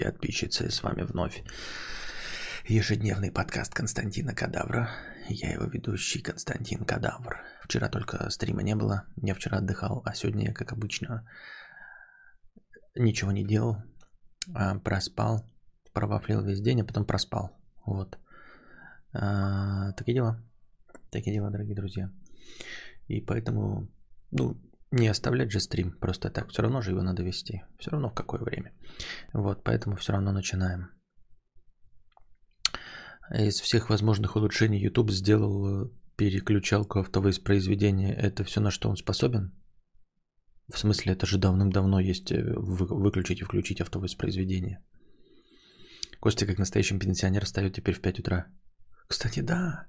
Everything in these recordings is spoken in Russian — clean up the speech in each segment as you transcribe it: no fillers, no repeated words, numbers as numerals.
Подписчицы, с вами вновь ежедневный подкаст Константина Кадавра. Я его ведущий Константин Кадавр. Вчера только стрима не было, я вчера отдыхал, а сегодня я, как обычно, ничего не делал, проспал, провафлил весь день, а потом проспал. Вот. Такие дела, дорогие друзья. И поэтому, не оставлять же стрим просто так. Все равно же его надо вести. Все равно в какое время. Вот, поэтому все равно начинаем. Из всех возможных улучшений YouTube сделал переключалку автовоспроизведения. Это все, на что он способен? В смысле, это же давным-давно есть выключить и включить автовоспроизведение. Костя, как настоящий пенсионер, встает теперь в 5 утра. Кстати,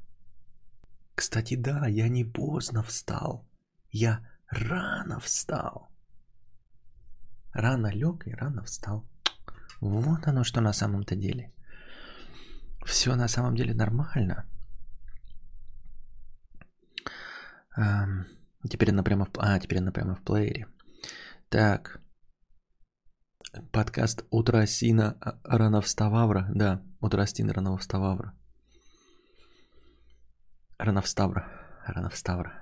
да, я не поздно встал. Я рано встал. Рано лег и рано встал. Вот оно что на самом-то деле. Все на самом деле нормально. Теперь она прямо в плеере. Так. Подкаст «Утро Сина Рановстававра». Да, «Утро Сина Рановстававра». Рановставра.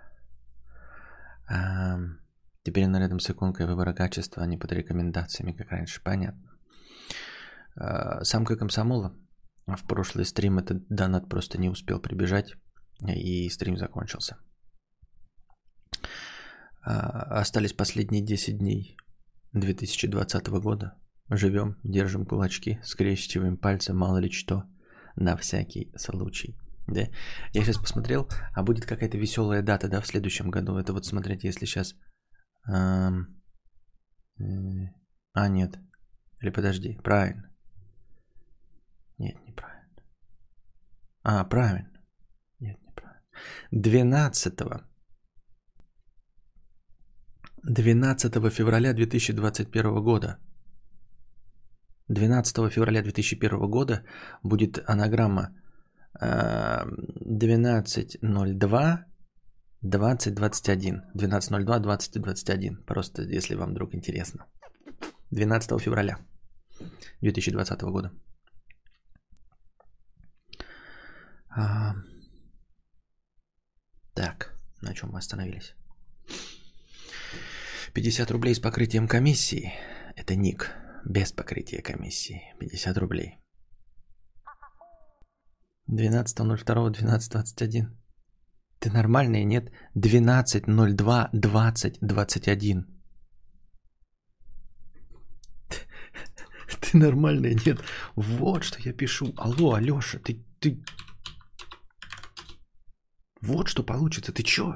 Теперь она рядом с иконкой выбора качества, а не под рекомендациями, как раньше. Понятно. Самка комсомола. В прошлый стрим этот донат просто не успел прибежать, и стрим закончился. Остались последние 10 дней 2020 года. Живем, держим кулачки, скрещиваем пальцы, мало ли что, на всякий случай. Да? Я сейчас посмотрел, а будет какая-то веселая дата, да, в следующем году. Это вот смотрите, если сейчас... нет. Или подожди, правильно. Нет, неправильно. Правильно. Нет, неправильно. 12 февраля 2021 года. 12 февраля 2001 года будет анаграмма 12.02 2021. 12.02 2021. Просто если вам вдруг интересно. 12 февраля 2020 года. Так, на чем мы остановились? 50 рублей с покрытием комиссии. Это ник. Без покрытия комиссии. 50 рублей. 12.02.12.21. Ты нормальный, нет? 12.02.20.21. Ты нормальный, нет? Вот что я пишу. Алло, Алёша, ты... Вот что получится. Ты чё?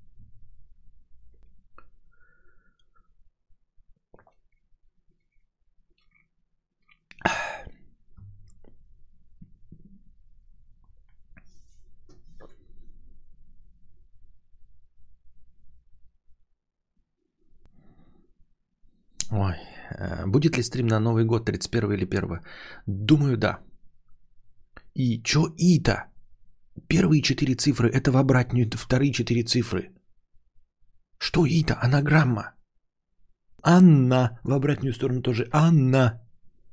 Ой, будет ли стрим на Новый год 31 или 1? Думаю, да. И чё и-то? Первые 4 цифры – это в обратную, вторые 4 цифры. Что и-то? Анаграмма. Анна. В обратную сторону тоже Анна.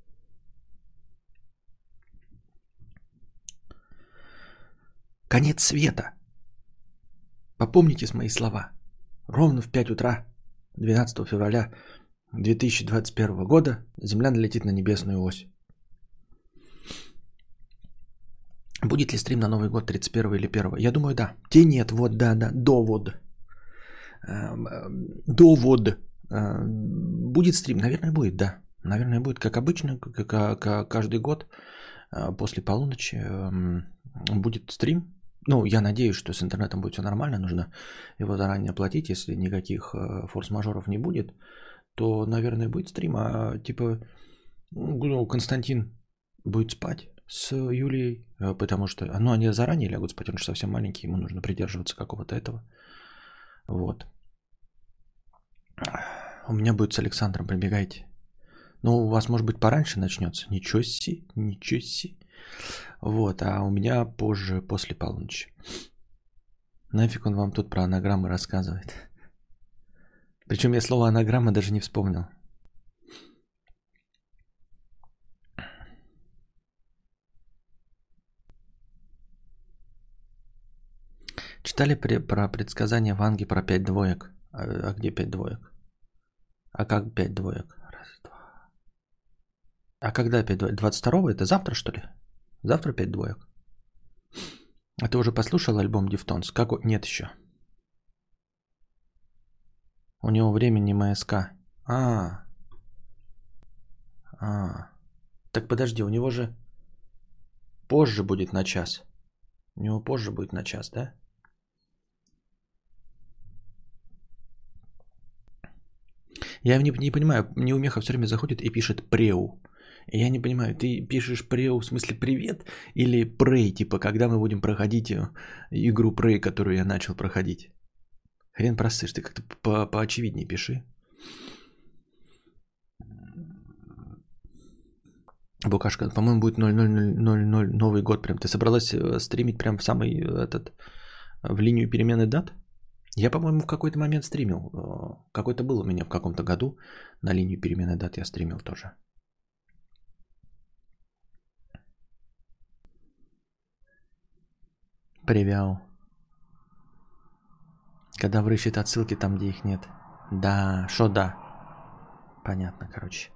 Конец света. Попомните мои слова. Ровно в 5 утра 12 февраля 2021 года Земля налетит на небесную ось. Будет ли стрим на Новый год 31 или 1? Я думаю, да. Те нет, вот, да, довод. Будет стрим? Наверное, будет, да. Наверное, будет, как обычно, как каждый год после полуночи будет стрим. Я надеюсь, что с интернетом будет все нормально. Нужно его заранее оплатить. Если никаких форс-мажоров не будет, то, наверное, будет стрим. Константин будет спать с Юлией, потому что, они заранее лягут спать, он же совсем маленький, ему нужно придерживаться какого-то этого. Вот. У меня будет с Александром, прибегайте. У вас, может быть, пораньше начнется. Ничего себе. Вот, а у меня позже, после полуночи. Нафиг он вам тут про анаграммы рассказывает. Причем я слово анаграмма даже не вспомнил. Читали про предсказания Ванги про 5 двоек? А где 5 двоек? А как 5 двоек? Раз, два. А когда 5 двоек? 22-го? Это завтра, что ли? Завтра 5 двоек? А ты уже послушал альбом Дифтонс? Как? Нет еще. У него времени МСК. Так подожди, у него же позже будет на час. У него позже будет на час, да? Я не понимаю, Неумеха все время заходит и пишет «преу». И я не понимаю, ты пишешь «преу» в смысле «привет» или «прей», типа когда мы будем проходить игру «прей», которую я начал проходить. Хрен просышь, ты как-то поочевиднее пиши. Букашка, по-моему, будет 0000 Новый год прям. Ты собралась стримить прям в самый в линию перемены дат? Я, по-моему, в какой-то момент стримил. Какой-то был у меня в каком-то году. На линию перемены дат я стримил тоже. Привял. Когда врыщет отсылки там, где их нет. Да, шо да. Понятно, короче.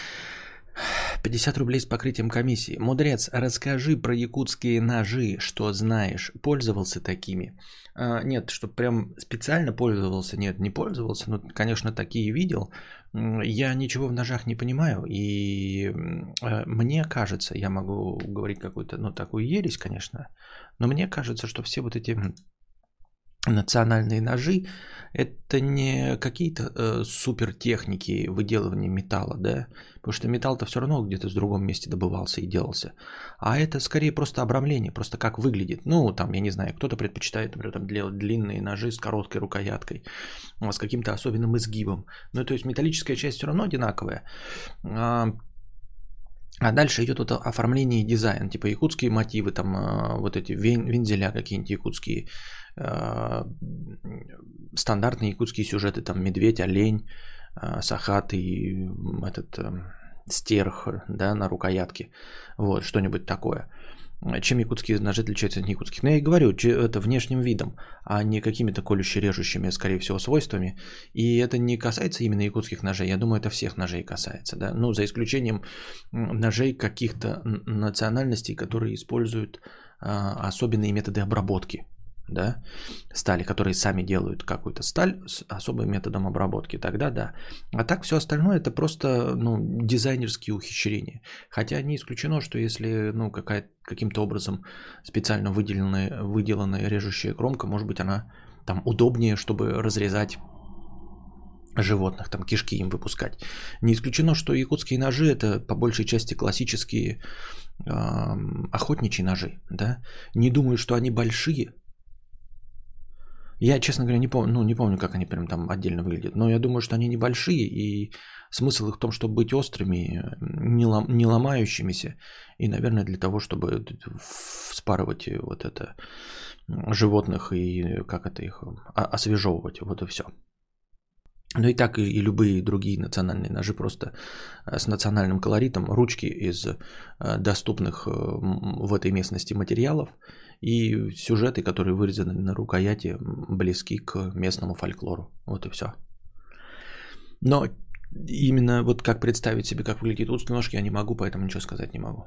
50 рублей с покрытием комиссии. Мудрец, расскажи про якутские ножи, что знаешь. Пользовался такими? Нет, что прям специально пользовался. Нет, не пользовался. Но, конечно, такие видел. Я ничего в ножах не понимаю. И мне кажется, я могу говорить какую-то, ну, такую ересь, конечно. Но мне кажется, что все вот эти национальные ножи это не какие-то супер техники выделывания металла, да, потому что металл-то все равно где-то в другом месте добывался и делался, а это скорее просто обрамление, просто как выглядит. Ну, там, я не знаю, кто-то предпочитает, например, там, делать длинные ножи с короткой рукояткой, с каким-то особенным изгибом, ну, то есть металлическая часть все равно одинаковая. А дальше идет вот оформление и дизайн, типа якутские мотивы, там вот эти вензеля какие-нибудь якутские, стандартные якутские сюжеты, там медведь, олень, сахатый, этот стерх, да, на рукоятке, вот, что-нибудь такое. Чем якутские ножи отличаются от якутских? Ну, я и говорю, это внешним видом, а не какими-то колюще-режущими, скорее всего, свойствами. И это не касается именно якутских ножей. Я думаю, это всех ножей касается. Да? Ну, за исключением ножей каких-то национальностей, которые используют особенные методы обработки. Да, стали, которые сами делают какую-то сталь с особым методом обработки, тогда да. А так все остальное это просто дизайнерские ухищрения. Хотя не исключено, что если каким-то образом специально выделанная режущая кромка, может быть она там удобнее, чтобы разрезать животных, там кишки им выпускать. Не исключено, что якутские ножи это по большей части классические охотничьи ножи. Да? Не думаю, что они большие. Я, честно говоря, не помню, как они прям там отдельно выглядят. Но я думаю, что они небольшие, и смысл их в том, чтобы быть острыми, не ломающимися. И, наверное, для того, чтобы вспарывать вот это животных и как это их освежевывать. Вот и все. Ну и так и любые другие национальные ножи просто с национальным колоритом, ручки из доступных в этой местности материалов и сюжеты, которые вырезаны на рукояти, близки к местному фольклору. Вот и все. Но именно вот как представить себе, как выглядит узкий нож, я не могу, поэтому ничего сказать не могу.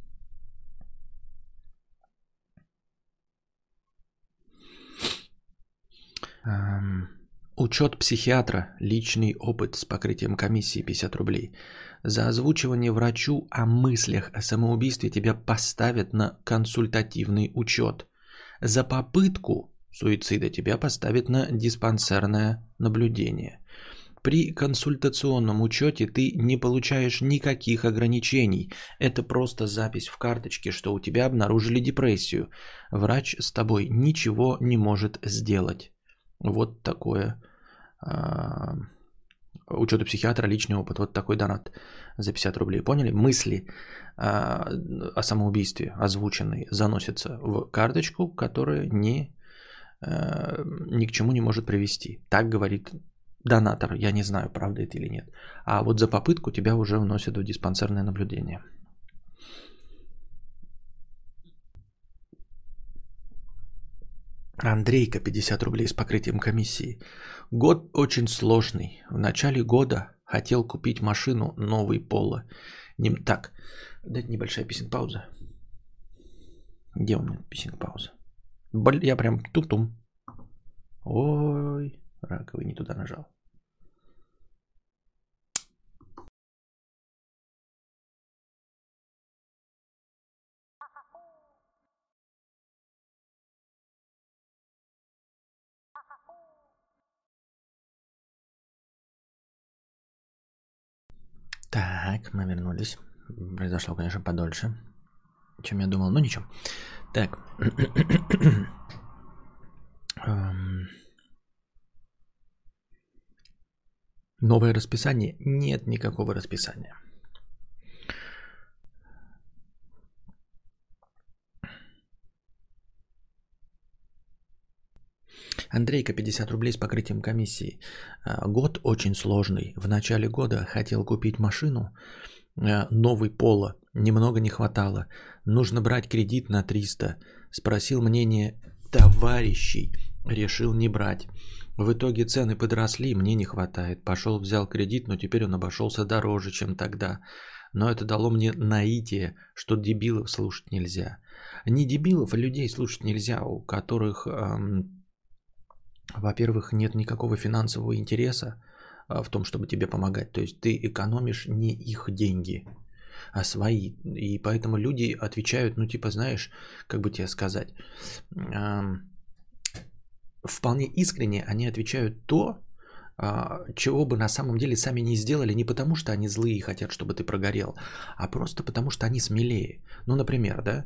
Учет психиатра, личный опыт с покрытием комиссии 50 рублей. За озвучивание врачу о мыслях о самоубийстве тебя поставят на консультативный учет. За попытку суицида тебя поставят на диспансерное наблюдение. При консультационном учете ты не получаешь никаких ограничений. Это просто запись в карточке, что у тебя обнаружили депрессию. Врач с тобой ничего не может сделать. Вот такое. Учет психиатра, личный опыт. Вот такой донат за 50 рублей. Поняли? Мысли о самоубийстве озвученные заносятся в карточку, которая ни к чему не может привести. Так говорит донатор. Я не знаю, правда это или нет. А вот за попытку тебя уже вносят в диспансерное наблюдение. Андрейка, 50 рублей с покрытием комиссии. Год очень сложный. В начале года хотел купить машину новой Пола. Так, дайте небольшая писинг-пауза. Где у меня писинг-пауза? Я прям тум-тум. Ой, раковый не туда нажал. Так, мы вернулись. Произошло, конечно, подольше, чем я думал, но ничего. Так. Новое расписание? Нет никакого расписания. Андрейка, 50 рублей с покрытием комиссии. Год очень сложный. В начале года хотел купить машину, новый Поло. Немного не хватало. Нужно брать кредит на 300. Спросил мнение товарищей. Решил не брать. В итоге цены подросли, мне не хватает. Пошел, взял кредит, но теперь он обошелся дороже, чем тогда. Но это дало мне наитие, что дебилов слушать нельзя. Не дебилов, а людей слушать нельзя, у которых... Во-первых, нет никакого финансового интереса в том, чтобы тебе помогать. То есть ты экономишь не их деньги, а свои. И поэтому люди отвечают, ну типа, знаешь, как бы тебе сказать, вполне искренне они отвечают то, чего бы на самом деле сами не сделали, не потому что они злые и хотят, чтобы ты прогорел, а просто потому что они смелее. Ну, например, да,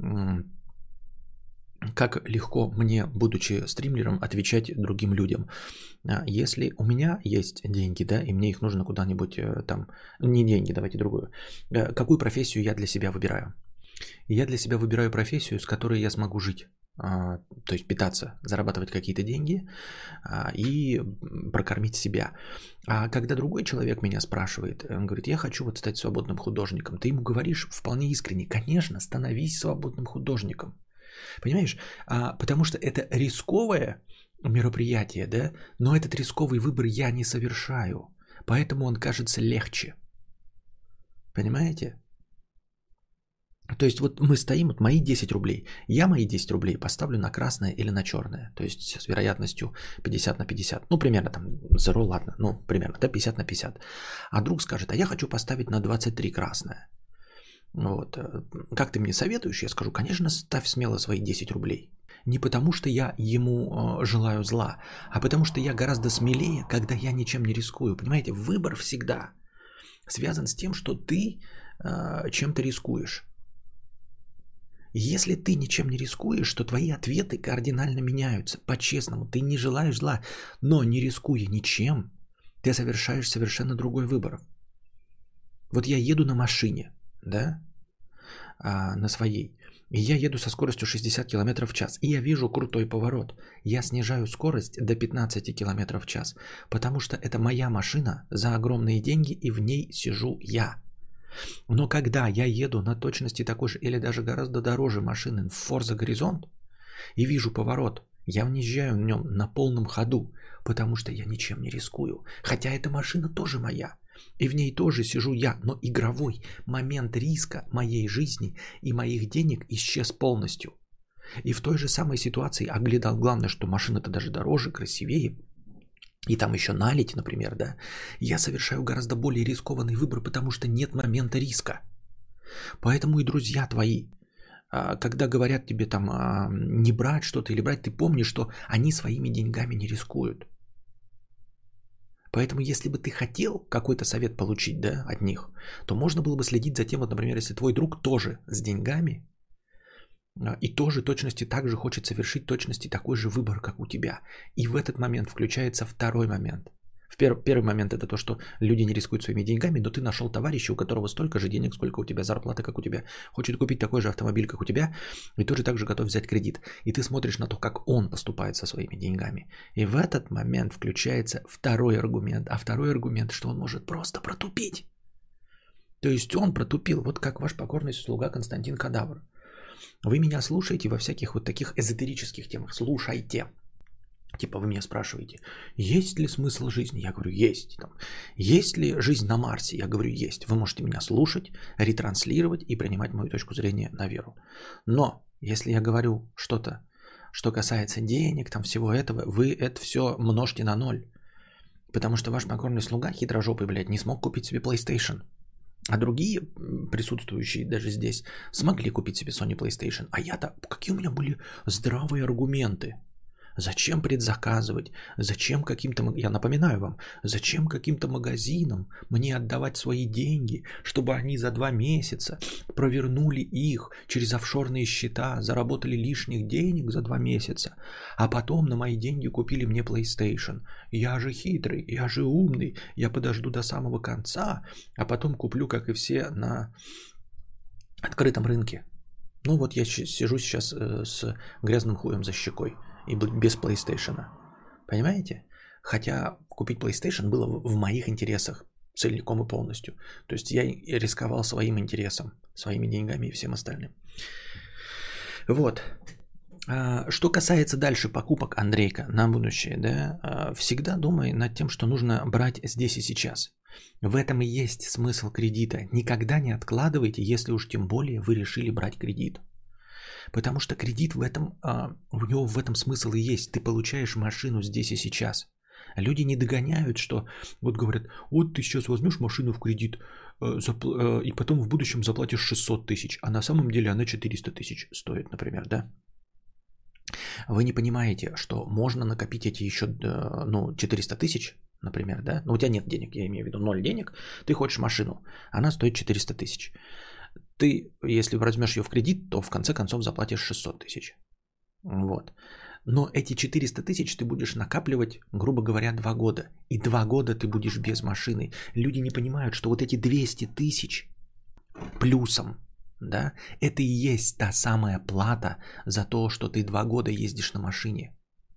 как легко мне, будучи стримером, отвечать другим людям. Если у меня есть деньги, да, и мне их нужно куда-нибудь там, не деньги, давайте другую. Какую профессию я для себя выбираю? Я для себя выбираю профессию, с которой я смогу жить. То есть питаться, зарабатывать какие-то деньги и прокормить себя. А когда другой человек меня спрашивает, он говорит, я хочу вот стать свободным художником, ты ему говоришь вполне искренне, конечно, становись свободным художником. Понимаешь? Потому что это рисковое мероприятие, да, но этот рисковый выбор я не совершаю. Поэтому он кажется легче. Понимаете? То есть вот мы стоим, вот мои 10 рублей. Я мои 10 рублей поставлю на красное или на черное. То есть с вероятностью 50 на 50. Ну, примерно там 0, ладно. Ну, примерно, да, 50 на 50. А друг скажет, а я хочу поставить на 23 красное. Вот. Как ты мне советуешь? Я скажу, конечно, ставь смело свои 10 рублей. Не потому, что я ему желаю зла, а потому, что я гораздо смелее, когда я ничем не рискую. Понимаете, выбор всегда связан с тем, что ты чем-то рискуешь. Если ты ничем не рискуешь, то твои ответы кардинально меняются. По-честному, ты не желаешь зла, но не рискуя ничем, ты совершаешь совершенно другой выбор. Вот я еду на машине, да, на своей, и я еду со скоростью 60 км в час, и я вижу крутой поворот. Я снижаю скорость до 15 км в час, потому что это моя машина за огромные деньги, и в ней сижу я. Но когда я еду на точности такой же или даже гораздо дороже машины в Forza Horizon и вижу поворот, я въезжаю в нем на полном ходу, потому что я ничем не рискую. Хотя эта машина тоже моя, и в ней тоже сижу я, но игровой момент риска моей жизни и моих денег исчез полностью. И в той же самой ситуации, главное, что машина-то даже дороже, красивее, и там еще налить, например, да, я совершаю гораздо более рискованный выбор, потому что нет момента риска. Поэтому и друзья твои, когда говорят тебе там не брать что-то или брать, ты помни, что они своими деньгами не рискуют. Поэтому если бы ты хотел какой-то совет получить, да, от них, то можно было бы следить за тем, вот, например, если твой друг тоже с деньгами, и тоже точности так же хочет совершить точности такой же выбор, как у тебя. И в этот момент включается второй момент. Первый момент это то, что люди не рискуют своими деньгами, но ты нашел товарища, у которого столько же денег, сколько у тебя, зарплаты, как у тебя, хочет купить такой же автомобиль, как у тебя, и тоже так же готов взять кредит. И ты смотришь на то, как он поступает со своими деньгами. И в этот момент включается второй аргумент. А второй аргумент, что он может просто протупить. То есть он протупил, вот как ваш покорный слуга Константин Кадавр. Вы меня слушаете во всяких вот таких эзотерических темах. Слушайте. Типа вы меня спрашиваете, есть ли смысл жизни? Я говорю, есть. Там, есть ли жизнь на Марсе? Я говорю, есть. Вы можете меня слушать, ретранслировать и принимать мою точку зрения на веру. Но если я говорю что-то, что касается денег, там всего этого, вы это все множьте на 0. Потому что ваш покорный слуга, хитрожопый, блядь, не смог купить себе PlayStation. А другие присутствующие даже здесь смогли купить себе Sony PlayStation. А я-то, какие у меня были здравые аргументы? Зачем предзаказывать? Зачем каким-то, я напоминаю вам, зачем каким-то магазинам мне отдавать свои деньги, чтобы они за 2 месяца провернули их через офшорные счета, заработали лишних денег за 2 месяца, а потом на мои деньги купили мне PlayStation. Я же хитрый, я же умный, я подожду до самого конца, а потом куплю, как и все, на открытом рынке. Ну вот я сижу сейчас с грязным хуем за щекой. И без PlayStation. Понимаете? Хотя купить PlayStation было в моих интересах целиком и полностью. То есть я рисковал своим интересом, своими деньгами и всем остальным. Вот. Что касается дальше покупок, Андрейка, на будущее, да, всегда думай над тем, что нужно брать здесь и сейчас. В этом и есть смысл кредита. Никогда не откладывайте, если уж тем более вы решили брать кредит. Потому что кредит в этом, у него в этом смысл и есть. Ты получаешь машину здесь и сейчас. Люди не догоняют, что вот говорят, вот ты сейчас возьмешь машину в кредит и потом в будущем заплатишь 600 тысяч, а на самом деле она 400 тысяч стоит, например, да? Вы не понимаете, что можно накопить эти еще 400 тысяч, например, да? Ну, у тебя нет денег, я имею в виду 0 денег, ты хочешь машину, она стоит 400 тысяч. Ты, если возьмешь ее в кредит, то в конце концов заплатишь 600 тысяч. Вот. Но эти 400 тысяч ты будешь накапливать, грубо говоря, 2 года. И 2 года ты будешь без машины. Люди не понимают, что вот эти 200 тысяч плюсом, да, это и есть та самая плата за то, что ты 2 года ездишь на машине.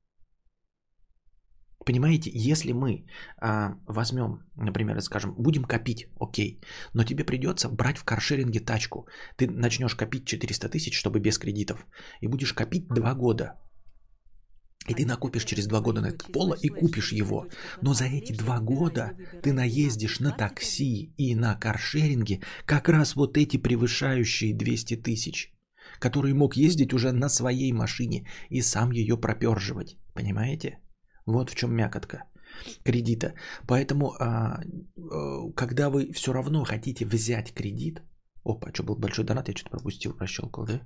Понимаете, если мы возьмем, например, скажем, будем копить, окей, но тебе придется брать в каршеринге тачку. Ты начнешь копить 400 тысяч, чтобы без кредитов, и будешь копить 2 года. И ты накопишь через 2 года на это поло и купишь его. Но за эти 2 года ты наездишь на такси и на каршеринге как раз вот эти превышающие 200 тысяч, которые мог ездить уже на своей машине и сам ее проперживать. Понимаете? Вот в чем мякотка кредита. Поэтому, когда вы все равно хотите взять кредит... Опа, что был большой донат, я что-то пропустил, прощелкал, да?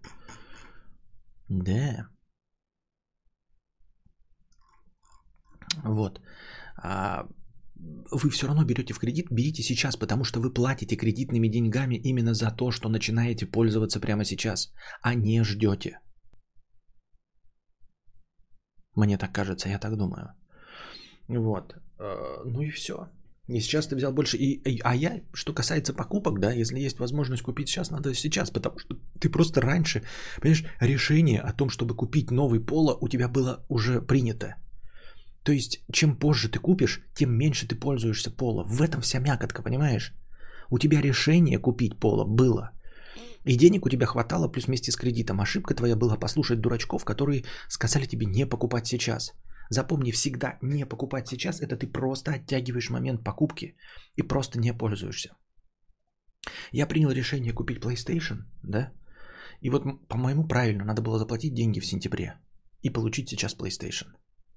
Да. Вот. Вы все равно берете в кредит, берите сейчас, потому что вы платите кредитными деньгами именно за то, что начинаете пользоваться прямо сейчас, а не ждете. Мне так кажется, я так думаю. Вот. Ну и все. И сейчас ты взял больше. А я, что касается покупок, да, если есть возможность купить сейчас, надо сейчас, потому что ты просто раньше, понимаешь, решение о том, чтобы купить новый поло, у тебя было уже принято. То есть, чем позже ты купишь, тем меньше ты пользуешься поло. В этом вся мякотка, понимаешь? У тебя решение купить поло было. И денег у тебя хватало, плюс вместе с кредитом. Ошибка твоя была послушать дурачков, которые сказали тебе не покупать сейчас. Запомни, всегда не покупать сейчас, это ты просто оттягиваешь момент покупки и просто не пользуешься. Я принял решение купить PlayStation, да? И вот, по-моему, правильно, надо было заплатить деньги в сентябре и получить сейчас PlayStation.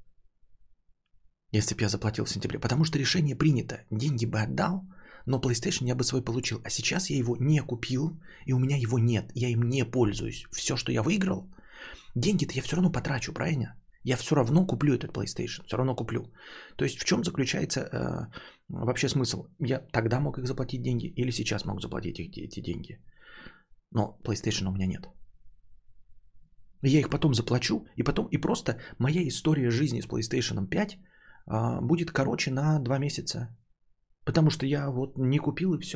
Если бы я заплатил в сентябре. Потому что решение принято. Деньги бы отдал, но PlayStation я бы свой получил. А сейчас я его не купил, и у меня его нет. Я им не пользуюсь. Все, что я выиграл, деньги-то я все равно потрачу, правильно? Я все равно куплю этот PlayStation. Все равно куплю. То есть в чем заключается вообще смысл? Я тогда мог их заплатить деньги или сейчас могу заплатить эти деньги. Но PlayStation у меня нет. Я их потом заплачу, и просто моя история жизни с PlayStation 5 будет короче на 2 месяца. Потому что я вот не купил и все.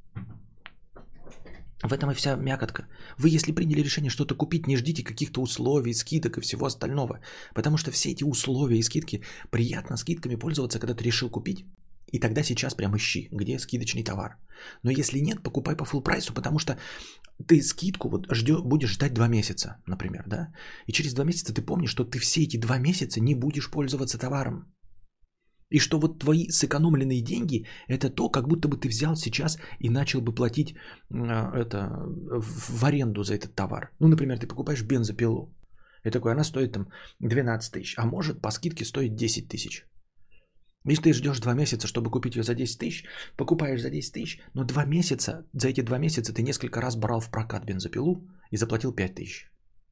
В этом и вся мякотка. Вы, если приняли решение что-то купить, не ждите каких-то условий, скидок и всего остального. Потому что все эти условия и скидки, приятно скидками пользоваться, когда ты решил купить. И тогда сейчас прям ищи, где скидочный товар. Но если нет, покупай по full прайсу, потому что ты скидку вот будешь ждать 2 месяца, например, да? И через 2 месяца ты помнишь, что ты все эти 2 месяца не будешь пользоваться товаром. И что вот твои сэкономленные деньги, это то, как будто бы ты взял сейчас и начал бы платить в аренду за этот товар. Ну, например, ты покупаешь бензопилу. И такой, она стоит там 12 тысяч, а может по скидке стоит 10 тысяч. Если ты ждешь 2 месяца, чтобы купить ее за 10 тысяч, покупаешь за 10 тысяч, но 2 месяца, за эти 2 месяца ты несколько раз брал в прокат бензопилу и заплатил 5 тысяч.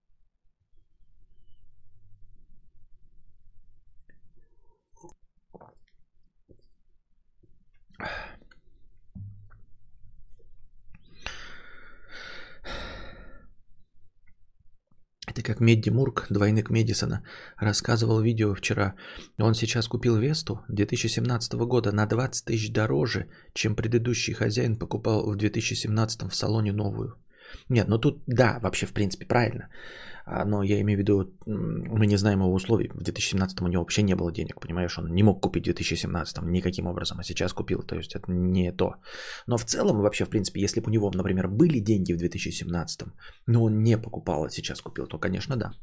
Это как Медди Мурк, двойник Медисона, рассказывал видео вчера. Он сейчас купил Весту 2017 года на 20 тысяч дороже, чем предыдущий хозяин покупал в 2017 в салоне новую. Нет, ну тут да, вообще в принципе правильно. Но я имею в виду, мы не знаем его условий. В 2017 у него вообще не было денег, понимаешь? Он не мог купить в 2017 никаким образом, а сейчас купил. То есть это не то. Но в целом, вообще, в принципе, если бы у него, например, были деньги в 2017, но он не покупал, а сейчас купил, то, конечно, да.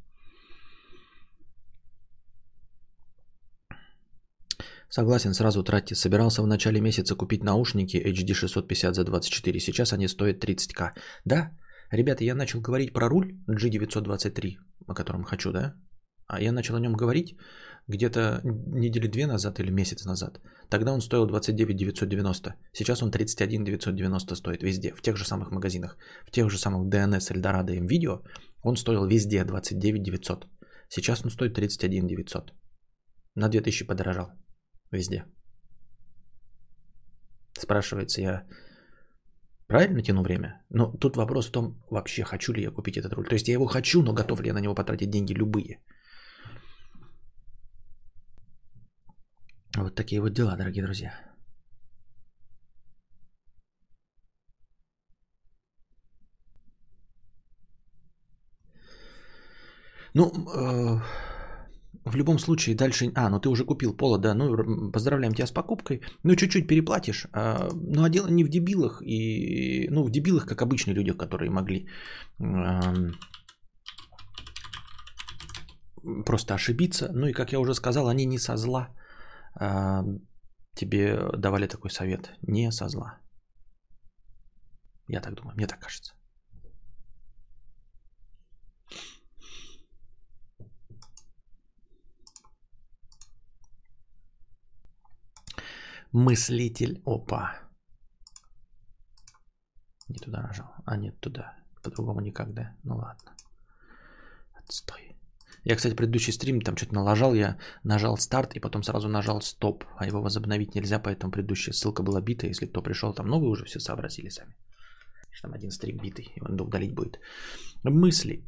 Согласен, сразу тратьте. Собирался в начале месяца купить наушники HD 650 за 24. Сейчас они стоят 30к. Да, ребята, я начал говорить про руль G923, о котором хочу, да? А я начал о нем говорить где-то недели 2 назад или месяц назад. Тогда он стоил 29 990. Сейчас он 31 990 стоит везде, в тех же самых магазинах. В тех же самых DNS, Эльдорадо и Видео он стоил везде 29 900. Сейчас он стоит 31 900. На 2000 подорожал. Везде. Спрашивается, я правильно тяну время? Но тут вопрос в том, вообще хочу ли я купить этот руль. То есть я его хочу, но готов ли я на него потратить деньги любые. Вот такие вот дела, дорогие друзья. Ну, в любом случае дальше... ну ты уже купил Поло, да, ну поздравляем тебя с покупкой. Ну чуть-чуть переплатишь, ну а дело не в дебилах. И, ну в дебилах, как обычные люди, которые могли просто ошибиться. Ну и как я уже сказал, они не со зла тебе давали такой совет. Не со зла. Я так думаю, мне так кажется. Мыслитель. Опа. Не туда нажал. А нет, туда. По-другому никак, да? Ну ладно. Отстой. Я, кстати, предыдущий стрим там что-то налажал. Я нажал старт и потом сразу нажал стоп. А его возобновить нельзя, поэтому предыдущая ссылка была бита. Если кто пришел там, ну вы уже все сообразили сами. Что там один стрим битый. Его надо удалить будет. Мысли.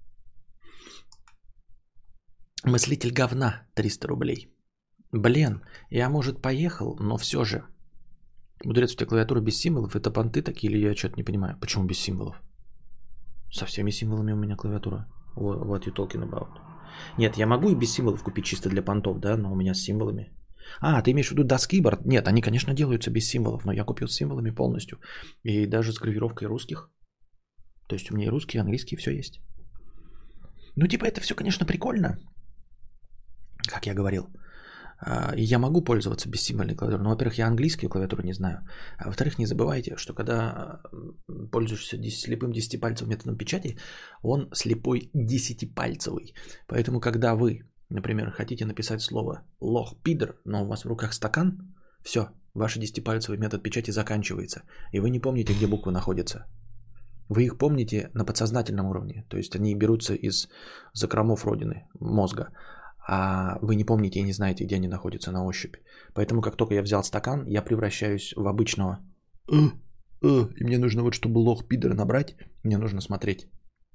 Мыслитель говна. 300 рублей. Блин, я, может, поехал, но все же. Мудрец, у тебя клавиатура без символов? Это понты такие или я что-то не понимаю? Почему без символов? Со всеми символами у меня клавиатура. What you talking about? Нет, я могу и без символов купить чисто для понтов, да, но у меня с символами. Ты имеешь в виду доскиборд? Нет, они, конечно, делаются без символов, но я купил с символами полностью. И даже с гравировкой русских. То есть у меня и русский, и английский, все есть. Ну, типа, это все, конечно, прикольно. Как я говорил. Я могу пользоваться бессимвольной клавиатурой, но, во-первых, я английскую клавиатуру не знаю, а во-вторых, не забывайте, что когда пользуешься слепым 10-пальцевым методом печати, он слепой 10-пальцевый. Поэтому, когда вы, например, хотите написать слово лох-пидр, но у вас в руках стакан, все, ваш 10-пальцевый метод печати заканчивается, и вы не помните, где буквы находятся. Вы их помните на подсознательном уровне, то есть они берутся из закромов родины, мозга. А вы не помните и не знаете, где они находятся на ощупь. Поэтому, как только я взял стакан, я превращаюсь в обычного и мне нужно вот, чтобы лох-пидор набрать, мне нужно смотреть.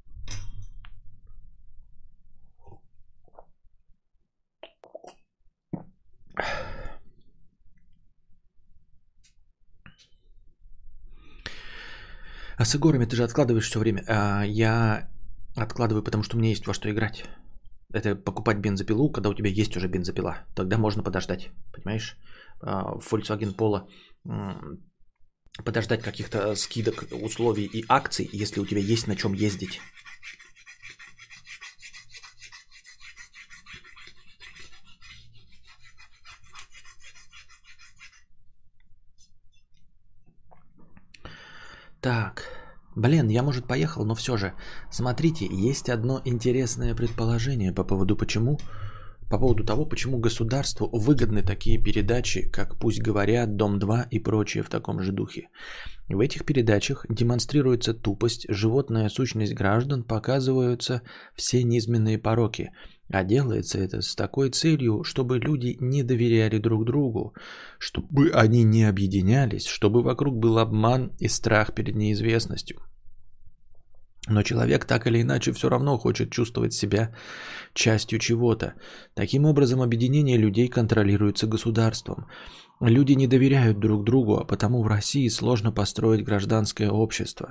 А с играми ты же откладываешь все время. Я откладываю, потому что у меня есть во что играть. Это покупать бензопилу, когда у тебя есть уже бензопила. Тогда можно подождать, понимаешь? Volkswagen Polo подождать каких-то скидок, условий и акций, если у тебя есть на чем ездить. Так, блин, я, может, поехал, но все же. Смотрите, есть одно интересное предположение по поводу почему. По поводу того, почему государству выгодны такие передачи, как «Пусть говорят», «Дом-2» и прочее в таком же духе. В этих передачах демонстрируется тупость, животная сущность граждан, показываются все низменные пороки. А делается это с такой целью, чтобы люди не доверяли друг другу, чтобы они не объединялись, чтобы вокруг был обман и страх перед неизвестностью. Но человек так или иначе все равно хочет чувствовать себя частью чего-то. Таким образом, объединение людей контролируется государством. Люди не доверяют друг другу, а потому в России сложно построить гражданское общество.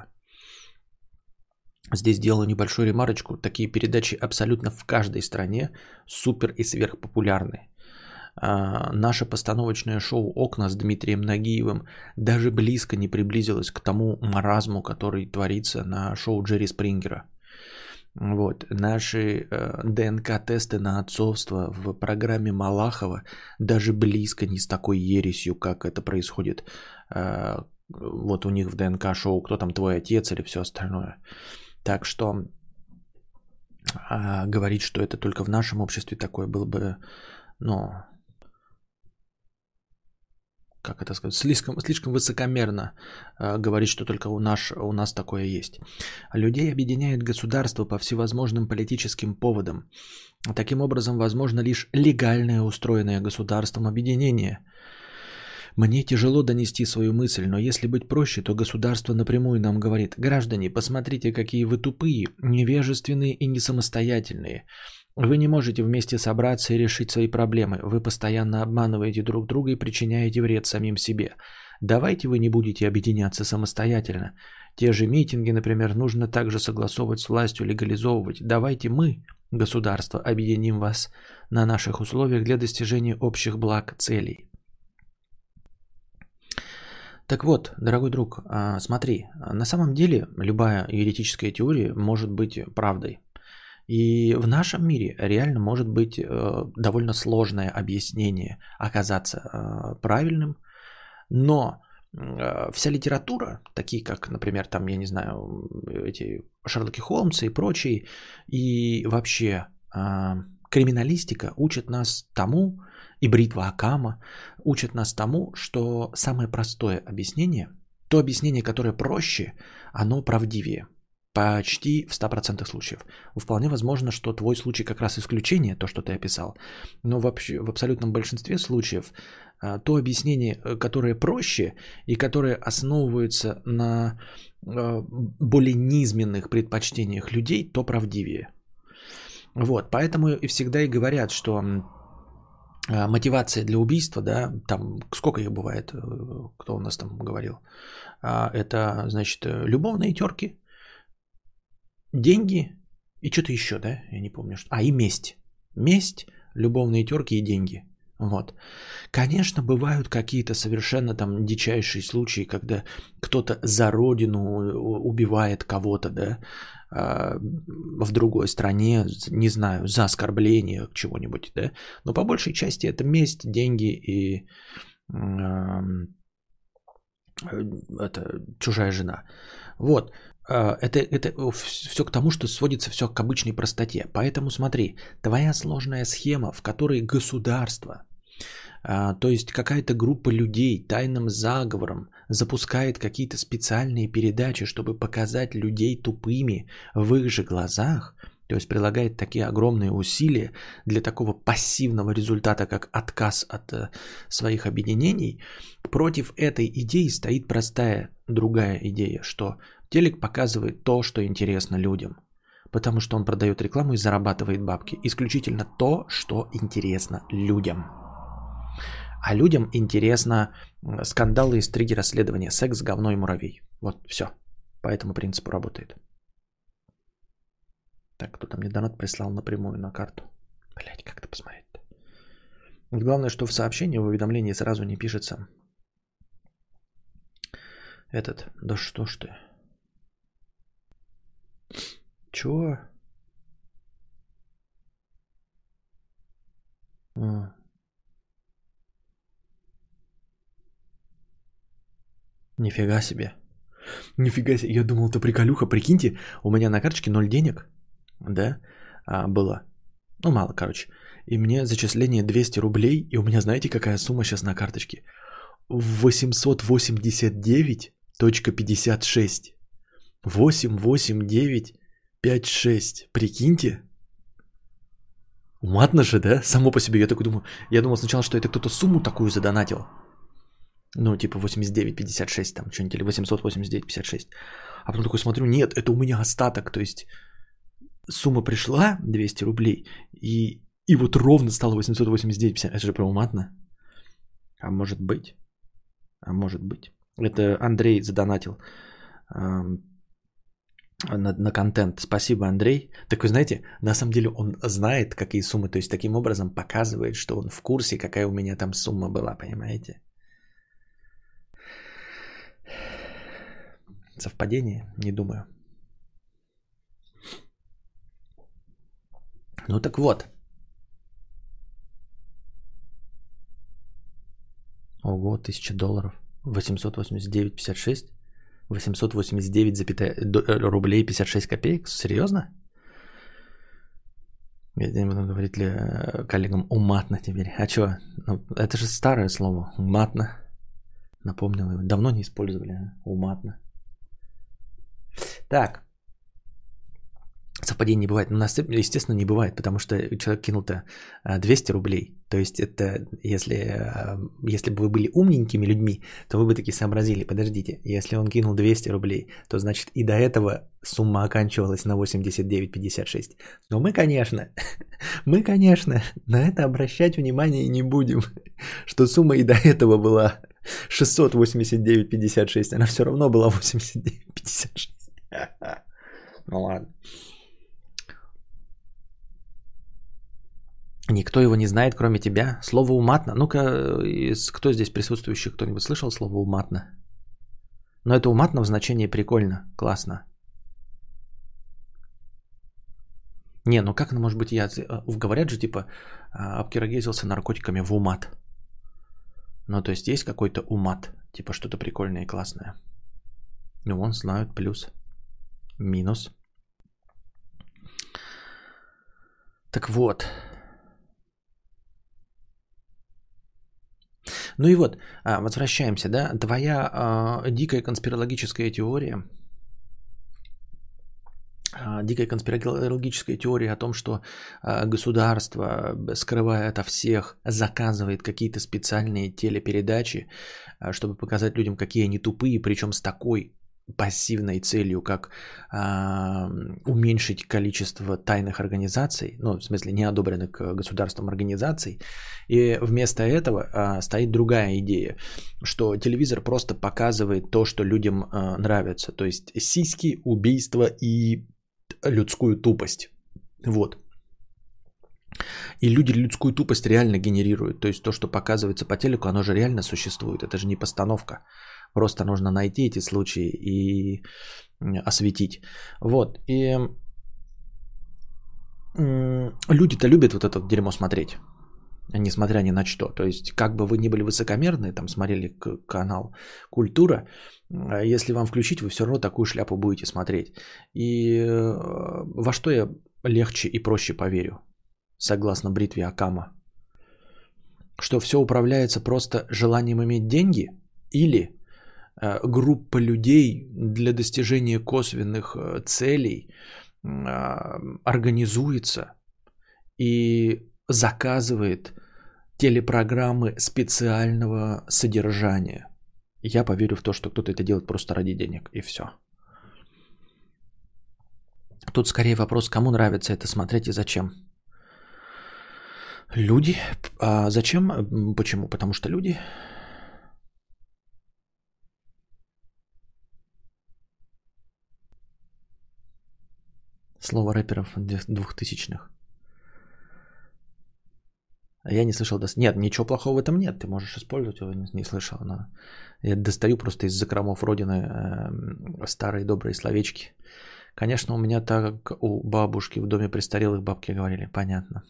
Здесь делаю небольшую ремарочку. Такие передачи абсолютно в каждой стране супер и сверхпопулярны. Наше постановочное шоу «Окна» с Дмитрием Нагиевым даже близко не приблизилось к тому маразму, который творится на шоу Джерри Спрингера. Вот. Наши ДНК-тесты на отцовство в программе Малахова даже близко не с такой ересью, как это происходит вот у них в ДНК-шоу «Кто там твой отец» или все остальное. Так что говорить, что это только в нашем обществе такое, было бы, как это сказать, слишком высокомерно говорить, что только у нас такое есть. Людей объединяет государство по всевозможным политическим поводам. Таким образом, возможно лишь легальное устроенное государством объединение. Мне тяжело донести свою мысль, но если быть проще, то государство напрямую нам говорит: граждане, посмотрите, какие вы тупые, невежественные и несамостоятельные. Вы не можете вместе собраться и решить свои проблемы. Вы постоянно обманываете друг друга и причиняете вред самим себе. Давайте вы не будете объединяться самостоятельно. Те же митинги, например, нужно также согласовывать с властью, легализовывать. Давайте мы, государство, объединим вас на наших условиях для достижения общих благ, целей. Так вот, дорогой друг, смотри, на самом деле любая еретическая теория может быть правдой. И в нашем мире реально может быть довольно сложное объяснение оказаться правильным, но вся литература, такие как, например, там, я не знаю, эти Шерлоки Холмсы и прочие, и вообще криминалистика учат нас тому, и бритва Акама учат нас тому, что самое простое объяснение, то объяснение, которое проще, оно правдивее. Почти в 100% случаев. Вполне возможно, что твой случай как раз исключение, то, что ты описал. Но вообще, в абсолютном большинстве случаев то объяснение, которое проще и которое основывается на более низменных предпочтениях людей, то правдивее. Вот, поэтому и всегда и говорят, что мотивация для убийства, да, там сколько их бывает, кто у нас там говорил, это, значит, любовные терки, деньги и что-то еще, да, я не помню, что. И месть. Месть, любовные терки и деньги. Вот. Конечно, бывают какие-то совершенно там дичайшие случаи, когда кто-то за родину убивает кого-то, да, в другой стране, не знаю, за оскорбление чего-нибудь, да. Но по большей части это месть, деньги и это чужая жена. Вот. Это все к тому, что сводится все к обычной простоте. Поэтому смотри, твоя сложная схема, в которой государство, то есть какая-то группа людей тайным заговором запускает какие-то специальные передачи, чтобы показать людей тупыми в их же глазах, то есть прилагает такие огромные усилия для такого пассивного результата, как отказ от своих объединений. Против этой идеи стоит простая другая идея, что телек показывает то, что интересно людям, потому что он продает рекламу и зарабатывает бабки. Исключительно то, что интересно людям. А людям интересно скандалы, интриги, расследования, секс, говно и муравей. Вот все. По этому принципу работает. Так, кто-то мне донат прислал напрямую на карту. Блять, как это посмотреть-то? Главное, что в сообщении, в уведомлении сразу не пишется. Да что ж ты? Чего? Нифига себе. Нифига себе. Я думал, это приколюха. Прикиньте, у меня на карточке 0 денег, да, было. Ну, мало, короче. И мне зачисление 200 рублей. И у меня, знаете, какая сумма сейчас на карточке? 889.56. 88956. Прикиньте. Уматно же, да? Само по себе. Я такой думаю. Я думал сначала, что это кто-то сумму такую задонатил. Ну, типа 89,56 там что-нибудь. Или 889,56. А потом такой смотрю. Нет, это у меня остаток. То есть сумма пришла 200 рублей. И вот ровно стало 889,50. Это же прям уматно. А может быть. А может быть. Это Андрей задонатил на контент. Спасибо, Андрей. Так вы знаете, на самом деле он знает, какие суммы. То есть таким образом показывает, что он в курсе, какая у меня там сумма была. Понимаете? Совпадение? Не думаю. Ну так вот. Ого, $1000. 889,56. 889 рублей 56 копеек? Серьезно? Я не буду говорить ли коллегам уматно теперь. А что? Ну, это же старое слово. Уматно. Напомнил его. Давно не использовали. Уматно. Так. Совпадений не бывает. Ну, естественно, не бывает, потому что человек кинул-то 200 рублей. То есть это, если бы вы были умненькими людьми, то вы бы таки сообразили, подождите, если он кинул 200 рублей, то значит и до этого сумма оканчивалась на 89,56. Но мы, конечно, на это обращать внимание не будем, что сумма и до этого была 689,56, она все равно была 89,56. Ну ладно. Никто его не знает, кроме тебя. Слово «уматно». Ну-ка, кто здесь присутствующий, кто-нибудь слышал слово «уматно»? Но это «уматно» в значении прикольно, классно. Не, ну как оно может быть? Говорят же, типа, обкирогезился наркотиками в умат. Ну, то есть есть какой-то умат, типа что-то прикольное и классное. Ну, вон знают плюс, минус. Так вот. Ну и вот, возвращаемся, да, твоя дикая конспирологическая теория, о том, что государство, скрывая ото всех, заказывает какие-то специальные телепередачи, чтобы показать людям, какие они тупые, причем с такой пассивной целью, как уменьшить количество тайных организаций, ну, в смысле, не одобренных государством организаций. И вместо этого стоит другая идея, что телевизор просто показывает то, что людям нравится. То есть сиськи, убийства и людскую тупость. Вот. И люди людскую тупость реально генерируют. То есть то, что показывается по телеку, оно же реально существует. Это же не постановка. Просто нужно найти эти случаи и осветить. Вот. И люди-то любят вот это дерьмо смотреть. Несмотря ни на что. То есть, как бы вы ни были высокомерны, там смотрели канал «Культура», если вам включить, вы все равно такую шляпу будете смотреть. И во что я легче и проще поверю, согласно бритве Акама? Что все управляется просто желанием иметь деньги? Или группа людей для достижения косвенных целей организуется и заказывает телепрограммы специального содержания? Я поверю в то, что кто-то это делает просто ради денег, и все. Тут скорее вопрос, кому нравится это смотреть и зачем. Люди. А зачем? Почему? Потому что люди. Слово рэперов 2000-х. Я не слышал. Нет, ничего плохого в этом нет. Ты можешь использовать его, не слышал. Но я достаю просто из закромов родины старые добрые словечки. Конечно, у меня так, как у бабушки в доме престарелых бабки говорили. Понятно.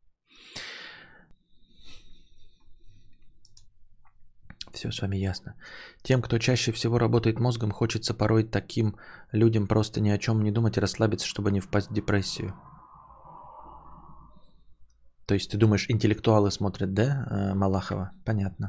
Все с вами ясно. Тем, кто чаще всего работает мозгом, хочется порой таким людям просто ни о чем не думать и расслабиться, чтобы не впасть в депрессию. То есть ты думаешь, интеллектуалы смотрят, да, Малахова? Понятно.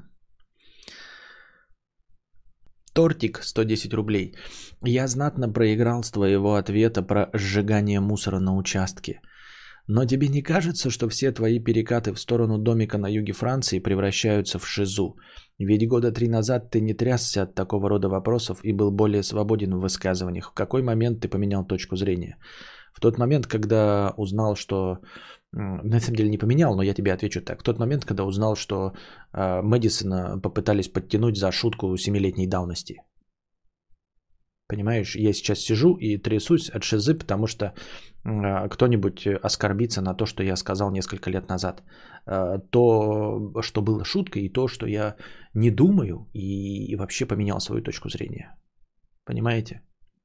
Тортик, 110 рублей. Я знатно проиграл с твоего ответа про сжигание мусора на участке. Но тебе не кажется, что все твои перекаты в сторону домика на юге Франции превращаются в шизу? Ведь года 3 назад ты не трясся от такого рода вопросов и был более свободен в высказываниях. В какой момент ты поменял точку зрения? В тот момент, когда узнал, что... На самом деле не поменял, но я тебе отвечу так. В тот момент, когда узнал, что Мэдисона попытались подтянуть за шутку 7-летней давности. Понимаешь, я сейчас сижу и трясусь от шизы, потому что кто-нибудь оскорбится на то, что я сказал несколько лет назад. То, что было шуткой, и то, что я не думаю и вообще поменял свою точку зрения. Понимаете?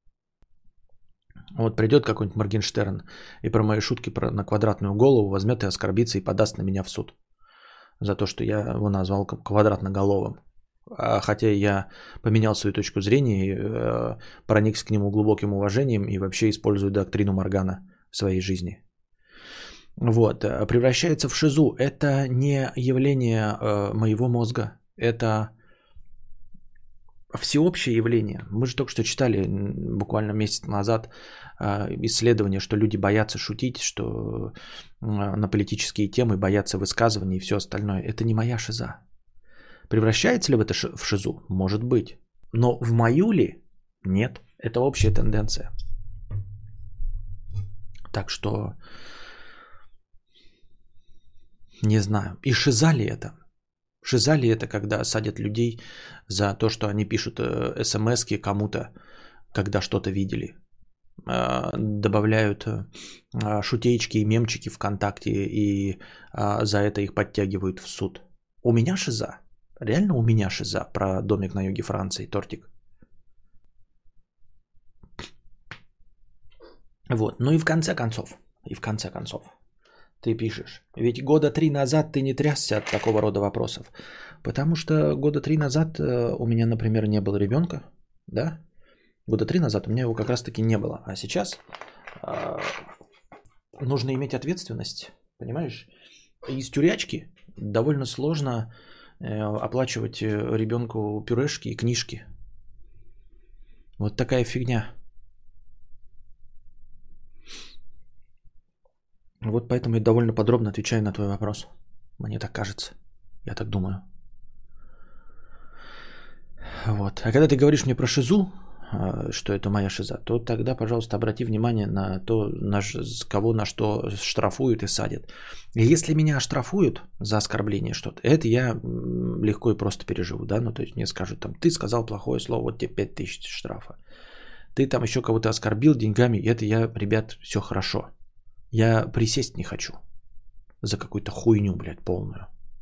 Вот придет какой-нибудь Моргенштерн и про мои шутки на квадратную голову возьмет и оскорбится и подаст на меня в суд. За то, что я его назвал квадратноголовым. Хотя я поменял свою точку зрения, и проникся к нему глубоким уважением и вообще использую доктрину Моргана в своей жизни. Вот. Превращается в шизу. Это не явление моего мозга. Это всеобщее явление. Мы же только что читали буквально месяц назад исследование, что люди боятся шутить, что на политические темы боятся высказываний и все остальное. Это не моя шиза. Превращается ли в это в шизу? Может быть. Но в мою ли? Нет. Это общая тенденция. Так что не знаю. И шиза ли это? Шиза ли это, когда садят людей за то, что они пишут смс-ки кому-то, когда что-то видели? Добавляют шутеечки и мемчики ВКонтакте и за это их подтягивают в суд. У меня шиза. Реально у меня шиза про домик на юге Франции, тортик. Вот, ну и в конце концов, ты пишешь, ведь года 3 назад ты не трясся от такого рода вопросов, потому что года 3 назад у меня, например, не было ребенка, да? Года 3 назад у меня его как раз-таки не было, а сейчас нужно иметь ответственность, понимаешь? Из тюрячки довольно сложно оплачивать ребенку пюрешки и книжки. Вот такая фигня. Вот поэтому я довольно подробно отвечаю на твой вопрос. Мне так кажется. Я так думаю. Вот. А когда ты говоришь мне про шизу, что это моя шиза, то тогда, пожалуйста, обрати внимание на то, кого на что штрафуют и садят. И если меня оштрафуют за оскорбление что-то, это я легко и просто переживу, да, ну то есть мне скажут там, ты сказал плохое слово, вот тебе 5000 штрафа. Ты там еще кого-то оскорбил деньгами, это я, ребят, все хорошо. Я присесть не хочу за какую-то хуйню, блядь, полную.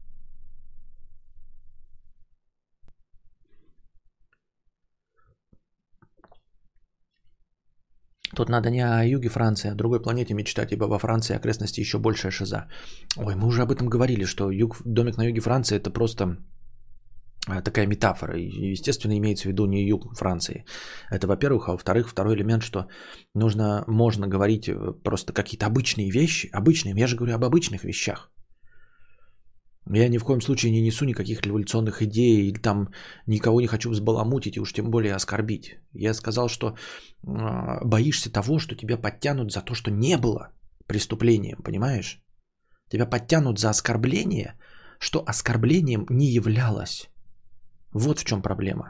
Тут надо не о юге Франции, а о другой планете мечтать, ибо во Франции окрестности еще большая шиза. Ой, мы уже об этом говорили, что домик на юге Франции это просто такая метафора. И, естественно, имеется в виду не юг Франции. Это, во-первых. А во-вторых, второй элемент, что можно говорить просто какие-то обычные вещи. Обычные, я же говорю об обычных вещах. Я ни в коем случае не несу никаких революционных идей, или там никого не хочу взбаламутить и уж тем более оскорбить. Я сказал, что боишься того, что тебя подтянут за то, что не было преступлением, понимаешь? Тебя подтянут за оскорбление, что оскорблением не являлось. Вот в чем проблема.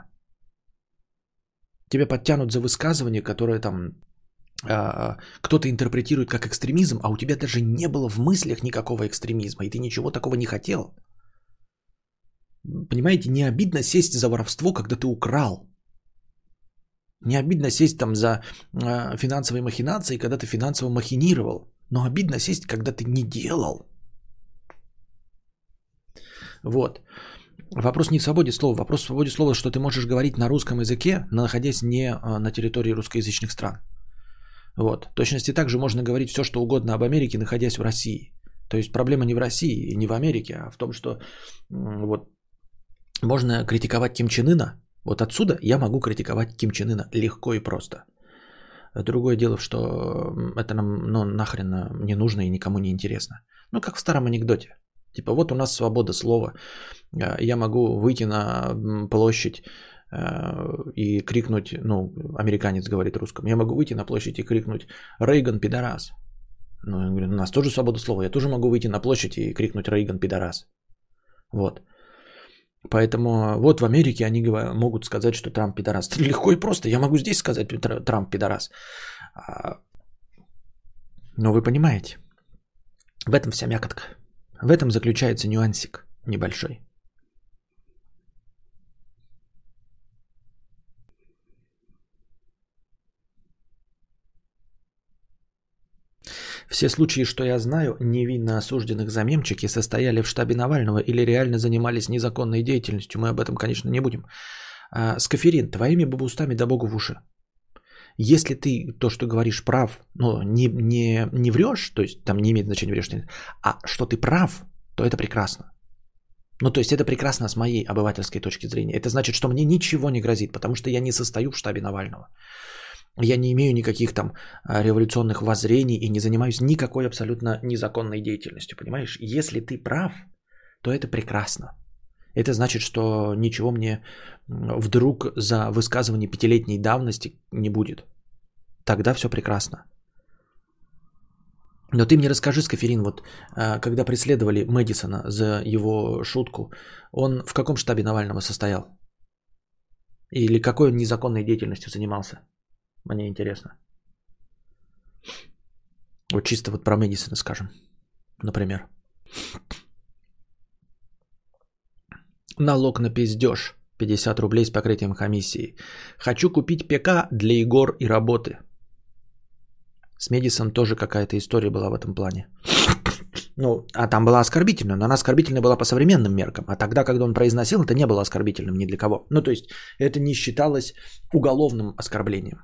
Тебя подтянут за высказывание, которое там кто-то интерпретирует как экстремизм, а у тебя даже не было в мыслях никакого экстремизма, и ты ничего такого не хотел. Понимаете, не обидно сесть за воровство, когда ты украл. Не обидно сесть там за финансовые махинации, когда ты финансово махинировал. Но обидно сесть, когда ты не делал. Вот. Вопрос не в свободе слова. Вопрос в свободе слова, что ты можешь говорить на русском языке, находясь не на территории русскоязычных стран. Вот. В точности также можно говорить все, что угодно об Америке, находясь в России. То есть проблема не в России и не в Америке, а в том, что вот можно критиковать Ким Чен Ына. Вот отсюда я могу критиковать Ким Чен Ына легко и просто. Другое дело, что это нам нахрен не нужно и никому не интересно. Ну, как в старом анекдоте. Типа, вот у нас свобода слова. Я могу выйти на площадь и крикнуть, ну, американец говорит русском, я могу выйти на площадь и крикнуть «Рейган, пидорас». Ну, я говорю, у нас тоже свобода слова. Я тоже могу выйти на площадь и крикнуть «Рейган, пидорас». Вот. Поэтому вот в Америке они могут сказать, что Трамп пидорас. Легко и просто. Я могу здесь сказать Трамп пидорас. Но вы понимаете, в этом вся мякотка. В этом заключается нюансик небольшой. Все случаи, что я знаю, невинно осужденных за мемчики состояли в штабе Навального или реально занимались незаконной деятельностью. Мы об этом, конечно, не будем. Скаферин, твоими устами да богу в уши. Если ты то, что говоришь, прав, но не врешь, то есть там не имеет значения врешь, а что ты прав, то это прекрасно. Ну, то есть это прекрасно с моей обывательской точки зрения. Это значит, что мне ничего не грозит, потому что я не состою в штабе Навального. Я не имею никаких там революционных воззрений и не занимаюсь никакой абсолютно незаконной деятельностью, понимаешь? Если ты прав, то это прекрасно. Это значит, что ничего мне вдруг за высказывание 5-летней давности не будет. Тогда все прекрасно. Но ты мне расскажи, Скаферин, вот когда преследовали Мэдисона за его шутку, он в каком штабе Навального состоял? Или какой он незаконной деятельностью занимался? Мне интересно. Вот чисто вот про Мэдисона скажем, например. Налог на пиздеж. 50 рублей с покрытием комиссии. Хочу купить ПК для игр и работы. С Мэдисон тоже какая-то история была в этом плане. Ну, а там была оскорбительная, но она оскорбительная была по современным меркам. А тогда, когда он произносил, это не было оскорбительным ни для кого. Ну, то есть, это не считалось уголовным оскорблением.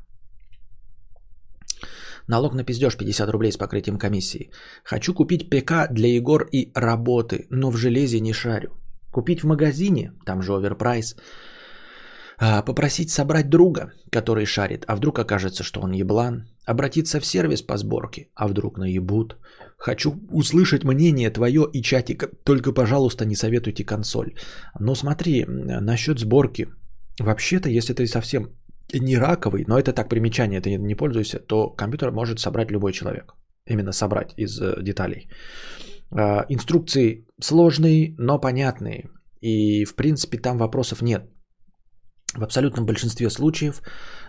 Налог на пиздеж 50 рублей с покрытием комиссии. Хочу купить ПК для игр и работы, но в железе не шарю. Купить в магазине, там же оверпрайс. Попросить собрать друга, который шарит, а вдруг окажется, что он еблан. Обратиться в сервис по сборке, а вдруг наебут. Хочу услышать мнение твое и чатика, только, пожалуйста, не советуйте консоль. Но смотри, насчет сборки. Вообще-то, если ты совсем не раковый, но это так примечание, ты не пользуешься, то компьютер может собрать любой человек. Именно собрать из деталей. Инструкции сложные, но понятные. И, в принципе, там вопросов нет. В абсолютном большинстве случаев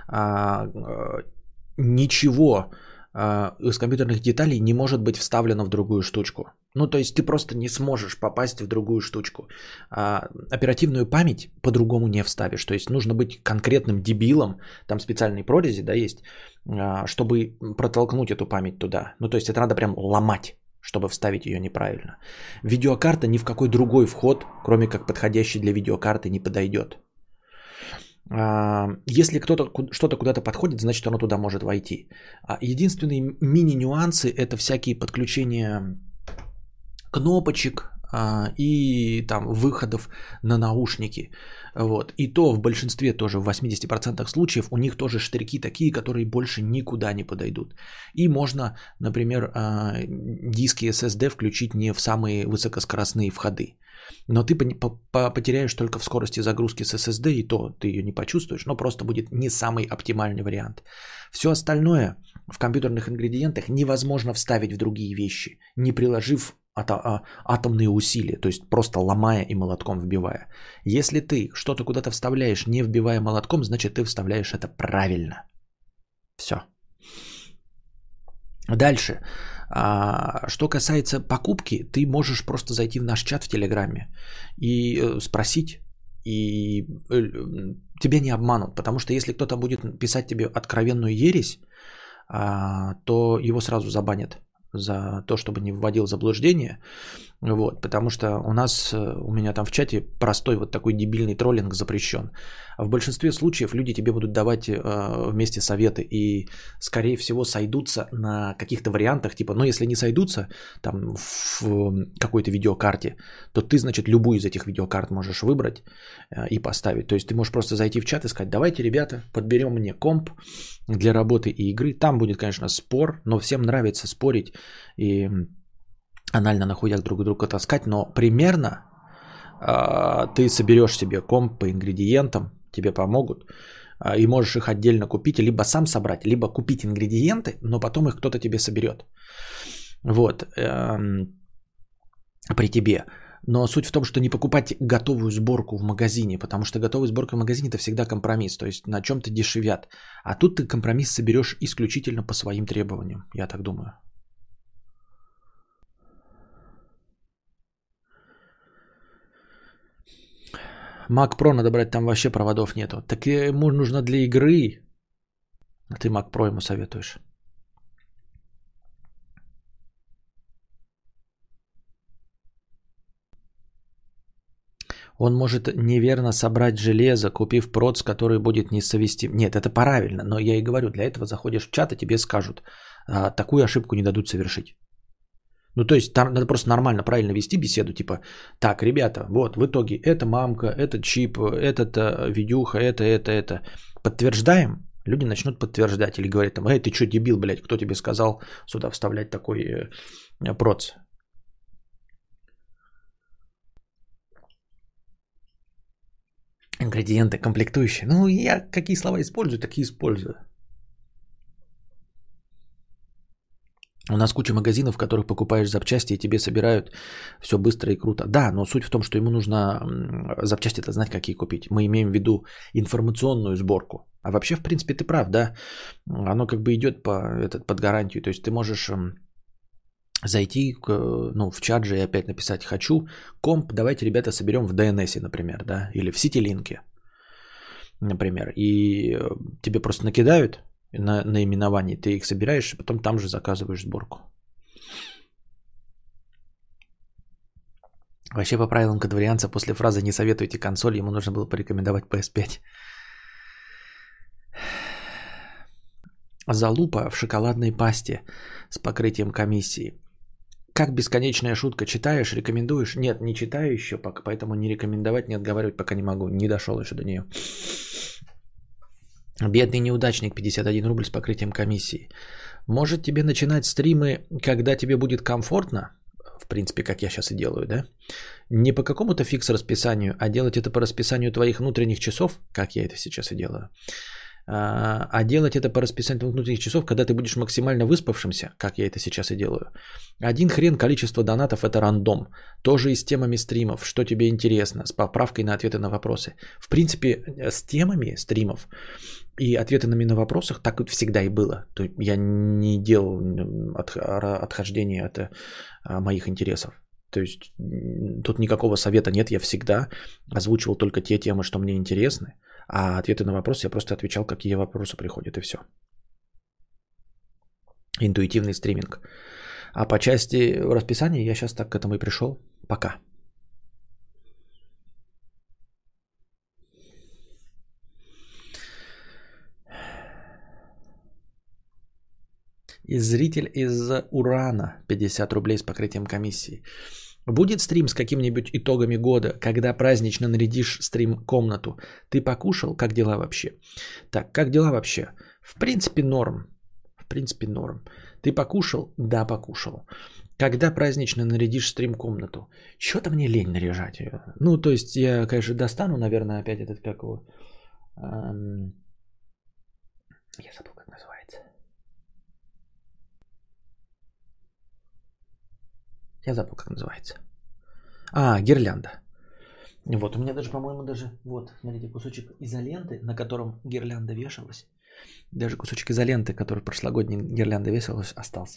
ничего из компьютерных деталей не может быть вставлено в другую штучку. Ну, то есть ты просто не сможешь попасть в другую штучку. Оперативную память по-другому не вставишь. То есть нужно быть конкретным дебилом, там специальные прорези, да, есть, чтобы протолкнуть эту память туда. Ну, то есть это надо прям ломать, чтобы вставить ее неправильно. Видеокарта ни в какой другой вход, кроме как подходящий для видеокарты, не подойдет. Если что-то куда-то подходит, значит оно туда может войти. Единственные мини-нюансы – это всякие подключения кнопочек и там выходов на наушники. Вот. И то в большинстве тоже, в 80% случаев, у них тоже штрики такие, которые больше никуда не подойдут. И можно, например, диски SSD включить не в самые высокоскоростные входы. Но ты потеряешь только в скорости загрузки с SSD, и то ты ее не почувствуешь, но просто будет не самый оптимальный вариант. Все остальное в компьютерных ингредиентах невозможно вставить в другие вещи, не приложив атомные усилия, то есть просто ломая и молотком вбивая. Если ты что-то куда-то вставляешь, не вбивая молотком, значит ты вставляешь это правильно. Все. Дальше. Что касается покупки, ты можешь просто зайти в наш чат в Телеграме и спросить, и тебя не обманут. Потому что если кто-то будет писать тебе откровенную ересь, то его сразу забанят за то, чтобы не вводил в заблуждение. Вот, потому что у меня там в чате простой вот такой дебильный троллинг запрещен. А в большинстве случаев люди тебе будут давать вместе советы и, скорее всего, сойдутся на каких-то вариантах. Типа, ну, если не сойдутся там в какой-то видеокарте, то ты, значит, любую из этих видеокарт можешь выбрать и поставить. То есть ты можешь просто зайти в чат и сказать: давайте, ребята, подберем мне комп для работы и игры. Там будет, конечно, спор, но всем нравится спорить и анально на хуяк друг друга таскать, но примерно ты соберешь себе комп по ингредиентам, тебе помогут, и можешь их отдельно купить, либо сам собрать, либо купить ингредиенты, но потом их кто-то тебе соберет. Вот, при тебе. Но суть в том, что не покупать готовую сборку в магазине, потому что готовая сборка в магазине – это всегда компромисс, то есть на чем-то дешевят. А тут ты компромисс соберешь исключительно по своим требованиям, я так думаю. Mac Pro надо брать, там вообще проводов нету. Так ему нужно для игры. А ты Mac Pro ему советуешь. Он может неверно собрать железо, купив проц, который будет несовместим. Нет, это правильно, но я и говорю, для этого заходишь в чат, и тебе скажут, такую ошибку не дадут совершить. Ну, то есть, там надо просто нормально, правильно вести беседу, типа, так, ребята, вот, в итоге, это мамка, это чип, этот видюха, это. Подтверждаем? Люди начнут подтверждать или говорят там: эй, ты что, дебил, блядь, кто тебе сказал сюда вставлять такой проц? Ингредиенты, комплектующие. Ну, я какие слова использую, такие использую. У нас куча магазинов, в которых покупаешь запчасти, и тебе собирают все быстро и круто. Да, но суть в том, что ему нужно запчасти-то знать, какие купить. Мы имеем в виду информационную сборку. А вообще, в принципе, ты прав, да. Оно как бы идет под гарантию. То есть ты можешь зайти в чат же и опять написать: хочу комп, давайте, ребята, соберем в DNS, например, да, или в CityLink, например. И тебе просто накидают на наименовании, ты их собираешь, и потом там же заказываешь сборку. Вообще, по правилам кадварианца, после фразы «не советуйте консоль», ему нужно было порекомендовать PS5. Залупа в шоколадной пасте с покрытием комиссии. Как бесконечная шутка. Читаешь, рекомендуешь? Нет, не читаю еще, поэтому не рекомендовать, не отговаривать пока не могу. Не дошел еще до нее. Бедный неудачник, 51 рубль с покрытием комиссии. Может тебе начинать стримы, когда тебе будет комфортно? В принципе, как я сейчас и делаю, да? Не по какому-то фикс-расписанию, а делать это по расписанию твоих внутренних часов, как я это сейчас и делаю. А делать это по расписанию твоих внутренних часов, когда ты будешь максимально выспавшимся, как я это сейчас и делаю. Один хрен количество донатов – это рандом. Тоже и с темами стримов, что тебе интересно, с поправкой на ответы на вопросы. В принципе, с темами стримов и ответами на вопросах так всегда и было. То есть я не делал отхождения от моих интересов. То есть тут никакого совета нет, я всегда озвучивал только те темы, что мне интересны. А ответы на вопросы я просто отвечал, какие вопросы приходят, и все. Интуитивный стриминг. А по части расписания я сейчас так к этому и пришел. Пока. И зритель из Урана, 50 рублей с покрытием комиссии. Будет стрим с какими-нибудь итогами года, когда празднично нарядишь стрим-комнату? Ты покушал? Как дела вообще? Так, как дела вообще? В принципе, норм. В принципе, норм. Ты покушал? Да, покушал. Когда празднично нарядишь стрим-комнату? Что-то мне лень наряжать ее. Ну, то есть, я, конечно, достану, наверное, опять этот, как его... Я забыл, как называется. Я забыл, как называется. Гирлянда. Вот, у меня даже, по-моему, вот, смотрите, кусочек изоленты, на котором гирлянда вешалась. Даже кусочек изоленты, который прошлогодний гирлянда вешалась, остался.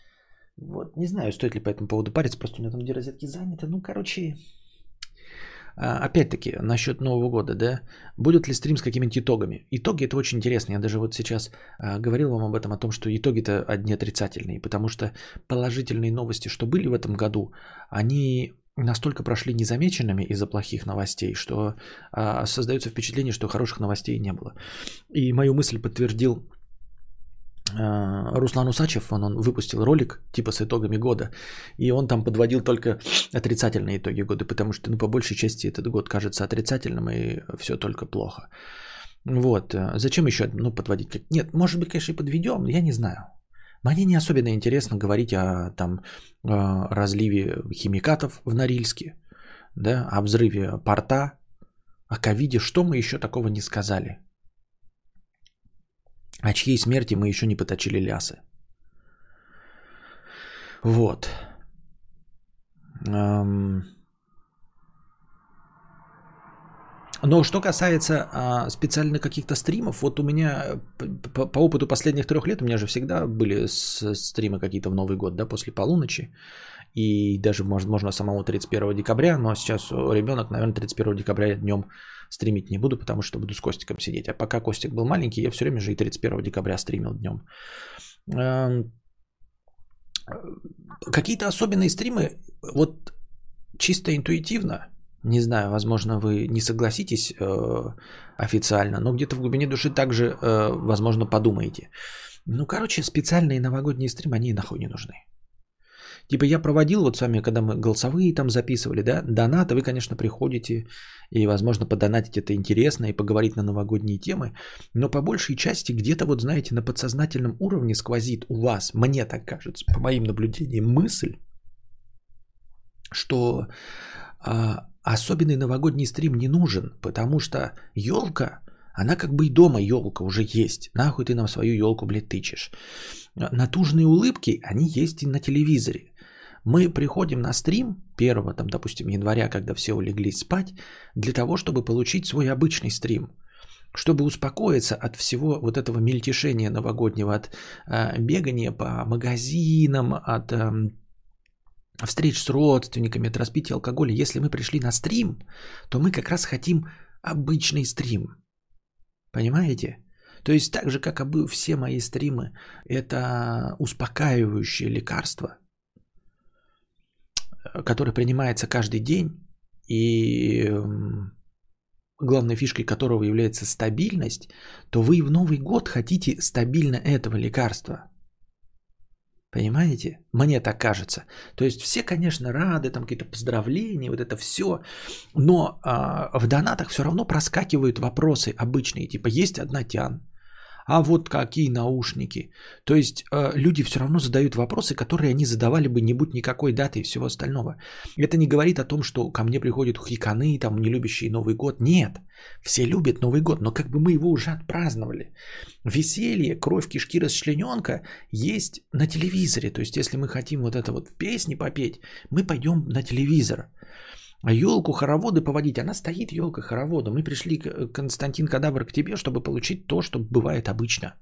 Вот, не знаю, стоит ли по этому поводу париться, просто у меня там 2 розетки заняты. Ну, короче, опять-таки, насчет Нового года, да, будет ли стрим с какими-нибудь итогами? Итоги это очень интересно. Я даже вот сейчас говорил вам об этом, о том, что итоги-то одни отрицательные, потому что положительные новости, что были в этом году, они настолько прошли незамеченными из-за плохих новостей, что создается впечатление, что хороших новостей не было. И мою мысль подтвердил Руслан Усачев, он выпустил ролик типа с итогами года, и он там подводил только отрицательные итоги года, потому что, ну, по большей части этот год кажется отрицательным, и все только плохо. Вот, зачем еще, ну, подводить? Нет, может быть, конечно, и подведем, я не знаю. Мне не особенно интересно говорить о там разливе химикатов в Норильске, да, о взрыве порта, о ковиде, что мы еще такого не сказали. О чьей смерти мы еще не поточили лясы. Вот. Но что касается специально каких-то стримов, вот у меня по опыту последних 3 лет, у меня же всегда были стримы какие-то в Новый год, да, после полуночи. И даже, возможно, самого 31 декабря, но сейчас ребенок, наверное, 31 декабря днем стримить не буду, потому что буду с Костиком сидеть. А пока Костик был маленький, я все время же и 31 декабря стримил днем. Какие-то особенные стримы, вот чисто интуитивно, не знаю, возможно, вы не согласитесь официально, но где-то в глубине души также, возможно, подумаете. Ну, короче, специальные новогодние стримы, они нахуй не нужны. Типа я проводил вот с вами, когда мы голосовые там записывали, да, донаты, вы, конечно, приходите и, возможно, подонатить это интересно и поговорить на новогодние темы, но по большей части где-то вот, знаете, на подсознательном уровне сквозит у вас, мне так кажется, по моим наблюдениям, мысль, что особенный новогодний стрим не нужен, потому что елка, она как бы и дома елка уже есть. Нахуй ты нам свою елку, блядь, тычешь. Натужные улыбки, они есть и на телевизоре. Мы приходим на стрим 1, там, допустим, января, когда все улеглись спать, для того, чтобы получить свой обычный стрим. Чтобы успокоиться от всего вот этого мельтешения новогоднего, от бегания по магазинам, от встреч с родственниками, от распития алкоголя. Если мы пришли на стрим, то мы как раз хотим обычный стрим. Понимаете? То есть так же, как и все мои стримы, это успокаивающее лекарство, которое принимается каждый день, и главной фишкой которого является стабильность, то вы в Новый год хотите стабильно этого лекарства. Понимаете? Мне так кажется. То есть все, конечно, рады, там какие-то поздравления, вот это все. Но в донатах все равно проскакивают вопросы обычные. Типа есть одна тян. А вот какие наушники. То есть люди все равно задают вопросы, которые они задавали бы не будь никакой даты и всего остального. Это не говорит о том, что ко мне приходят хиканы, там, не любящие Новый год. Нет, все любят Новый год, но как бы мы его уже отпраздновали. Веселье, кровь, кишки, расчлененка есть на телевизоре. То есть если мы хотим вот это вот песни попеть, мы пойдем на телевизор. А елку хороводы поводить, она стоит, елка хоровода. Мы пришли, Константин Кадавр, к тебе, чтобы получить то, что бывает обычно.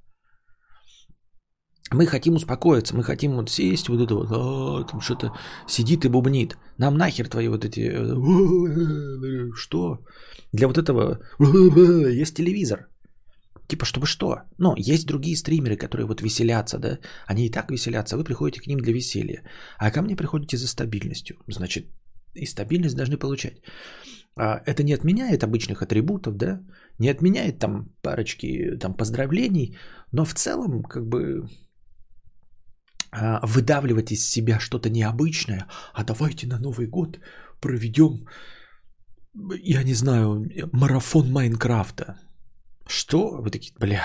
Мы хотим успокоиться, мы хотим вот сесть, вот это вот, там что-то сидит и бубнит. Нам нахер твои вот эти, что? Для вот этого есть телевизор. Типа, чтобы что? Но есть другие стримеры, которые вот веселятся, да? Они и так веселятся, вы приходите к ним для веселья. А ко мне приходите за стабильностью. Значит, и стабильность должны получать. Это не отменяет обычных атрибутов, да? Не отменяет там парочки там, поздравлений, но в целом как бы выдавливать из себя что-то необычное, а давайте на Новый год проведем, я не знаю, марафон Майнкрафта. Что? Вы такие, бля.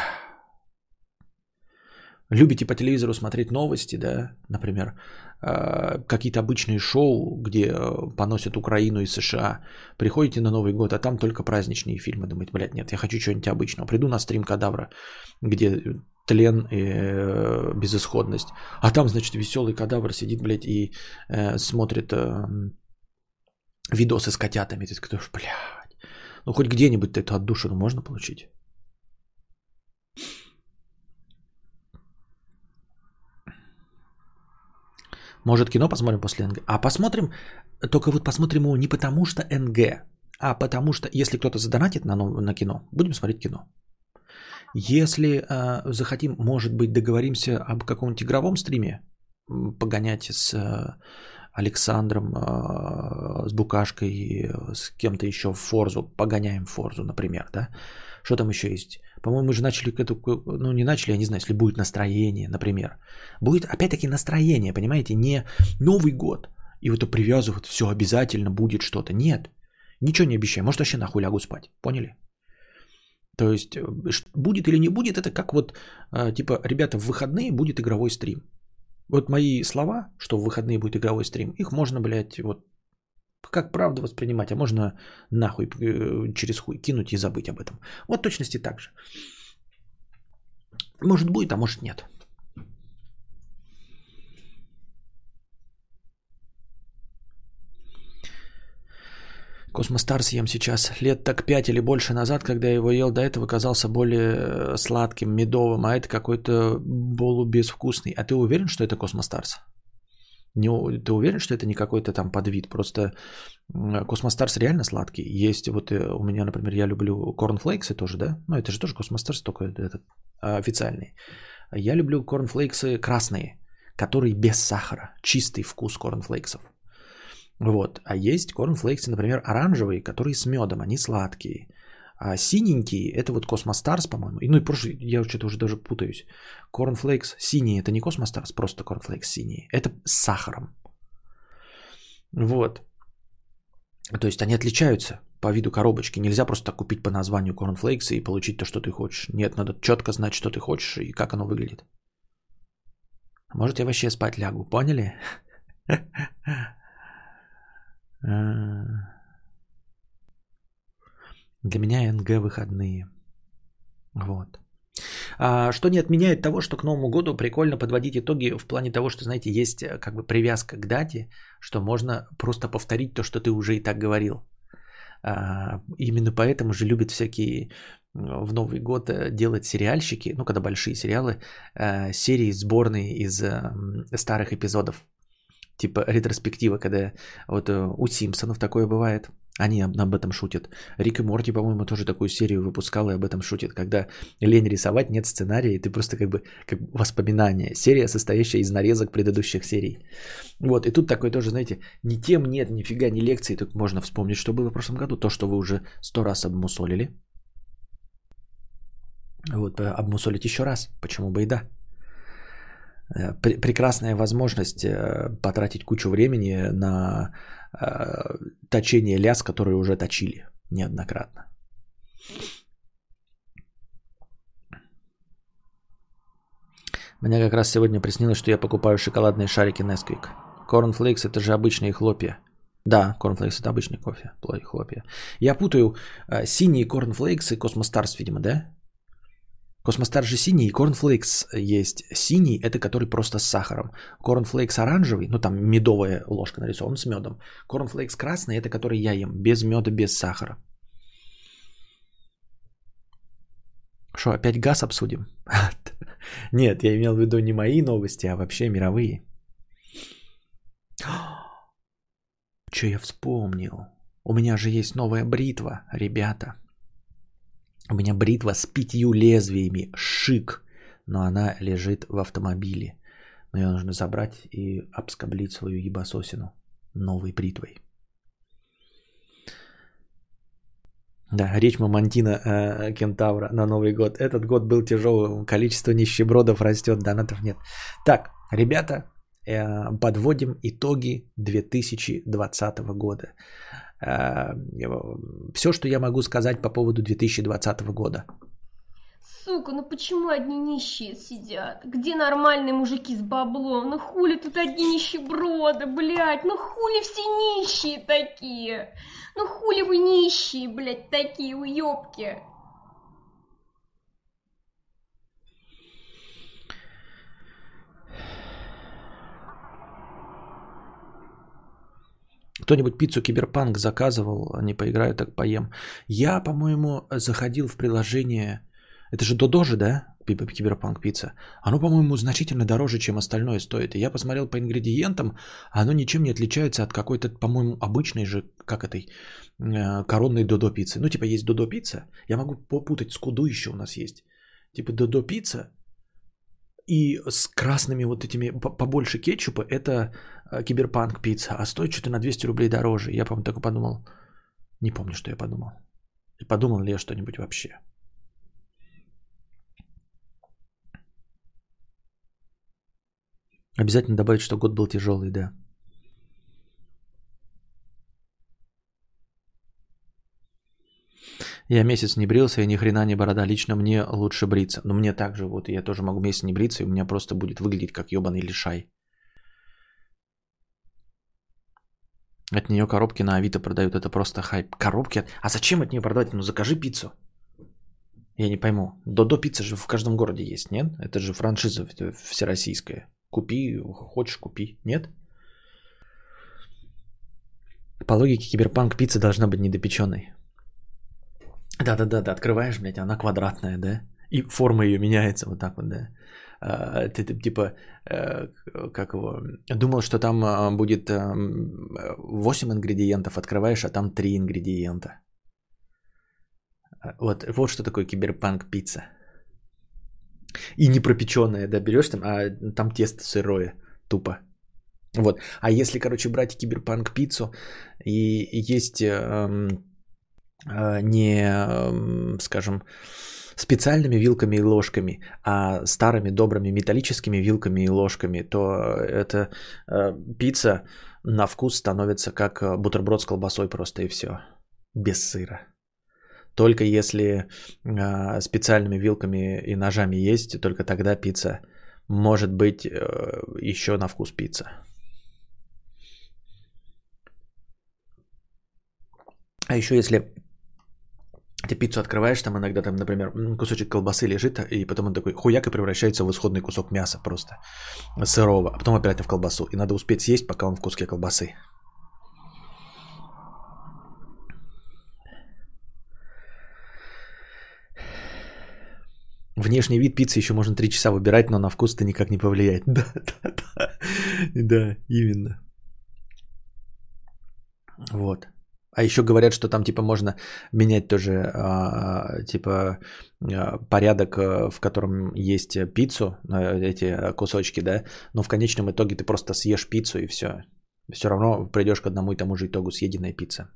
Любите по телевизору смотреть новости, да, например, какие-то обычные шоу, где поносят Украину и США. Приходите на Новый год, а там только праздничные фильмы. Думаете, блядь, нет, я хочу чего-нибудь обычного. Приду на стрим Кадавра, где тлен и безысходность. А там, значит, веселый Кадавр сидит, блядь, и смотрит видосы с котятами. Ты такой, блядь, ну хоть где-нибудь эту отдушину можно получить? Может, кино посмотрим после НГ? А посмотрим, только вот посмотрим его не потому, что НГ, А потому что, если кто-то задонатит на кино, будем смотреть кино. Если захотим, может быть, договоримся об каком-нибудь игровом стриме, погонять с Александром, с Букашкой, с кем-то еще в Форзу, погоняем в Форзу, например, да? Что там еще есть? По-моему, мы же начали, ну не начали, я не знаю, если будет настроение, например. Будет опять-таки настроение, понимаете, не Новый год, и вот это привязывают, все обязательно будет что-то. Нет, ничего не обещаю, может вообще нахуй лягу спать, поняли? То есть будет или не будет, это как вот, типа, ребята, в выходные будет игровой стрим. Вот мои слова, что в выходные будет игровой стрим, их можно, блядь, вот как правду воспринимать, а можно нахуй через хуй кинуть и забыть об этом. Вот точности так же. Может будет, а может нет. Космостар съем сейчас. Лет так 5 или больше назад, когда я его ел до этого, казался более сладким, медовым, а это какой-то полубезвкусный. А ты уверен, что это Космостарс? Ты уверен, что это не какой-то там подвид? Просто Космостарс реально сладкий. Есть вот у меня, например, я люблю корнфлейксы тоже, да? Ну, это же тоже Космостарс, только этот официальный. Я люблю корнфлейксы красные, которые без сахара. Чистый вкус корнфлейксов. Вот. А есть корнфлейксы, например, оранжевые, которые с медом, они сладкие. А синенькие, это вот Космостарс, по-моему. Ну и прошлый, я что-то уже даже путаюсь. Корнфлейкс синие, это не Космостарс, просто корнфлейкс синие. Это с сахаром. Вот. То есть они отличаются по виду коробочки. Нельзя просто так купить по названию корнфлейкса и получить то, что ты хочешь. Нет, надо четко знать, что ты хочешь и как оно выглядит. Может, я вообще спать лягу, поняли? Для меня НГ выходные. Вот. Что не отменяет того, что к Новому году прикольно подводить итоги в плане того, что, знаете, есть как бы привязка к дате, что можно просто повторить то, что ты уже и так говорил. Именно поэтому же любят всякие в Новый год делать сериальщики, ну, когда большие сериалы, серии сборные из старых эпизодов. Типа ретроспектива, когда вот у Симпсонов такое бывает. Они об этом шутят. Рик и Морти, по-моему, тоже такую серию выпускал и об этом шутит. Когда лень рисовать, нет сценария, и ты просто как воспоминание. Серия, состоящая из нарезок предыдущих серий. Вот, и тут такой тоже, знаете, ни тем нет, нифига, ни лекции. Тут можно вспомнить, что было в прошлом году. То, что вы уже 100 раз обмусолили. Вот, обмусолить еще раз. Почему бы и да. Прекрасная возможность потратить кучу времени на точение ляз, которые уже точили неоднократно. Мне как раз сегодня приснилось, что я покупаю шоколадные шарики Nesquik. Cornflakes это же обычные хлопья. Да, Cornflakes это обычный кофе, хлопья. Я путаю синие Cornflakes и Cosmostars, видимо, да? Космостар же синий, и корнфлейкс есть. Синий – это который просто с сахаром. Корнфлейкс оранжевый, ну там медовая ложка нарисована с медом. Корнфлейкс красный – это который я ем, без меда, без сахара. Что, опять газ обсудим? Нет, я имел в виду не мои новости, а вообще мировые. Что я вспомнил? У меня же есть новая бритва, ребята. У меня бритва с 5 лезвиями, шик, но она лежит в автомобиле. Но ее нужно забрать и обскоблить свою ебасосину новой бритвой. Да, речь Мамонтина Кентавра на Новый год. Этот год был тяжелым, количество нищебродов растет, донатов нет. Так, ребята, подводим итоги 2020 года. Все, что я могу сказать по поводу 2020 года. Сука, ну почему одни нищие сидят? Где нормальные мужики с баблом? Ну хули тут одни нищеброды, блядь? Ну хули все нищие такие? Ну хули вы нищие, блядь, такие уёбки? Кто-нибудь пиццу Киберпанк заказывал, не поиграю, так поем. Я, по-моему, заходил в приложение, это же Додо же, да? Киберпанк пицца. Оно, по-моему, значительно дороже, чем остальное стоит. И я посмотрел по ингредиентам, оно ничем не отличается от какой-то, по-моему, обычной же, как этой, коронной Додо пиццы. Ну, типа есть Додо пицца. Я могу попутать с Куду еще у нас есть. Типа Додо пицца. И с красными вот этими, побольше кетчупа, это Киберпанк пицца. А стоит что-то на 200 рублей дороже. Я, по-моему, так и подумал. Не помню, что я подумал. И подумал ли я что-нибудь вообще. Обязательно добавить, что год был тяжелый, да. Я месяц не брился, и ни хрена не борода. Лично мне лучше бриться. Но мне также, вот, я тоже могу месяц не бриться, и у меня просто будет выглядеть как ебаный лишай. От нее коробки на Авито продают, это просто хайп. Коробки? А зачем от нее продавать? Ну закажи пиццу. Я не пойму. Додо пицца же в каждом городе есть, нет? Это же франшиза всероссийская. Купи, хочешь купи, нет? По логике Киберпанк пицца должна быть недопеченной. Да, открываешь, блядь, она квадратная, да? И форма ее меняется вот так вот, да? Ты типа, как его, думал, что там будет 8 ингредиентов, открываешь, а там 3 ингредиента. Вот что такое Киберпанк пицца. И не пропеченная, да, берешь там, а там тесто сырое, тупо. Вот. А если, короче, брать Киберпанк пиццу, и есть не, скажем, специальными вилками и ложками, а старыми добрыми металлическими вилками и ложками, то эта пицца на вкус становится как бутерброд с колбасой просто и все, без сыра. Только если специальными вилками и ножами есть, только тогда пицца может быть еще на вкус пицца. А еще если ты пиццу открываешь, там иногда, там, например, кусочек колбасы лежит, и потом он такой хуяк и превращается в исходный кусок мяса просто сырого, а потом опять в колбасу. И надо успеть съесть, пока он в куске колбасы. Внешний вид пиццы еще можно 3 часа выбирать, но на вкус-то никак не повлияет. Да, именно. Вот. А еще говорят, что там типа можно менять тоже типа порядок, в котором есть пиццу, эти кусочки, да, но в конечном итоге ты просто съешь пиццу и все. Все равно придешь к одному и тому же итогу: съеденная пицца.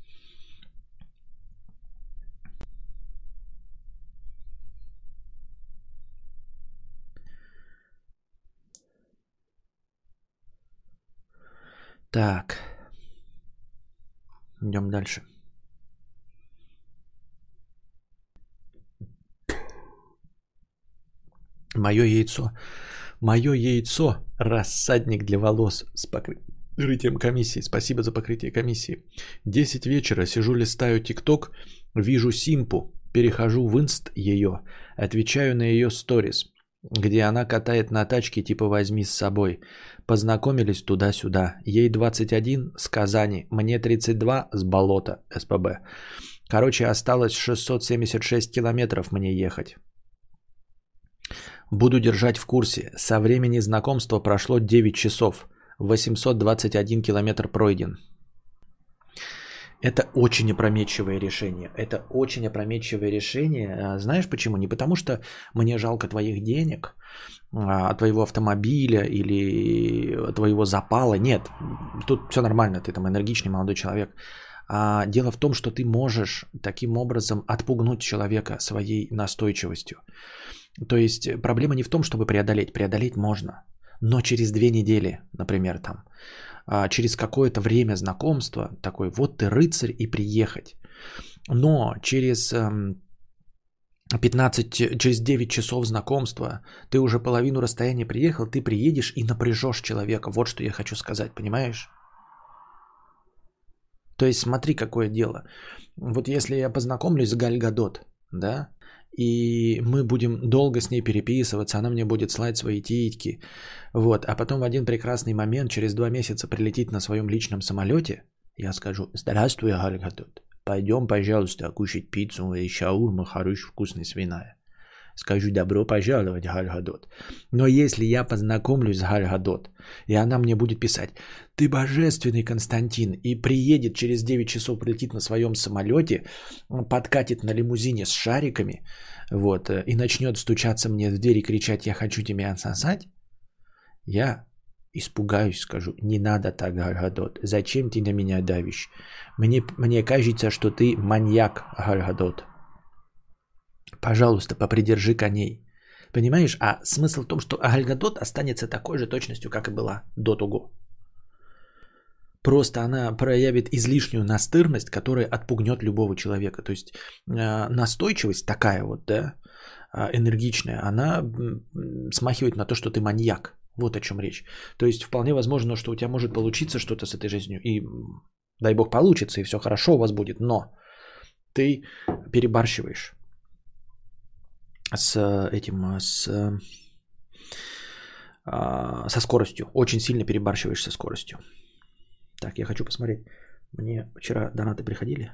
Так. Идем дальше. Мое яйцо, рассадник для волос с покрытием комиссии. Спасибо за покрытие комиссии. 10 вечера, сижу, листаю ТикТок, вижу Симпу, перехожу в инст ее, отвечаю на ее сторис, где она катает на тачке типа «возьми с собой». Познакомились туда-сюда. Ей 21 с Казани, мне 32 с болота СПБ. Короче, осталось 676 километров мне ехать. Буду держать в курсе. Со времени знакомства прошло 9 часов. 821 километр пройден. Это очень опрометчивое решение. Это очень опрометчивое решение. Знаешь почему? Не потому, что мне жалко твоих денег, твоего автомобиля или твоего запала. Нет, тут все нормально. Ты там энергичный молодой человек. Дело в том, что ты можешь таким образом отпугнуть человека своей настойчивостью. То есть проблема не в том, чтобы преодолеть. Преодолеть можно. Но через 2 недели, например, там, через какое-то время знакомства, такой вот ты рыцарь и приехать. Но через 9 часов знакомства ты уже половину расстояния приехал, ты приедешь и напряжешь человека. Вот что я хочу сказать, понимаешь? То есть смотри, какое дело. Вот если я познакомлюсь с Галь Гадот, да, и мы будем долго с ней переписываться, она мне будет слать свои титьки, вот, а потом в один прекрасный момент, через 2 месяца прилетит на своем личном самолете, я скажу: здравствуй, Галь Гадот, пойдем, пожалуйста, кушать пиццу и шаурму хорошую, вкусную, свиная. скажу добро пожаловать, Галь Гадот. Но если я познакомлюсь с Галь Гадот, и она мне будет писать, ты божественный, Константин, и приедет через 9 часов, прилетит на своем самолете, подкатит на лимузине с шариками, вот, и начнет стучаться мне в дверь и кричать, я хочу тебя отсосать, я испугаюсь, скажу, не надо так, Галь Гадот, зачем ты на меня давишь? Мне кажется, что ты маньяк, Галь Гадот. Пожалуйста, попридержи коней. Понимаешь? А смысл в том, что Галь Гадот останется такой же точностью, как и была до того. Просто она проявит излишнюю настырность, которая отпугнет любого человека. То есть настойчивость такая вот, да, энергичная, она смахивает на то, что ты маньяк. Вот о чем речь. То есть вполне возможно, что у тебя может получиться что-то с этой жизнью. И дай бог получится, и все хорошо у вас будет. Но ты перебарщиваешь с этим, со скоростью. Очень сильно перебарщиваешь со скоростью. Так, я хочу посмотреть. Мне вчера донаты приходили.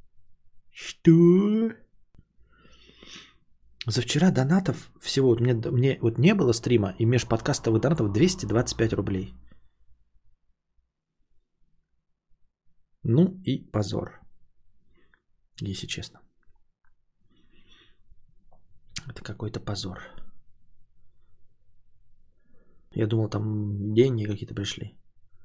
Что? За вчера донатов всего, мне вот не было стрима, и межподкастовых донатов 225 рублей. Ну и позор, если честно. Это какой-то позор. Я думал, там деньги какие-то пришли.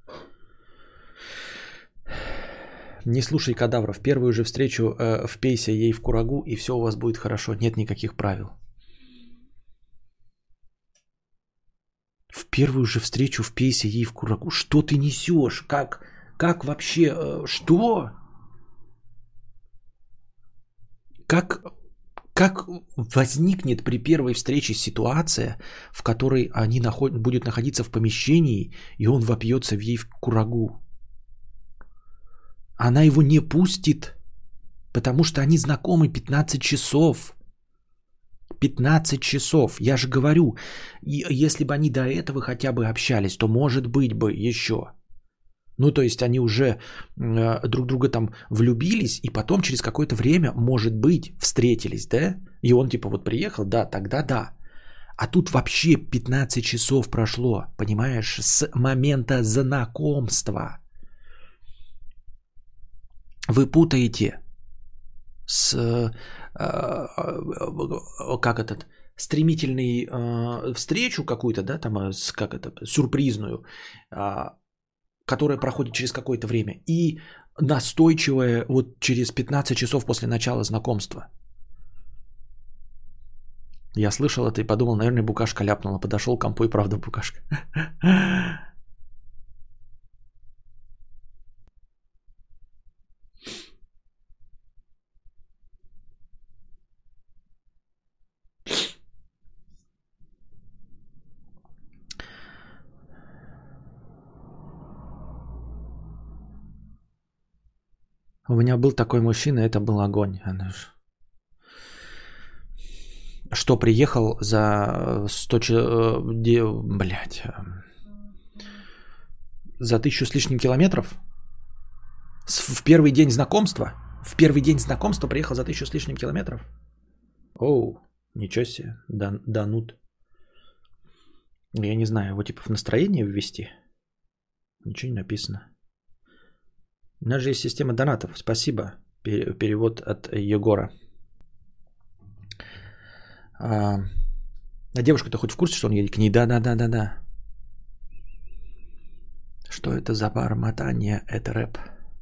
Не слушай кадавров. Первую же встречу впейся ей в курагу, и все у вас будет хорошо. Нет никаких правил. В первую же встречу впейся ей в курагу. Что ты несешь? Как вообще? Что? Как возникнет при первой встрече ситуация, в которой они будут находиться в помещении, и он вопьется ей в курагу? Она его не пустит, потому что они знакомы 15 часов. 15 часов, я же говорю, если бы они до этого хотя бы общались, то может быть бы еще. Ну, то есть они уже друг друга там влюбились, и потом через какое-то время, может быть, встретились, да? И он типа вот приехал, да, тогда да. А тут вообще 15 часов прошло, понимаешь, с момента знакомства. Вы путаете с, как этот, стремительный встречу какую-то, да, там, как это, сюрпризную, которая проходит через какое-то время, и настойчивая вот через 15 часов после начала знакомства. Я слышал это и подумал, наверное, букашка ляпнула. Подошел к компу и правда букашка. У меня был такой мужчина, это был огонь. Что приехал за 100... Блядь. За 1000 с лишним километров? В первый день знакомства? В первый день знакомства приехал за 1000 с лишним километров? Оу, ничего себе. Данут. Я не знаю, его типа в настроение ввести? Ничего не написано. У нас же есть система донатов. Спасибо. Перевод от Егора. А девушка-то хоть в курсе, что он едет к ней? Да. Что это за бормотание? Это рэп.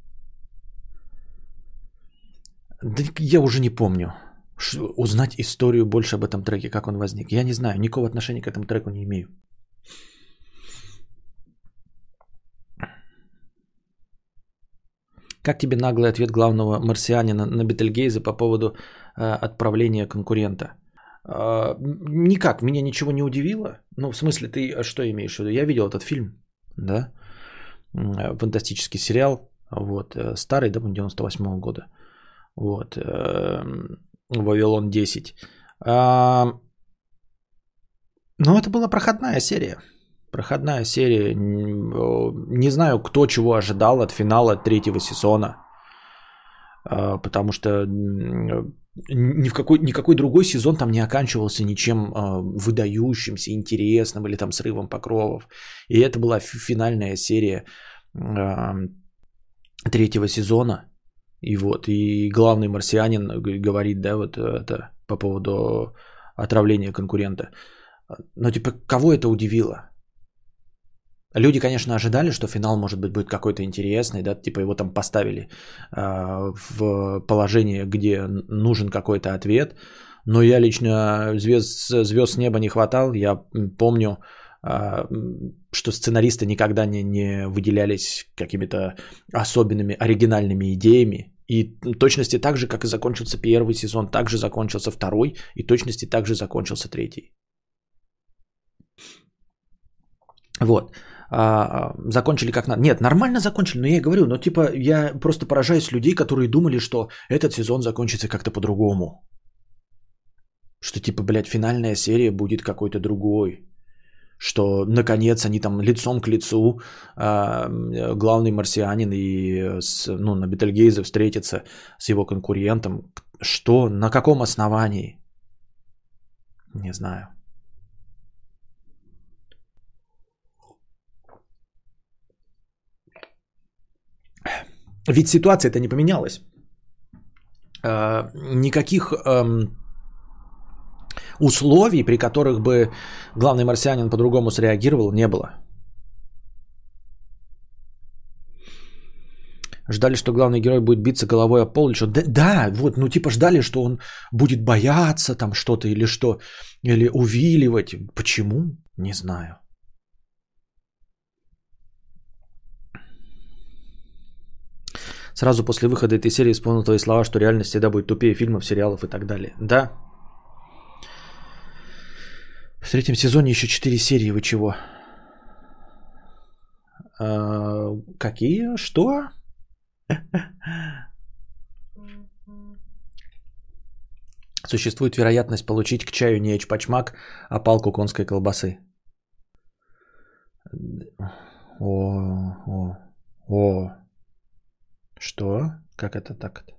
Да я уже не помню. Узнать историю больше об этом треке, как он возник. Я не знаю, никакого отношения к этому треку не имею. Как тебе наглый ответ главного марсианина на Бетельгейзе по поводу отправления конкурента? Никак, меня ничего не удивило. Ну, в смысле, ты что имеешь в виду? Я видел этот фильм, да, фантастический сериал, вот, старый, да, 98 года, вот, «Вавилон 10». Но это была проходная серия. Проходная серия. Не знаю, кто чего ожидал от финала 3-го сезона. Потому что никакой другой сезон там не оканчивался ничем выдающимся, интересным или там срывом покровов. И это была финальная серия третьего сезона. И вот, и главный марсианин говорит, да, вот это по поводу отравления конкурента. Но типа, кого это удивило? Люди, конечно, ожидали, что финал, может быть, будет какой-то интересный, да, типа его там поставили в положение, где нужен какой-то ответ. Но я лично звезд с неба не хватал. Я помню, что сценаристы никогда не выделялись какими-то особенными оригинальными идеями. И точности так же, как и закончился первый сезон, так же закончился второй, и точности так же закончился третий. Вот. Закончили как надо. Нет, нормально закончили, но я и говорю, но типа я просто поражаюсь людей, которые думали, что этот сезон закончится как-то по-другому. Что типа, блядь, финальная серия будет какой-то другой. Что наконец они там лицом к лицу, главный марсианин и на Бетельгейзе встретятся с его конкурентом. Что? На каком основании? Не знаю. Ведь ситуация-то не поменялась. Никаких условий, при которых бы главный марсианин по-другому среагировал, не было. Ждали, что главный герой будет биться головой о пол или что? Да, вот, ну типа ждали, что он будет бояться там что-то или что, или увиливать. Почему? Не знаю. Сразу после выхода этой серии вспомнил твои слова, что реальность всегда будет тупее фильмов, сериалов и так далее. Да. В третьем сезоне еще 4 серии. Вы чего? Какие? Что? Существует вероятность получить к чаю не эчпачмак, а палку конской колбасы. О. Что? Как это так-то?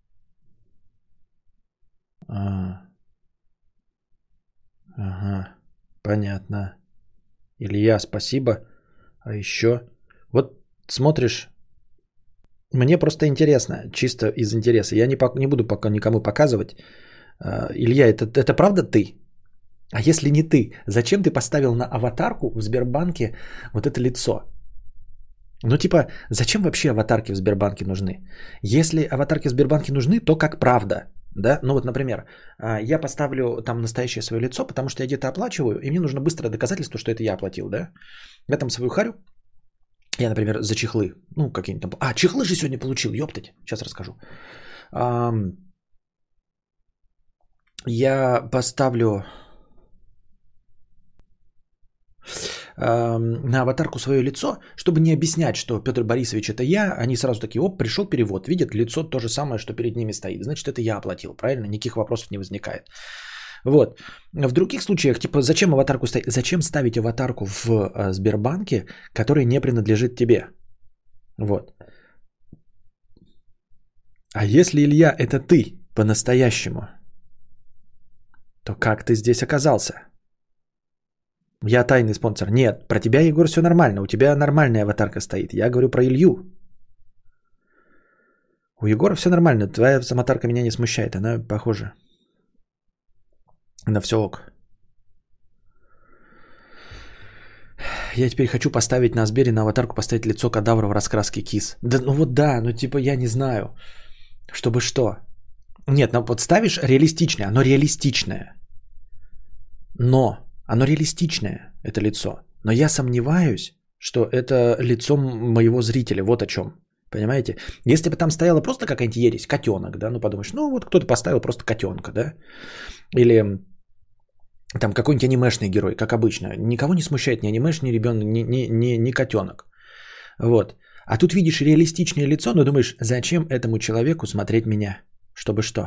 Ага, понятно. Илья, спасибо. А еще, вот смотришь, мне просто интересно, чисто из интереса. Я не буду пока никому показывать. Илья, это правда ты? А если не ты, зачем ты поставил на аватарку в Сбербанке вот это лицо? Ну типа, зачем вообще аватарки в Сбербанке нужны? Если аватарки в Сбербанке нужны, то как правда? Да? Ну вот, например, я поставлю там настоящее свое лицо, потому что я где-то оплачиваю, и мне нужно быстрое доказательство, что это я оплатил, да? Я там свою харю, я, например, за чехлы, ну какие-нибудь там... чехлы же сегодня получил, ёптать, сейчас расскажу. Я поставлю на аватарку свое лицо, чтобы не объяснять, что Петр Борисович это я, они сразу такие, оп, пришел перевод, видят лицо то же самое, что перед ними стоит, значит это я оплатил, правильно, никаких вопросов не возникает. Вот, в других случаях, типа, зачем аватарку ставить, зачем ставить аватарку в Сбербанке, который не принадлежит тебе, вот. А если, Илья, это ты по-настоящему, то как ты здесь оказался? Я тайный спонсор. Нет, про тебя, Егор, все нормально. У тебя нормальная аватарка стоит. Я говорю про Илью. У Егора все нормально. Твоя аватарка меня не смущает. Она похожа на все ок. Я теперь хочу поставить на Сбере на аватарку, поставить лицо кадавра в раскраске кис. Да, ну вот да, ну типа я не знаю. Чтобы что? Нет, ну вот ставишь реалистичное. Оно реалистичное. Но... Оно реалистичное, это лицо. Но я сомневаюсь, что это лицо моего зрителя. Вот о чем. Понимаете? Если бы там стояла просто какая-нибудь ересь, котенок, да, ну подумаешь, ну вот кто-то поставил просто котенка, да? Или там какой-нибудь анимешный герой, как обычно. Никого не смущает ни анимеш, ни ребенок, ни котенок. Вот. А тут видишь реалистичное лицо, но думаешь, зачем этому человеку смотреть меня? Чтобы что?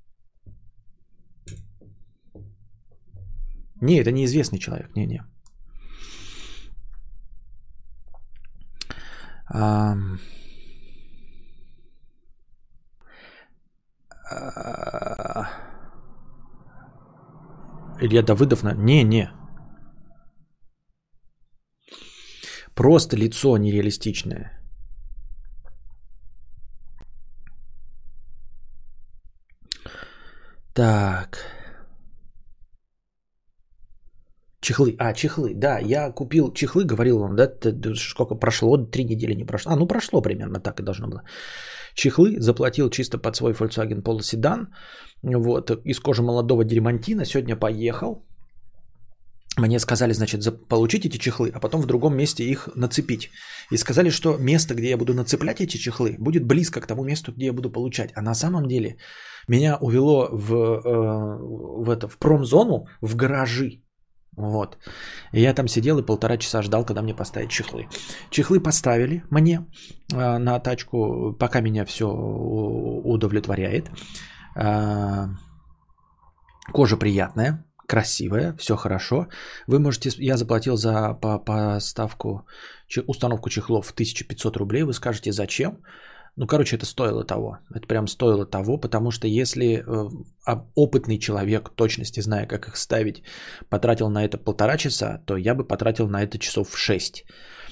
Не, это неизвестный человек. Не. Илья Давыдов на... Не. Просто лицо нереалистичное. Так. Чехлы. Чехлы. Да, я купил чехлы, говорил вам, да, сколько прошло, 3 недели не прошло. Прошло примерно, так и должно было. Чехлы заплатил чисто под свой Volkswagen Polo седан. Вот, из кожи молодого дерьмантина. Сегодня поехал. Мне сказали, значит, получить эти чехлы, а потом в другом месте их нацепить. И сказали, что место, где я буду нацеплять эти чехлы, будет близко к тому месту, где я буду получать. А на самом деле меня увело в промзону, в гаражи. Вот. И я там сидел и 1,5 часа ждал, когда мне поставят чехлы. Чехлы поставили мне на тачку, пока меня все удовлетворяет. Кожа приятная, красивая, все хорошо. Вы можете, я заплатил за поставку, установку чехлов 1500 рублей. Вы скажете, зачем? Ну, короче, это стоило того. Это прям стоило того, потому что если опытный человек, точности зная, как их ставить, потратил на это 1,5 часа, то я бы потратил на это часов 6.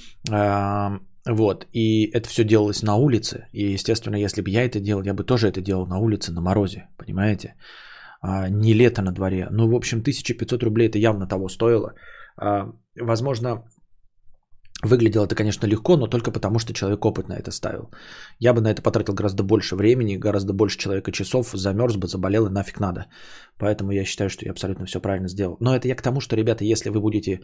Вот, и это все делалось на улице. И, естественно, если бы я это делал, я бы тоже это делал на улице, на морозе, понимаете? Не лето на дворе. Ну, в общем, 1500 рублей это явно того стоило. Возможно, выглядело это, конечно, легко, но только потому, что человек опытно это ставил. Я бы на это потратил гораздо больше времени, гораздо больше человека часов, замерз бы, заболел и нафиг надо. Поэтому я считаю, что я абсолютно все правильно сделал. Но это я к тому, что, ребята, если вы будете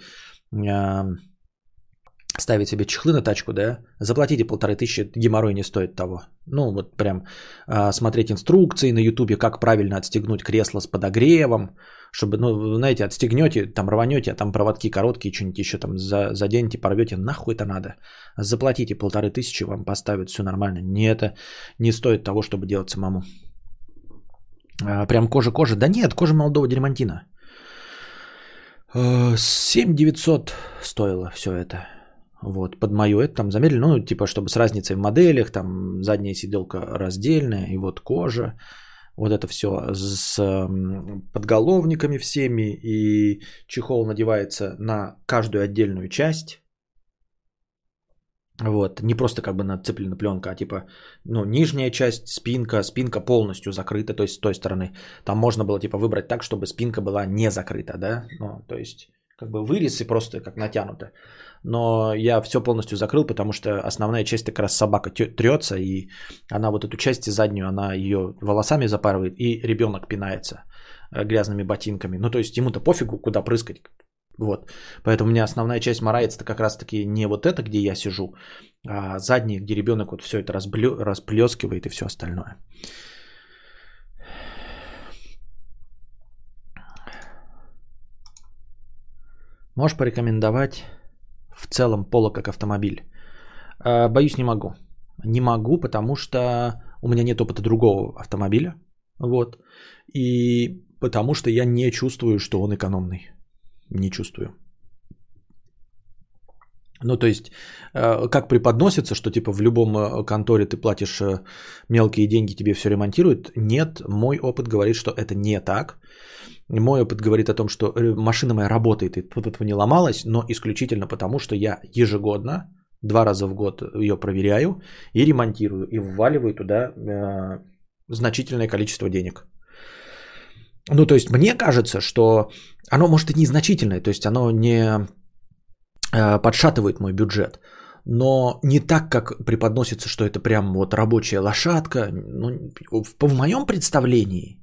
ставить себе чехлы на тачку, да, заплатите 1500, геморрой не стоит того. Ну, вот прям смотреть инструкции на ютубе, как правильно отстегнуть кресло с подогревом, чтобы, ну, знаете, отстегнете, там рванете, а там проводки короткие, что-нибудь еще там заденете, порвете, нахуй это надо. Заплатите 1500, вам поставят, все нормально. Это не стоит того, чтобы делать самому. Прям кожа. Да нет, кожа молодого дерьмантина. 7900 стоило все это. Вот, под мою это там замерили, ну, типа, чтобы с разницей в моделях, там задняя сиделка раздельная, и вот кожа, вот это все с подголовниками всеми, и чехол надевается на каждую отдельную часть, вот, не просто как бы нацеплена пленка, а типа, ну, нижняя часть, спинка полностью закрыта, то есть с той стороны, там можно было, типа, выбрать так, чтобы спинка была не закрыта, да, ну, то есть, как бы вырез и просто как натянуто. Но я все полностью закрыл, потому что основная часть как раз собака трется, и она вот эту часть заднюю, она ее волосами запарывает, и ребенок пинается грязными ботинками. Ну, то есть ему-то пофигу, куда прыскать. Вот. Поэтому у меня основная часть марается как раз-таки не вот это, где я сижу, а задняя, где ребенок вот все это расплескивает и все остальное. Можешь порекомендовать в целом Polo как автомобиль? Боюсь, не могу. Не могу, потому что у меня нет опыта другого автомобиля. Вот. И потому что я не чувствую, что он экономный. Не чувствую. Ну, то есть, как преподносится, что типа в любом конторе ты платишь мелкие деньги, тебе все ремонтируют. Нет, мой опыт говорит, что это не так. Мой опыт говорит о том, что машина моя работает, и тут этого не ломалась, но исключительно потому, что я ежегодно, 2 раза в год ее проверяю и ремонтирую, и вваливаю туда значительное количество денег. Ну, то есть, мне кажется, что оно может и незначительное, то есть, оно не подшатывает мой бюджет, но не так, как преподносится, что это прям вот рабочая лошадка. Ну, в моем представлении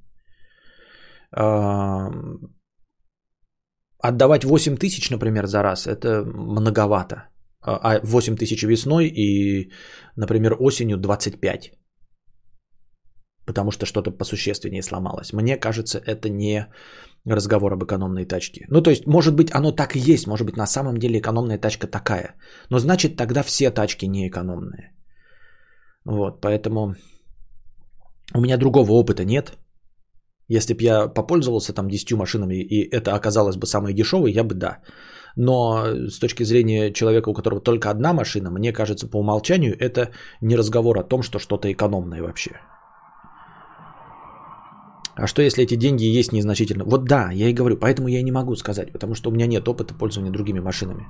отдавать 8 тысяч, например, за раз, это многовато. А 8 тысяч весной и, например, осенью 25. Потому что что-то посущественнее сломалось. Мне кажется, это не разговор об экономной тачке. Ну, то есть, может быть, оно так и есть. Может быть, на самом деле экономная тачка такая. Но значит, тогда все тачки не экономные. Вот, поэтому у меня другого опыта нет. Если бы я попользовался там 10 машинами, и это оказалось бы самое дешевое, я бы да. Но с точки зрения человека, у которого только одна машина, мне кажется, по умолчанию, это не разговор о том, что что-то экономное вообще. А что, если эти деньги есть незначительно? Вот да, я и говорю, поэтому я и не могу сказать, потому что у меня нет опыта пользования другими машинами.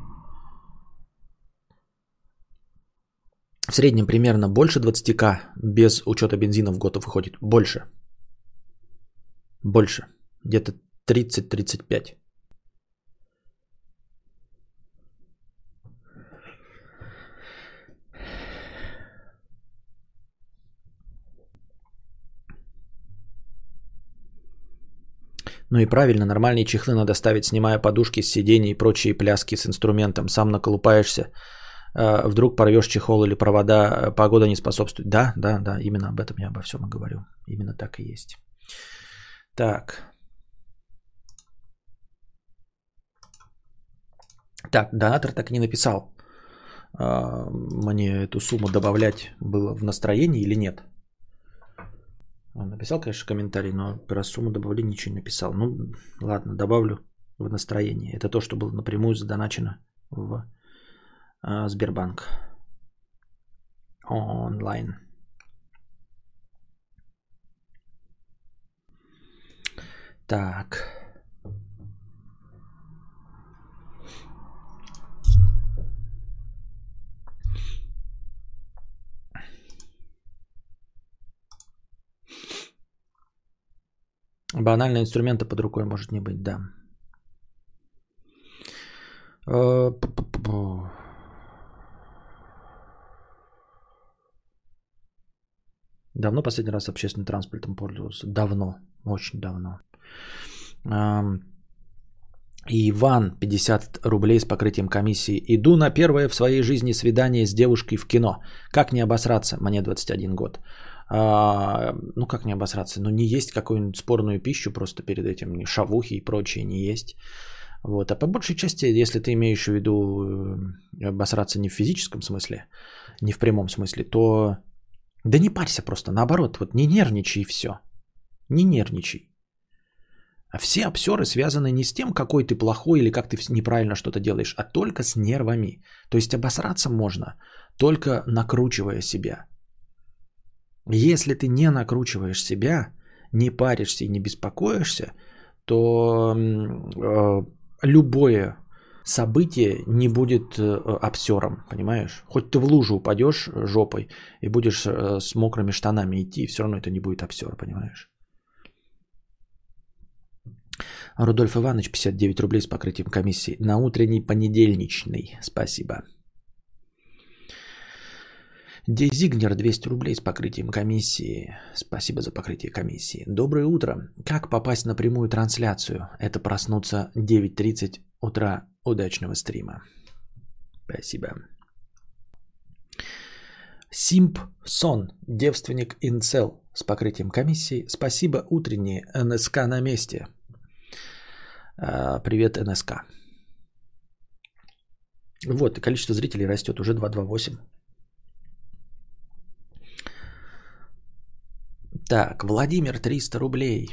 В среднем примерно больше 20к без учета бензина в год выходит. Больше. Больше. Где-то 30-35. Ну и правильно, нормальные чехлы надо ставить, снимая подушки с сидений и прочие пляски с инструментом. Сам наколупаешься, вдруг порвешь чехол или провода, погода не способствует. Да, именно об этом я обо всем и говорю. Именно так и есть. Так. Так, донатор так и не написал, мне эту сумму добавлять было в настроении или нет. Он написал, конечно, комментарий, но про сумму добавления ничего не написал. Ну, ладно, добавлю в настроение. Это то, что было напрямую задоначено в Сбербанк онлайн. Так. Банально инструмента под рукой может не быть, да. Давно последний раз общественным транспортом пользовался? Давно, очень давно. Иван, 50 рублей с покрытием комиссии. Иду на первое в своей жизни свидание с девушкой в кино. Как не обосраться? Мне 21 год. Ну, как не обосраться? Ну, не есть какую-нибудь спорную пищу просто перед этим. Шавухи и прочее не есть. Вот. А по большей части, если ты имеешь в виду обосраться не в физическом смысле, не в прямом смысле, то да не парься просто. Наоборот, вот не нервничай и все. Не нервничай. А все обсеры связаны не с тем, какой ты плохой или как ты неправильно что-то делаешь, а только с нервами. То есть обосраться можно, только накручивая себя. Если ты не накручиваешь себя, не паришься и не беспокоишься, то любое событие не будет обсером, понимаешь? Хоть ты в лужу упадешь жопой и будешь с мокрыми штанами идти, все равно это не будет обсер, понимаешь? Рудольф Иванович, 59 рублей с покрытием комиссии. На утренний понедельничный. Спасибо. Дезигнер, 200 рублей с покрытием комиссии. Спасибо за покрытие комиссии. Доброе утро. Как попасть на прямую трансляцию? Это проснуться 9:30 утра удачного стрима. Спасибо. Симпсон, девственник инцел с покрытием комиссии. Спасибо, утренние. НСК на месте. Привет, НСК. Вот, количество зрителей растет, уже 228. Так, Владимир, 300 рублей.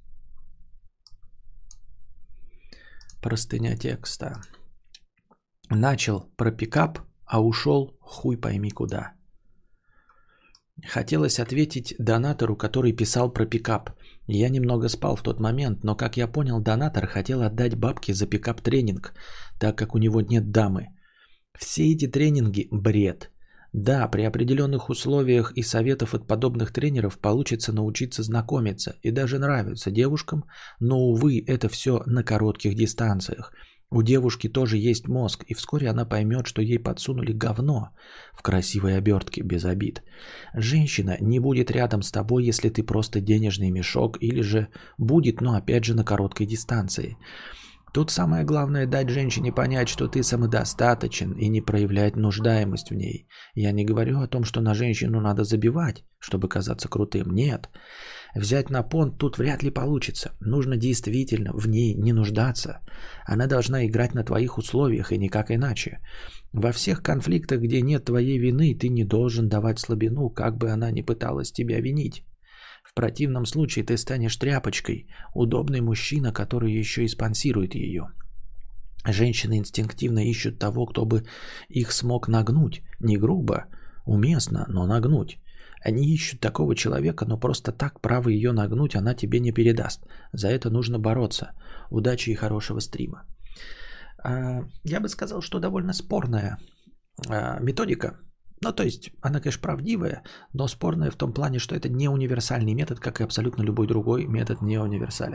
Простыня текста. Начал про пикап, а ушел хуй пойми куда. Хотелось ответить донатору, который писал про пикап. Я немного спал в тот момент, но, как я понял, донатор хотел отдать бабки за пикап-тренинг, так как у него нет дамы. Все эти тренинги – бред. Да, при определенных условиях и советов от подобных тренеров получится научиться знакомиться и даже нравиться девушкам, но, увы, это все на коротких дистанциях. У девушки тоже есть мозг, и вскоре она поймет, что ей подсунули говно в красивой обертке, без обид. Женщина не будет рядом с тобой, если ты просто денежный мешок, или же будет, но опять же на короткой дистанции. Тут самое главное дать женщине понять, что ты самодостаточен и не проявлять нуждаемость в ней. Я не говорю о том, что на женщину надо забивать, чтобы казаться крутым. Нет. Взять на понт тут вряд ли получится. Нужно действительно в ней не нуждаться. Она должна играть на твоих условиях и никак иначе. Во всех конфликтах, где нет твоей вины, ты не должен давать слабину, как бы она ни пыталась тебя винить. В противном случае ты станешь тряпочкой, удобный мужчина, который еще и спонсирует ее. Женщины инстинктивно ищут того, кто бы их смог нагнуть. Не грубо, уместно, но нагнуть. Они ищут такого человека, но просто так право ее нагнуть она тебе не передаст. За это нужно бороться. Удачи и хорошего стрима. Я бы сказал, что довольно спорная методика. Ну, то есть, она, конечно, правдивая, но спорная в том плане, что это не универсальный метод, как и абсолютно любой другой метод не универсален.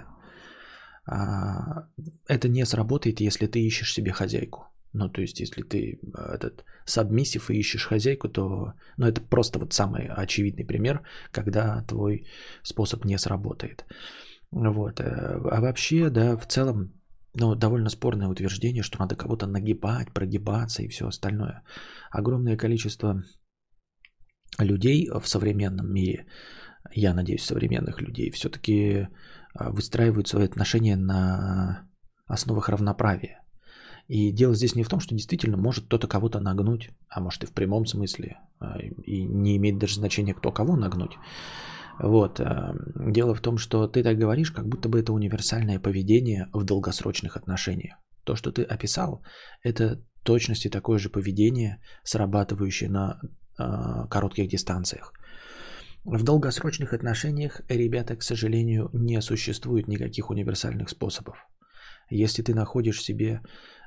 Это не сработает, если ты ищешь себе хозяйку. Ну, то есть, если ты сабмиссив и ищешь хозяйку, то... Ну, это просто вот самый очевидный пример, когда твой способ не сработает. Вот. А вообще, да, в целом, ну, довольно спорное утверждение, что надо кого-то нагибать, прогибаться и все остальное. Огромное количество людей в современном мире, я надеюсь, современных людей, все-таки выстраивают свои отношения на основах равноправия. И дело здесь не в том, что действительно может кто-то кого-то нагнуть, а может и в прямом смысле, и не имеет даже значения, кто кого нагнуть. Вот. Дело в том, что ты так говоришь, как будто бы это универсальное поведение в долгосрочных отношениях. То, что ты описал, это точности такое же поведение, срабатывающее на коротких дистанциях. В долгосрочных отношениях, ребята, к сожалению, не существует никаких универсальных способов. Если ты находишь себе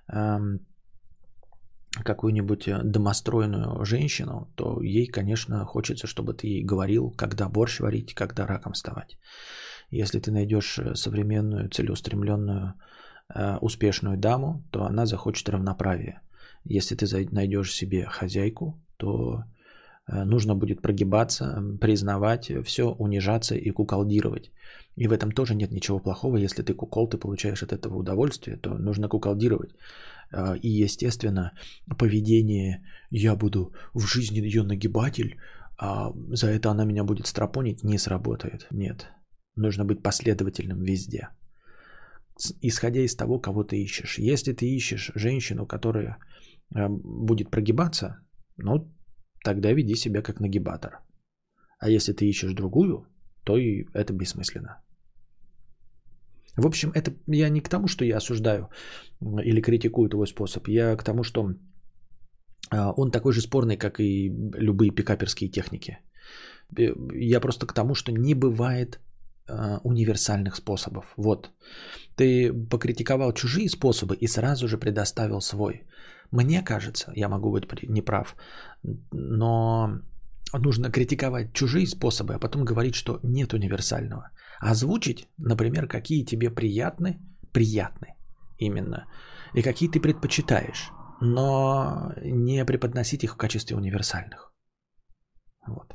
какую-нибудь домостройную женщину, то ей, конечно, хочется, чтобы ты ей говорил, когда борщ варить, когда раком вставать. Если ты найдешь современную, целеустремленную, успешную даму, то она захочет равноправия. Если ты найдешь себе хозяйку, то нужно будет прогибаться, признавать все, унижаться и куколдировать. И в этом тоже нет ничего плохого. Если ты кукол, ты получаешь от этого удовольствие, то нужно куколдировать. И, естественно, поведение «я буду в жизни ее нагибатель, а за это она меня будет стропонить» не сработает. Нет. Нужно быть последовательным везде. Исходя из того, кого ты ищешь. Если ты ищешь женщину, которая будет прогибаться, ну, тогда веди себя как нагибатор. А если ты ищешь другую, то и это бессмысленно. В общем, это я не к тому, что я осуждаю или критикую твой способ. Я к тому, что он такой же спорный, как и любые пикаперские техники. Я просто к тому, что не бывает универсальных способов. Вот. Ты покритиковал чужие способы и сразу же предоставил свой. Мне кажется, я могу быть неправ, но нужно критиковать чужие способы, а потом говорить, что нет универсального. Озвучить, например, какие тебе приятны именно, и какие ты предпочитаешь, но не преподносить их в качестве универсальных. Вот.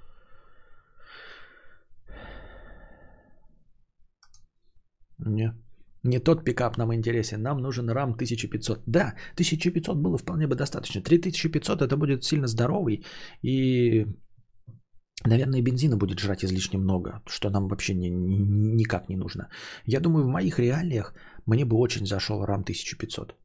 Не тот пикап нам интересен, нам нужен RAM 1500. Да, 1500 было вполне бы достаточно. 3500 это будет сильно здоровый и, наверное, бензина будет жрать излишне много, что нам вообще никак не нужно. Я думаю, в моих реалиях мне бы очень зашел RAM 1500.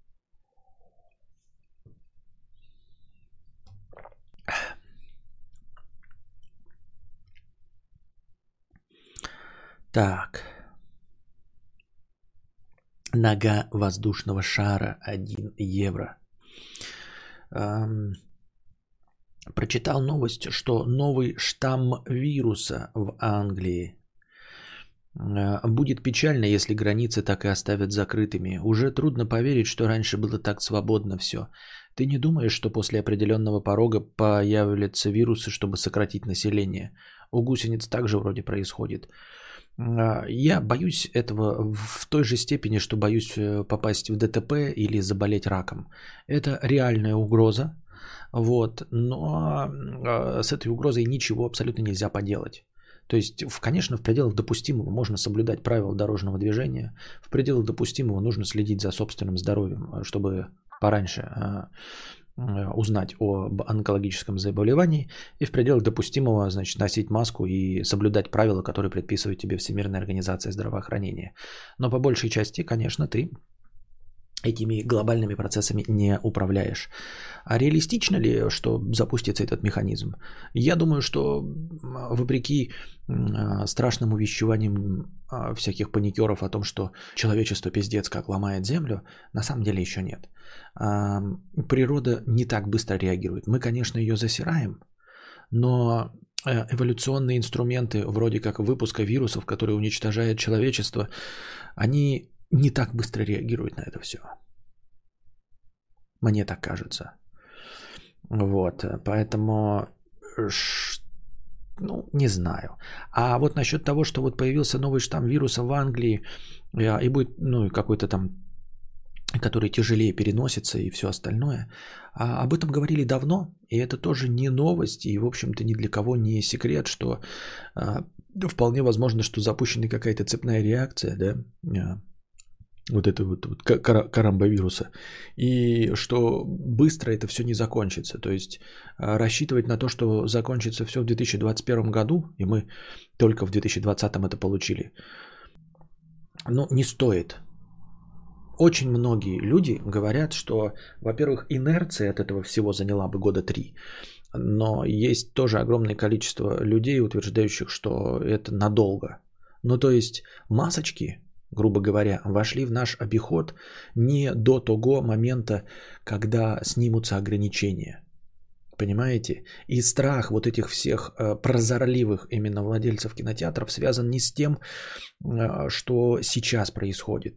Так. Нога воздушного шара 1 евро. Прочитал новость, что новый штамм вируса в Англии. Будет печально, если границы так и оставят закрытыми. Уже трудно поверить, что раньше было так свободно все. Ты не думаешь, что после определенного порога появятся вирусы, чтобы сократить население? У гусениц также вроде происходит. Я боюсь этого в той же степени, что боюсь попасть в ДТП или заболеть раком. Это реальная угроза, вот, но с этой угрозой ничего абсолютно нельзя поделать. То есть, конечно, в пределах допустимого можно соблюдать правила дорожного движения, в пределах допустимого нужно следить за собственным здоровьем, чтобы пораньше узнать об онкологическом заболевании, и в пределах допустимого, значит, носить маску и соблюдать правила, которые предписывает тебе Всемирная организация здравоохранения. Но по большей части, конечно, ты этими глобальными процессами не управляешь. А реалистично ли, что запустится этот механизм? Я думаю, что вопреки страшным увещеваниям всяких паникеров о том, что человечество пиздец как ломает землю, на самом деле еще нет. Природа не так быстро реагирует. Мы, конечно, ее засираем, но эволюционные инструменты, вроде как выпуска вирусов, которые уничтожают человечество, они не так быстро реагируют на это все. Мне так кажется. Вот, поэтому, ну, не знаю. А вот насчет того, что вот появился новый штамм вируса в Англии, и будет, ну, какой-то там, который тяжелее переносится и все остальное, об этом говорили давно, и это тоже не новость, и, в общем-то, ни для кого не секрет, что вполне возможно, что запущена какая-то цепная реакция, да, вот это вот карамбовируса, и что быстро это все не закончится. То есть рассчитывать на то, что закончится все в 2021 году, и мы только в 2020 это получили, ну, не стоит. Очень многие люди говорят, что, во-первых, инерция от этого всего заняла бы года 3, но есть тоже огромное количество людей, утверждающих, что это надолго. Ну, то есть масочки, грубо говоря, вошли в наш обиход не до того момента, когда снимутся ограничения. Понимаете? И страх вот этих всех прозорливых именно владельцев кинотеатров связан не с тем, что сейчас происходит.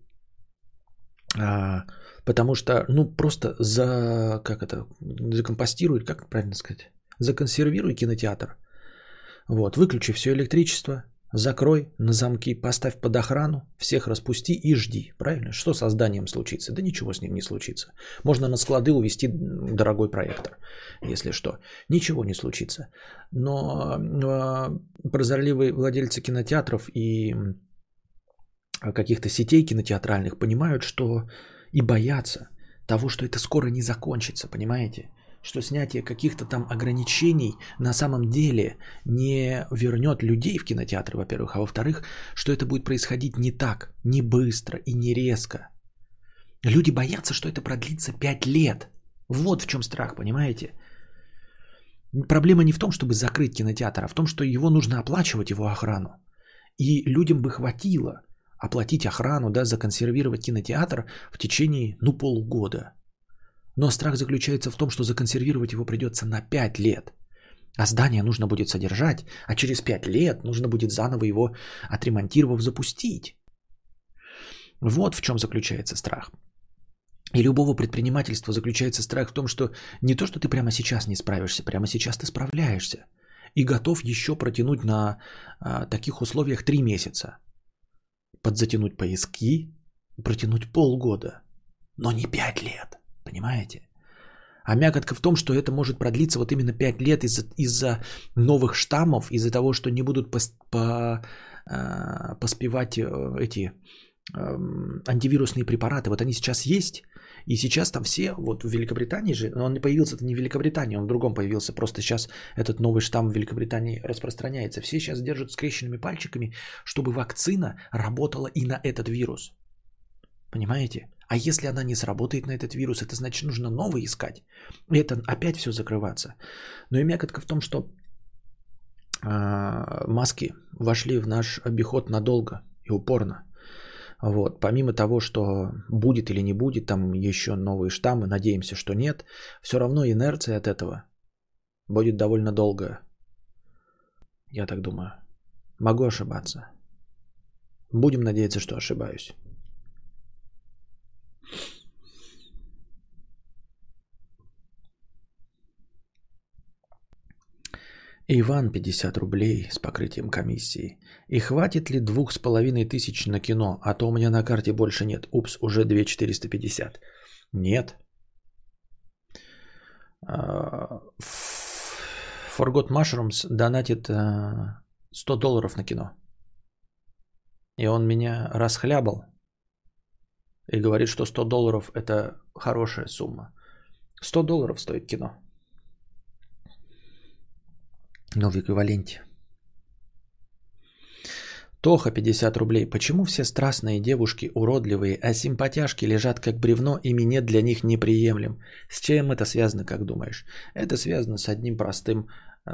Потому что, ну, просто закомпостируй, как правильно сказать, законсервируй кинотеатр. Вот, выключи все электричество, закрой на замки, поставь под охрану, всех распусти и жди. Правильно? Что со зданием случится? Да ничего с ним не случится. Можно на склады увезти дорогой проектор, если что. Ничего не случится. Но прозорливые владельцы кинотеатров и каких-то сетей кинотеатральных понимают, что и боятся того, что это скоро не закончится, понимаете? Что снятие каких-то там ограничений на самом деле не вернет людей в кинотеатры, во-первых, а во-вторых, что это будет происходить не так, не быстро и не резко. Люди боятся, что это продлится 5 лет. Вот в чем страх, понимаете? Проблема не в том, чтобы закрыть кинотеатр, а в том, что его нужно оплачивать, его охрану. И людям бы хватило оплатить охрану, да, законсервировать кинотеатр в течение, ну, полугода. Но страх заключается в том, что законсервировать его придется на 5 лет. А здание нужно будет содержать, а через 5 лет нужно будет заново его, отремонтировав, запустить. Вот в чем заключается страх. И любого предпринимательства заключается страх в том, что не то, что ты прямо сейчас не справишься, прямо сейчас ты справляешься. И готов еще протянуть на таких условиях 3 месяца. Подзатянуть пояски, протянуть полгода, но не 5 лет, понимаете? А мякотка в том, что это может продлиться вот именно 5 лет из-за новых штаммов, из-за того, что не будут поспевать эти антивирусные препараты. Вот они сейчас есть, и сейчас там все, вот в Великобритании же, но он не появился-то не в Великобритании, он в другом появился, просто сейчас этот новый штамм в Великобритании распространяется. Все сейчас держат скрещенными пальчиками, чтобы вакцина работала и на этот вирус. Понимаете? А если она не сработает на этот вирус, это значит нужно новый искать. И это опять все закрываться. Но и мякотка в том, что маски вошли в наш обиход надолго и упорно. Вот. Помимо того, что будет или не будет, там еще новые штаммы, надеемся, что нет, все равно инерция от этого будет довольно долгая. Я так думаю. Могу ошибаться. Будем надеяться, что ошибаюсь. Иван 50 рублей с покрытием комиссии. И хватит ли 2500 на кино? А то у меня на карте больше нет. Упс, уже 2450. Нет. Forgot Mushrooms донатит $100 на кино. И он меня расхлябал. И говорит, что $100 это хорошая сумма. $100 стоит кино. Но в эквиваленте. Тоха 50 рублей. Почему все страстные девушки уродливые, а симпатяшки лежат как бревно, и минет для них неприемлем? С чем это связано, как думаешь? Это связано с одним простым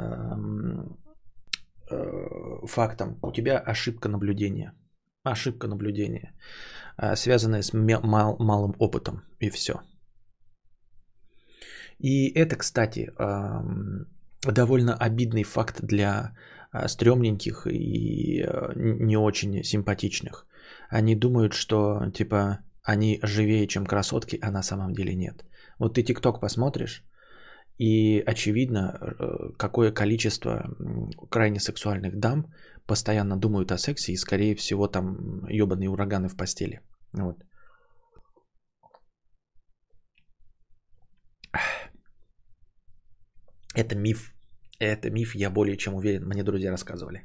фактом. У тебя ошибка наблюдения. Ошибка наблюдения, связанная с малым опытом. И все. И это, кстати, довольно обидный факт для стрёмненьких и не очень симпатичных. Они думают, что типа они живее, чем красотки, а на самом деле нет. Вот ты ТикТок посмотришь, и очевидно, какое количество крайне сексуальных дам постоянно думают о сексе и, скорее всего, там ёбаные ураганы в постели. Вот. Это миф. Это миф, я более чем уверен. Мне друзья рассказывали.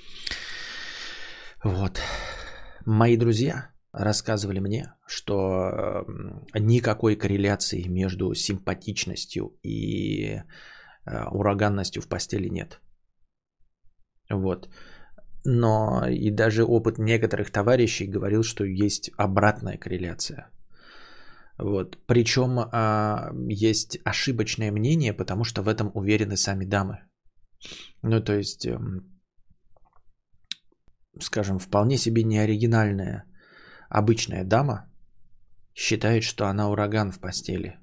Вот. Мои друзья рассказывали мне, что никакой корреляции между симпатичностью и ураганностью в постели нет. Вот. Но и даже опыт некоторых товарищей говорил, что есть обратная корреляция. Вот. Причем есть ошибочное мнение, потому что в этом уверены сами дамы. Ну, то есть, скажем, вполне себе неоригинальная обычная дама считает, что она ураган в постели.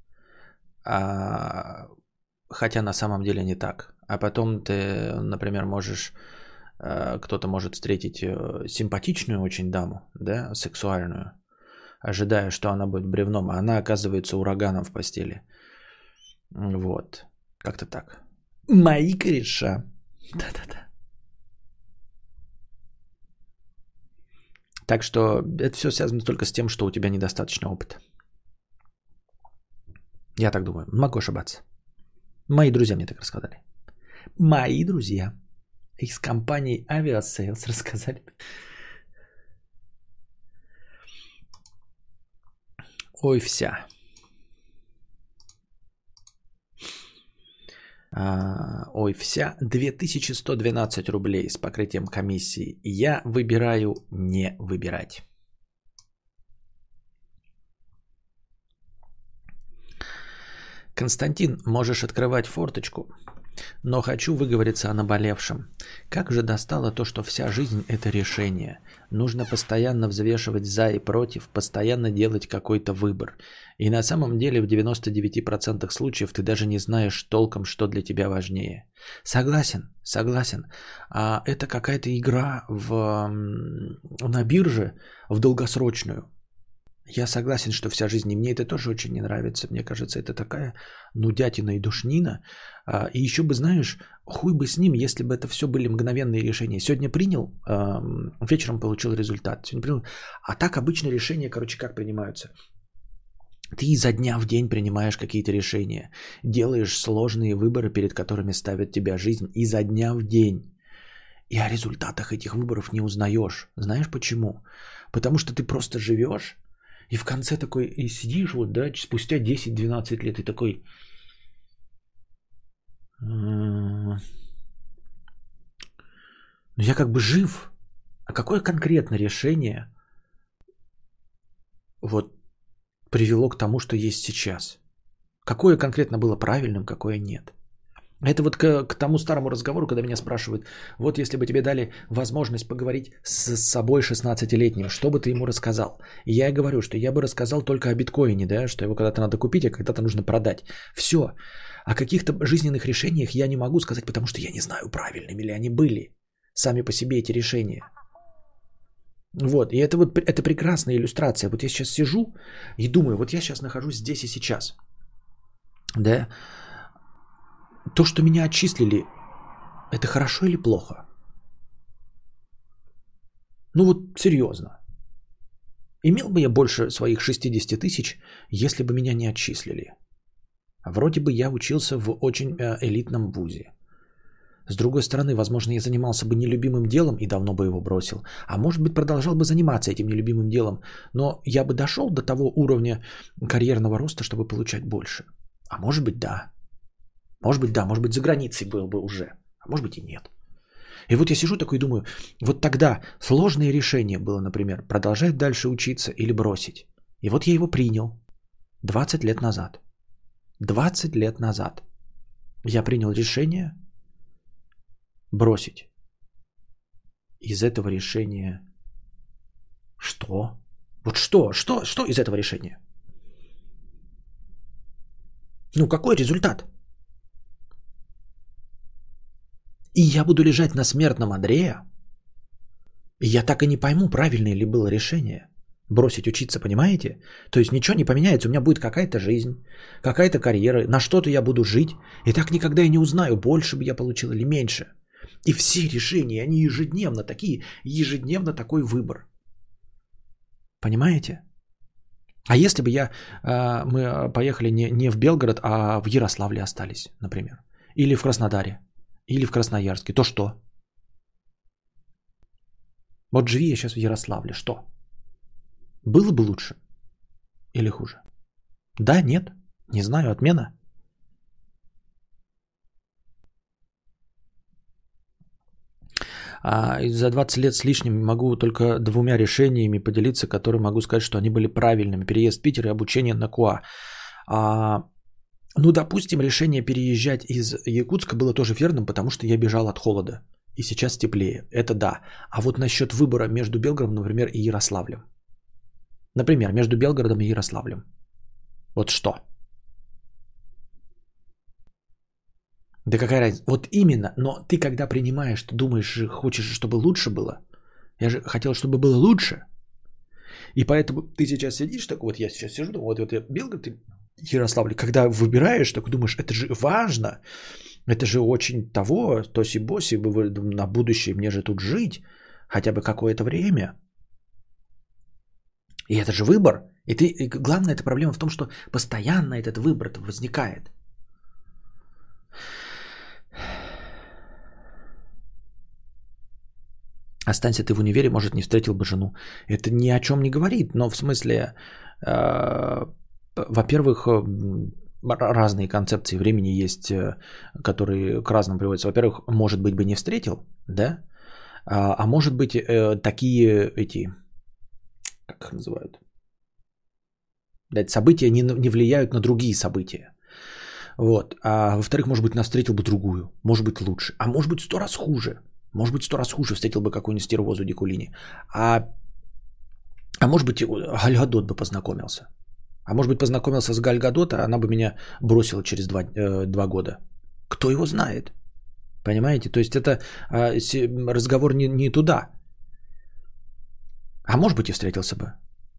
Хотя на самом деле не так. А потом ты, например, кто-то может встретить симпатичную очень даму, да, сексуальную, ожидая, что она будет бревном, а она оказывается ураганом в постели. Вот. Как-то так. Мои кореша. Да-да-да. Так что это все связано только с тем, что у тебя недостаточно опыта. Я так думаю. Могу ошибаться. Мои друзья мне так рассказали. Мои друзья из компании Aviasales рассказали. Ой, вся. Ой, вся 2112 рублей с покрытием комиссии. Я выбираю не выбирать. Константин, можешь открывать форточку, но хочу выговориться о наболевшем. Как же достало то, что вся жизнь – это решение. Нужно постоянно взвешивать за и против, постоянно делать какой-то выбор. И на самом деле в 99% случаев ты даже не знаешь толком, что для тебя важнее. Согласен, согласен. А это какая-то игра на бирже в долгосрочную. Я согласен, что вся жизнь, и мне это тоже очень не нравится. Мне кажется, это такая нудятина и душнина. И еще бы, знаешь, хуй бы с ним, если бы это все были мгновенные решения. Сегодня принял, вечером получил результат. Сегодня принял. А так обычно решения, как принимаются? Ты изо дня в день принимаешь какие-то решения. Делаешь сложные выборы, перед которыми ставит тебя жизнь изо дня в день. И о результатах этих выборов не узнаешь. Знаешь почему? Потому что ты просто живешь. И в конце такой, и сидишь вот, да, спустя 10-12 лет, и такой, я как бы жив, а какое конкретно решение вот привело к тому, что есть сейчас? Какое конкретно было правильным, какое нет? Это вот к тому старому разговору, когда меня спрашивают, вот если бы тебе дали возможность поговорить с собой 16-летним, что бы ты ему рассказал? И я говорю, что я бы рассказал только о биткоине, да, что его когда-то надо купить, а когда-то нужно продать. Все. О каких-то жизненных решениях я не могу сказать, потому что я не знаю, правильными ли они были сами по себе эти решения. Вот, и это прекрасная иллюстрация. Вот я сейчас сижу и думаю, вот я сейчас нахожусь здесь и сейчас, да. То, что меня отчислили, это хорошо или плохо? Ну вот серьезно. Имел бы я больше своих 60 тысяч, если бы меня не отчислили? Вроде бы я учился в очень элитном вузе. С другой стороны, возможно, я занимался бы нелюбимым делом и давно бы его бросил. А может быть, продолжал бы заниматься этим нелюбимым делом. Но я бы дошел до того уровня карьерного роста, чтобы получать больше. А может быть, да. Может быть, да, может быть, за границей был бы уже, а может быть и нет. И вот я сижу такой и думаю, вот тогда сложное решение было, например, продолжать дальше учиться или бросить. И вот я его принял 20 лет назад. 20 лет назад я принял решение бросить. Из этого решения что? Вот что из этого решения? Ну, какой результат? и я буду лежать на смертном одре, и я так и не пойму, правильное ли было решение бросить учиться, понимаете? То есть ничего не поменяется, у меня будет какая-то жизнь, какая-то карьера, на что-то я буду жить, и так никогда и не узнаю, больше бы я получил или меньше. И все решения, они ежедневно такие, ежедневно такой выбор. Понимаете? А если бы мы поехали не в Белгород, а в Ярославле остались, например, или в Краснодаре, или в Красноярске, то что? Вот живи я сейчас в Ярославле, что? Было бы лучше или хуже? Да, нет, не знаю, отмена. За 20 лет с лишним могу только двумя решениями поделиться, которые могу сказать, что они были правильными. Переезд в Питер и обучение на КУА. Ну, допустим, решение переезжать из Якутска было тоже верным, потому что я бежал от холода. И сейчас теплее. Это да. А вот насчет выбора между Белгородом, например, и Ярославлем. Например, между Белгородом и Ярославлем. Вот что? Да какая разница? Вот именно. Но ты когда принимаешь, ты думаешь, хочешь, чтобы лучше было. Я же хотел, чтобы было лучше. И поэтому ты сейчас сидишь, так вот я сейчас сижу, вот я Белгород и Ярославль. Когда выбираешь, так думаешь, это же важно. Это же очень того, тоси-боси, на будущее мне же тут жить. Хотя бы какое-то время. И это же выбор. И главная эта проблема в том, что постоянно этот выбор возникает. Останься ты в универе, может, не встретил бы жену. Это ни о чем не говорит, но в смысле, во-первых, разные концепции времени есть, которые к разному приводятся. Во-первых, может быть, бы не встретил, да? А может быть, такие как их называют? События не влияют на другие события. Вот. А во-вторых, может быть, встретил бы другую. Может быть, лучше. А может быть, 100 раз хуже. Может быть, 100 раз хуже встретил бы какую-нибудь стервозу Дикулини. А может быть, Галь Гадот бы познакомился. А может быть, познакомился с Галь Гадот, а она бы меня бросила через 2 года. Кто его знает? Понимаете? То есть это разговор не туда. А может быть, и встретился бы.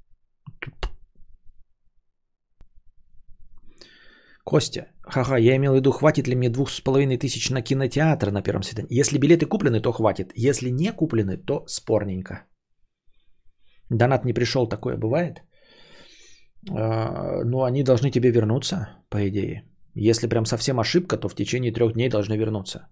Костя, ха-ха, я имел в виду, хватит ли мне 2500 на кинотеатр на первом свидании. Если билеты куплены, то хватит. Если не куплены, то спорненько. Донат не пришел, такое бывает. Но они должны тебе вернуться, по идее. Если прям совсем ошибка, то в течение 3 дней должны вернуться.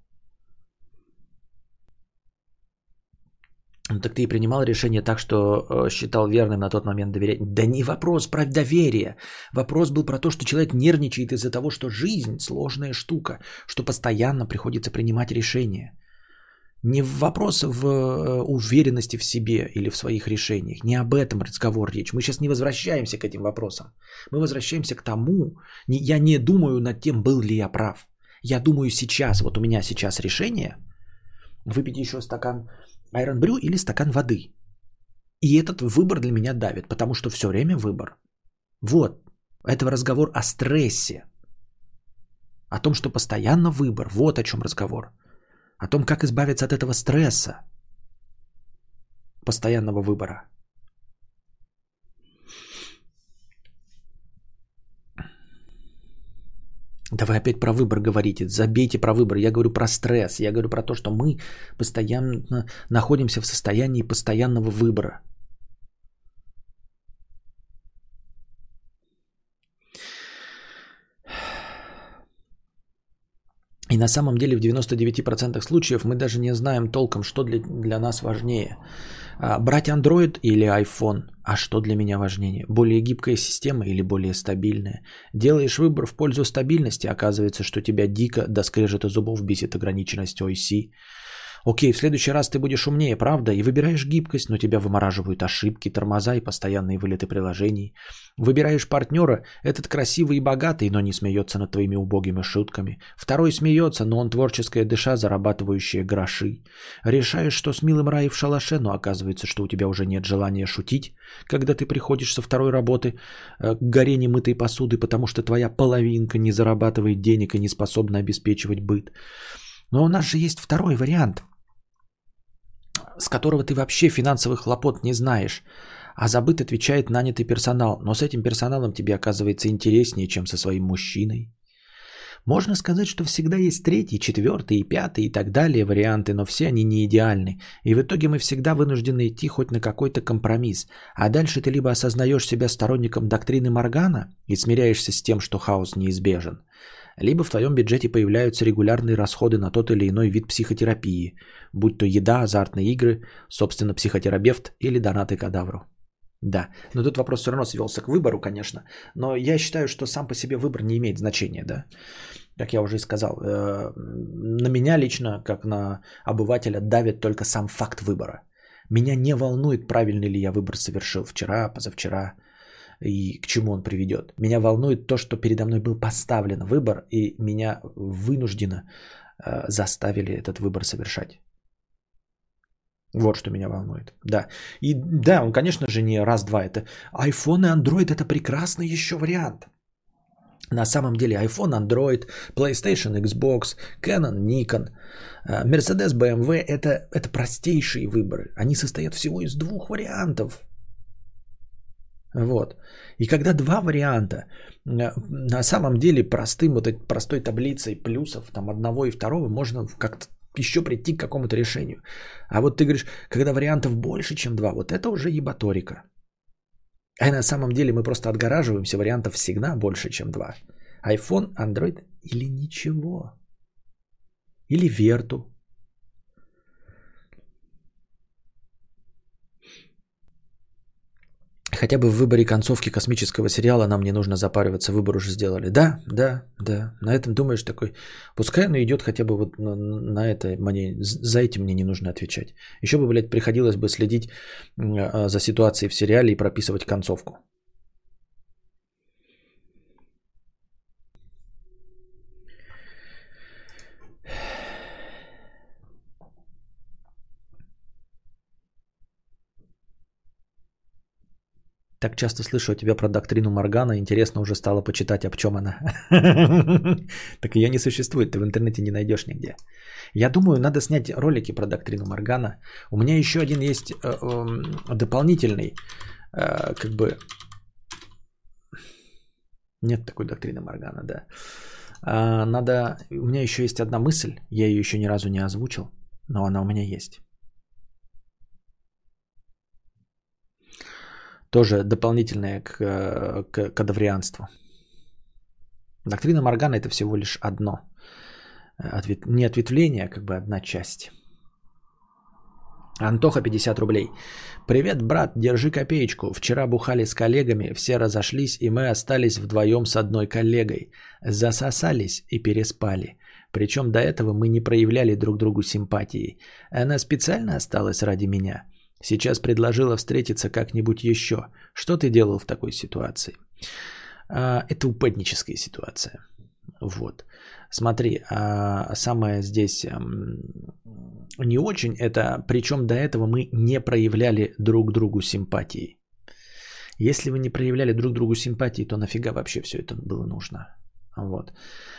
Ну, так ты и принимал решение так, что считал верным на тот момент доверять. Да не вопрос про доверие. Вопрос был про то, что человек нервничает из-за того, что жизнь сложная штука, что постоянно приходится принимать решения. Не вопрос в уверенности в себе или в своих решениях. Не об этом разговор речь. Мы сейчас не возвращаемся к этим вопросам. Мы возвращаемся к тому, я не думаю над тем, был ли я прав. Я думаю сейчас, вот у меня сейчас решение выпить еще стакан Iron Brew или стакан воды. И этот выбор для меня давит, потому что все время выбор. Вот, это разговор о стрессе. О том, что постоянно выбор. Вот о чем разговор. О том, как избавиться от этого стресса. Постоянного выбора. Да вы опять про выбор говорите. Забейте про выбор. Я говорю про стресс. Я говорю про то, что мы постоянно находимся в состоянии постоянного выбора. И на самом деле в 99% случаев мы даже не знаем толком, что для нас важнее. Брать Android или iPhone? А что для меня важнее? Более гибкая система или более стабильная? Делаешь выбор в пользу стабильности, оказывается, что тебя дико до скрежета зубов бесит ограниченность OS. Окей, в следующий раз ты будешь умнее, правда? И выбираешь гибкость, но тебя вымораживают ошибки, тормоза и постоянные вылеты приложений. Выбираешь партнера, этот красивый и богатый, но не смеется над твоими убогими шутками. Второй смеется, но он творческая дыша, зарабатывающая гроши. Решаешь, что с милым Раей в шалаше, но оказывается, что у тебя уже нет желания шутить, когда ты приходишь со второй работы к горе немытой посуды, потому что твоя половинка не зарабатывает денег и не способна обеспечивать быт. Но у нас же есть второй вариант, с которого ты вообще финансовых хлопот не знаешь. А за быт отвечает нанятый персонал. Но с этим персоналом тебе оказывается интереснее, чем со своим мужчиной. Можно сказать, что всегда есть третий, четвертый и пятый и так далее варианты, но все они не идеальны. И в итоге мы всегда вынуждены идти хоть на какой-то компромисс. А дальше ты либо осознаешь себя сторонником доктрины Моргана и смиряешься с тем, что хаос неизбежен, либо в твоем бюджете появляются регулярные расходы на тот или иной вид психотерапии, будь то еда, азартные игры, собственно, психотерапевт или донаты кадавру. Да, но тут вопрос все равно свелся к выбору, конечно. Но я считаю, что сам по себе выбор не имеет значения, да. Как я уже и сказал, на меня лично, как на обывателя, давит только сам факт выбора. Меня не волнует, правильный ли я выбор совершил вчера, позавчера и к чему он приведет. Меня волнует то, что передо мной был поставлен выбор, и меня вынужденно заставили этот выбор совершать. Вот что меня волнует. Да. И да, он, конечно же, не раз-два. Это iPhone и Android — это прекрасный еще вариант. На самом деле iPhone, Android, PlayStation, Xbox, Canon, Nikon, Mercedes, BMW — это простейшие выборы. Они состоят всего из двух вариантов. Вот. И когда два варианта, на самом деле простой таблицей плюсов, там одного и второго, можно как-то еще прийти к какому-то решению. А вот ты говоришь, когда вариантов больше, чем два, вот это уже ебаторика. А на самом деле мы просто отгораживаемся, вариантов всегда больше, чем два. iPhone, Android или ничего. Или Верту. Хотя бы в выборе концовки космического сериала нам не нужно запариваться, выбор уже сделали. Да. На этом думаешь такой, пускай оно идет хотя бы вот на это, за этим мне не нужно отвечать. Еще бы, блядь, приходилось бы следить за ситуацией в сериале и прописывать концовку. Так часто слышу от тебя про доктрину Моргана. Интересно уже стало почитать, об чем она. Так ее не существует, ты в интернете не найдешь нигде. Я думаю, надо снять ролики про доктрину Моргана. У меня еще один есть дополнительный, как бы... Нет такой доктрины Моргана, да. У меня еще есть одна мысль, я ее еще ни разу не озвучил, но она у меня есть. Тоже дополнительное к кадаврианству. Доктрина Моргана — это всего лишь одно. Не ответвление, а как бы одна часть. Антоха, 50 рублей. Привет, брат, держи копеечку. Вчера бухали с коллегами, все разошлись, и мы остались вдвоем с одной коллегой. Засосались и переспали. Причем до этого мы не проявляли друг другу симпатии. Она специально осталась ради меня. Сейчас предложила встретиться как-нибудь еще. Что ты делал в такой ситуации? Это упадническая ситуация. Вот. Смотри, самое здесь не очень, это причем до этого мы не проявляли друг другу симпатии. Если вы не проявляли друг другу симпатии, то нафига вообще все это было нужно? Вот.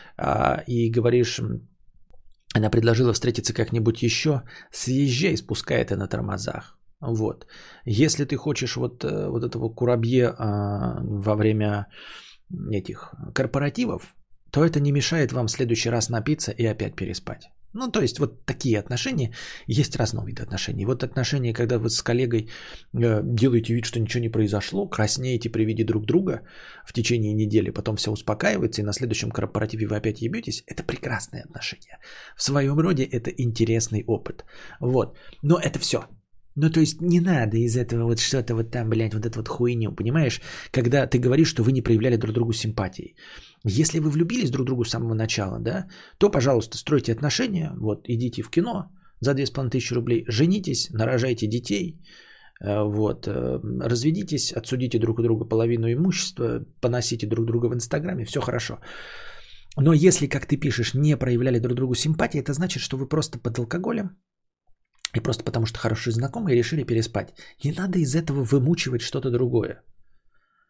И говоришь, она предложила встретиться как-нибудь еще, съезжай, спускай это на тормозах. Вот. Если ты хочешь вот этого курабье во время этих корпоративов, то это не мешает вам в следующий раз напиться и опять переспать. Ну, то есть, вот такие отношения, есть разного вида отношений. Вот отношения, когда вы с коллегой делаете вид, что ничего не произошло, краснеете при виде друг друга в течение недели, потом все успокаивается, и на следующем корпоративе вы опять ебетесь, это прекрасные отношения. В своем роде это интересный опыт. Вот. Но это все. Ну, то есть, не надо из этого вот что-то вот там, блядь, вот эту вот хуйню, понимаешь? Когда ты говоришь, что вы не проявляли друг другу симпатии. Если вы влюбились друг другу с самого начала, да, то, пожалуйста, стройте отношения, вот, идите в кино за 2500 рублей, женитесь, нарожайте детей, вот, разведитесь, отсудите друг у друга половину имущества, поносите друг друга в Инстаграме, все хорошо. Но если, как ты пишешь, не проявляли друг другу симпатии, это значит, что вы просто под алкоголем, и просто потому, что хорошие знакомые, решили переспать. Не надо из этого вымучивать что-то другое.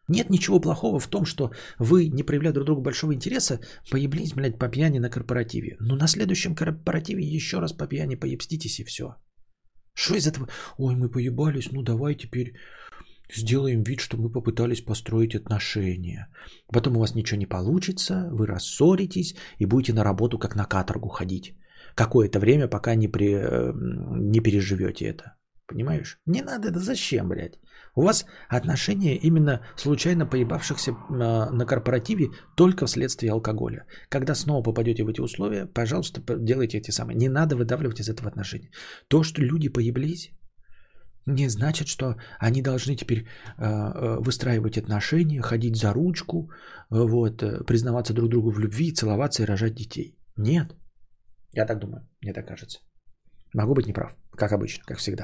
Нет ничего плохого в том, что вы, не проявляя друг другу большого интереса, поеблись, блядь, по пьяни на корпоративе. Но на следующем корпоративе еще раз по пьяни поебститесь и все. Что из этого? Ой, мы поебались, ну давай теперь сделаем вид, что мы попытались построить отношения. Потом у вас ничего не получится, вы рассоритесь и будете на работу как на каторгу ходить. Какое-то время, пока не переживете это. Понимаешь? Не надо это зачем, блядь? У вас отношения именно случайно поебавшихся на корпоративе только вследствие алкоголя. Когда снова попадете в эти условия, пожалуйста, делайте эти самые. Не надо выдавливать из этого отношения. То, что люди поеблись, не значит, что они должны теперь выстраивать отношения, ходить за ручку, вот, признаваться друг другу в любви, целоваться и рожать детей. Нет. Я так думаю, мне так кажется. Могу быть неправ, как обычно, как всегда.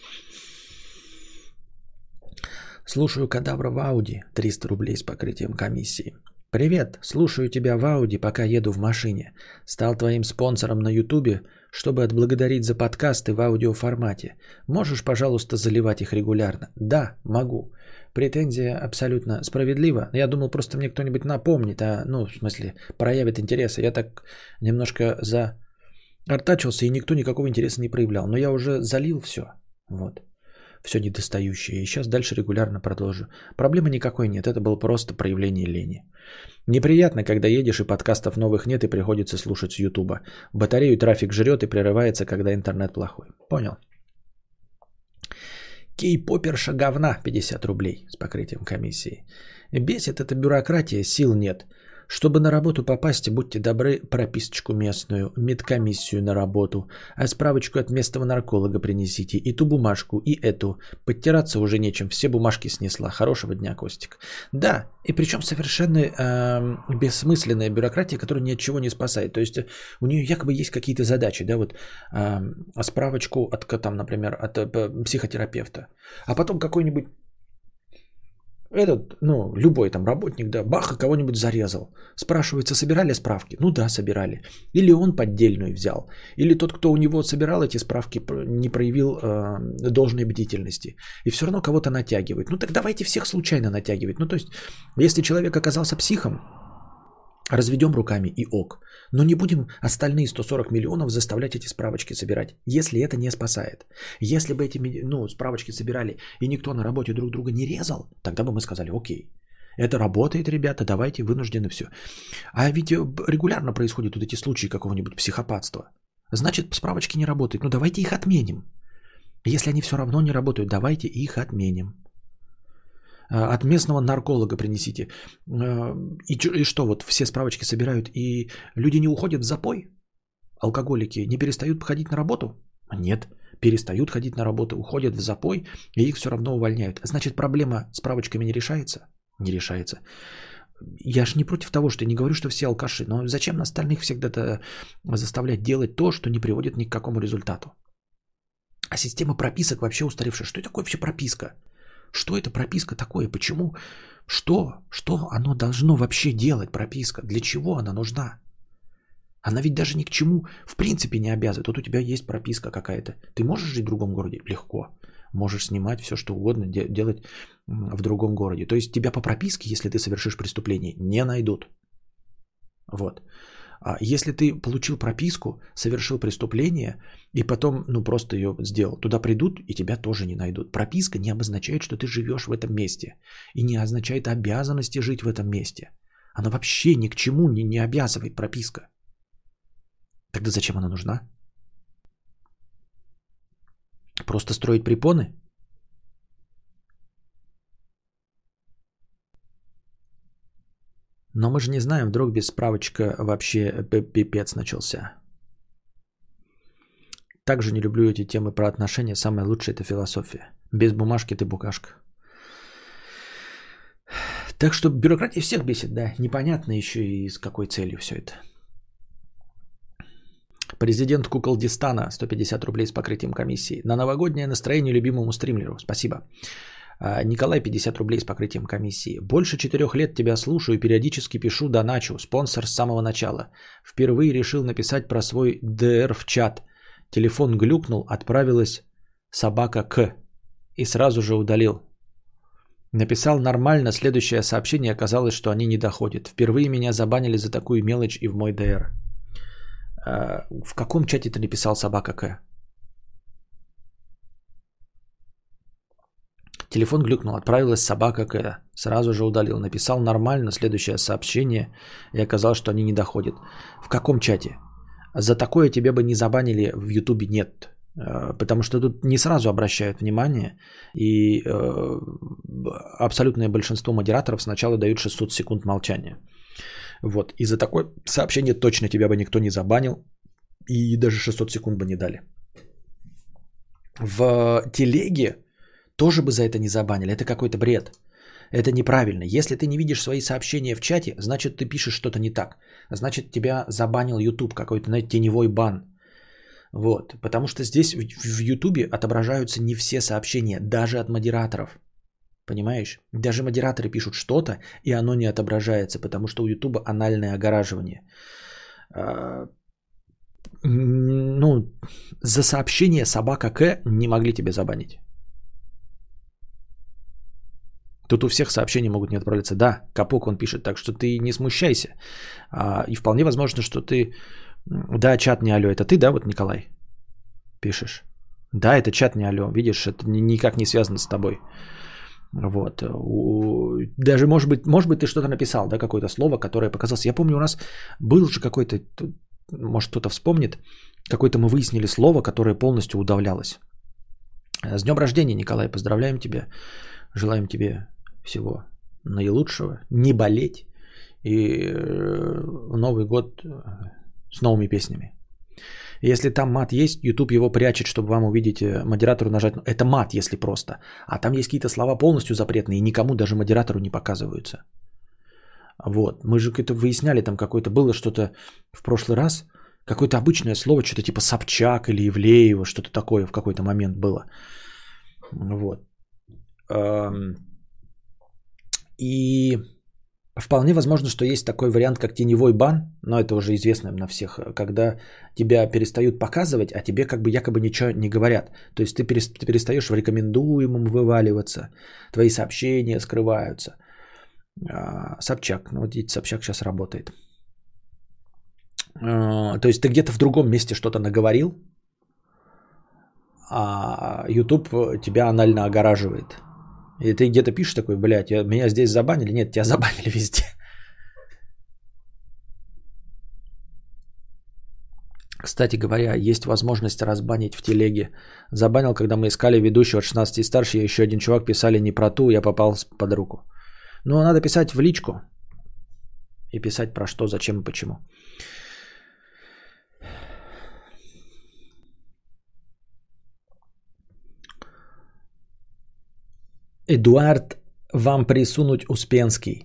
Слушаю Кадавра в Ауди, 300 рублей с покрытием комиссии. Привет, слушаю тебя в Ауди, пока еду в машине. Стал твоим спонсором на Ютубе, чтобы отблагодарить за подкасты в аудиоформате. Можешь, пожалуйста, заливать их регулярно? Да, могу. Претензия абсолютно справедлива. Я думал, просто мне кто-нибудь напомнит, в смысле, проявит интерес. Я так немножко заортачился, и никто никакого интереса не проявлял. Но я уже залил все. Вот. Все недостающее. И сейчас дальше регулярно продолжу. Проблемы никакой нет. Это было просто проявление лени. Неприятно, когда едешь и подкастов новых нет и приходится слушать с Ютуба. Батарею трафик жрет и прерывается, когда интернет плохой. Понял. Кей-поперша говна 50 рублей с покрытием комиссии. Бесит эта бюрократия, сил нет. Чтобы на работу попасть, будьте добры, прописочку местную, медкомиссию на работу, а справочку от местного нарколога принесите, и ту бумажку, и эту. Подтираться уже нечем, все бумажки снесла. Хорошего дня, Костик. Да, и причем совершенно бессмысленная бюрократия, которая ни от чего не спасает. То есть у нее якобы есть какие-то задачи, да, вот справочку от, там, например, от психотерапевта, а потом какой-нибудь любой там работник, да, баха, кого-нибудь зарезал. Спрашивается, собирали справки? Ну да, собирали. Или он поддельную взял. Или тот, кто у него собирал эти справки, не проявил должной бдительности. И все равно кого-то натягивает. Ну так давайте всех случайно натягивать. Ну то есть, если человек оказался психом, разведем руками и ок. Но не будем остальные 140 миллионов заставлять эти справочки собирать, если это не спасает. Если бы эти справочки собирали и никто на работе друг друга не резал, тогда бы мы сказали, окей, это работает, ребята, давайте, вынуждены все. А ведь регулярно происходят вот эти случаи какого-нибудь психопатства. Значит, справочки не работают. Ну давайте их отменим. Если они все равно не работают, давайте их отменим. От местного нарколога принесите. И что, вот все справочки собирают, и люди не уходят в запой? Алкоголики не перестают ходить на работу? Нет, перестают ходить на работу, уходят в запой, и их все равно увольняют. Значит, проблема с справочками не решается? Не решается. Я ж не против того, что я не говорю, что все алкаши, но зачем остальных всегда заставлять делать то, что не приводит ни к какому результату? А система прописок вообще устаревшая. Что это такое вообще прописка? Что это прописка такое? Почему? Что оно должно вообще делать, прописка? Для чего она нужна? Она ведь даже ни к чему в принципе не обязывает. Вот у тебя есть прописка какая-то. Ты можешь жить в другом городе? Легко. Можешь снимать все, что угодно, делать в другом городе. То есть тебя по прописке, если ты совершишь преступление, не найдут. Вот. А если ты получил прописку, совершил преступление и потом, просто ее сделал, туда придут и тебя тоже не найдут. Прописка не обозначает, что ты живешь в этом месте. И не означает обязанности жить в этом месте. Она вообще ни к чему не обязывает, прописка. Тогда зачем она нужна? Просто строить препоны? Но мы же не знаем, вдруг без справочка вообще пипец начался. Также не люблю эти темы про отношения. Самое лучшее – это философия. Без бумажки ты букашка. Так что бюрократия всех бесит, да. Непонятно еще и с какой целью все это. Президент Куколдистана, 150 рублей с покрытием комиссии. На новогоднее настроение любимому стримлеру. Спасибо. Николай, 50 рублей с покрытием комиссии. Больше 4 лет тебя слушаю, периодически пишу доначу. Спонсор с самого начала. Впервые решил написать про свой ДР в чат. Телефон глюкнул, отправилась собака к. И сразу же удалил. Написал нормально, следующее сообщение оказалось, что они не доходят. Впервые меня забанили за такую мелочь и в мой ДР. В каком чате ты написал собака К? Телефон глюкнул, отправилась собака К. Сразу же удалил. Написал нормально, следующее сообщение и оказалось, что они не доходят. В каком чате? За такое тебе бы не забанили в Ютубе, нет. Потому что тут не сразу обращают внимание, и абсолютное большинство модераторов сначала дают 600 секунд молчания. Вот. И за такое сообщение точно тебя бы никто не забанил, и даже 600 секунд бы не дали. В телеге тоже бы за это не забанили. Это какой-то бред. Это неправильно. Если ты не видишь свои сообщения в чате, значит ты пишешь что-то не так. Значит тебя забанил YouTube, какой-то, знаете, теневой бан. Вот. Потому что здесь в YouTube отображаются не все сообщения, даже от модераторов. Понимаешь? Даже модераторы пишут что-то, и оно не отображается, потому что у YouTube анальное огораживание. Ну, за сообщение собака К не могли тебя забанить. Тут у всех сообщения могут не отправляться. Да, Капок он пишет, так что ты не смущайся. И вполне возможно, что ты... Да, чат не алло. Это ты, да, вот, Николай, пишешь? Да, это чат не алло. Видишь, это никак не связано с тобой. Вот. Даже, может быть, ты что-то написал, да, какое-то слово, которое показалось. Я помню, у нас был же какой-то, может, кто-то вспомнит, какое-то мы выяснили слово, которое полностью удавлялось. С днем рождения, Николай, поздравляем тебя. Желаем тебе всего наилучшего, не болеть и Новый год с новыми песнями. Если там мат есть, YouTube его прячет, чтобы вам увидеть, модератору нажать. Это мат, если просто. А там есть какие-то слова полностью запретные, и никому, даже модератору, не показываются. Вот. Мы же это выясняли, там какое-то было что-то в прошлый раз. Какое-то обычное слово, что-то типа Собчак или Ивлеева, что-то такое в какой-то момент было. Вот. И вполне возможно, что есть такой вариант, как теневой бан, но это уже известно на всех, когда тебя перестают показывать, а тебе как бы якобы ничего не говорят. То есть ты перестаешь в рекомендуемом вываливаться, твои сообщения скрываются. Собчак, ну вот видите, Собчак сейчас работает. То есть ты где-то в другом месте что-то наговорил, а YouTube тебя анально огораживает. И ты где-то пишешь такой, блядь, меня здесь забанили? Нет, тебя забанили везде. Кстати говоря, есть возможность разбанить в телеге. Забанил, когда мы искали ведущего от 16 и старше, и еще один чувак писали не про ту, я попал под руку. Ну, надо писать в личку. И писать про что, зачем и почему. Эдуард вам присунуть Успенский.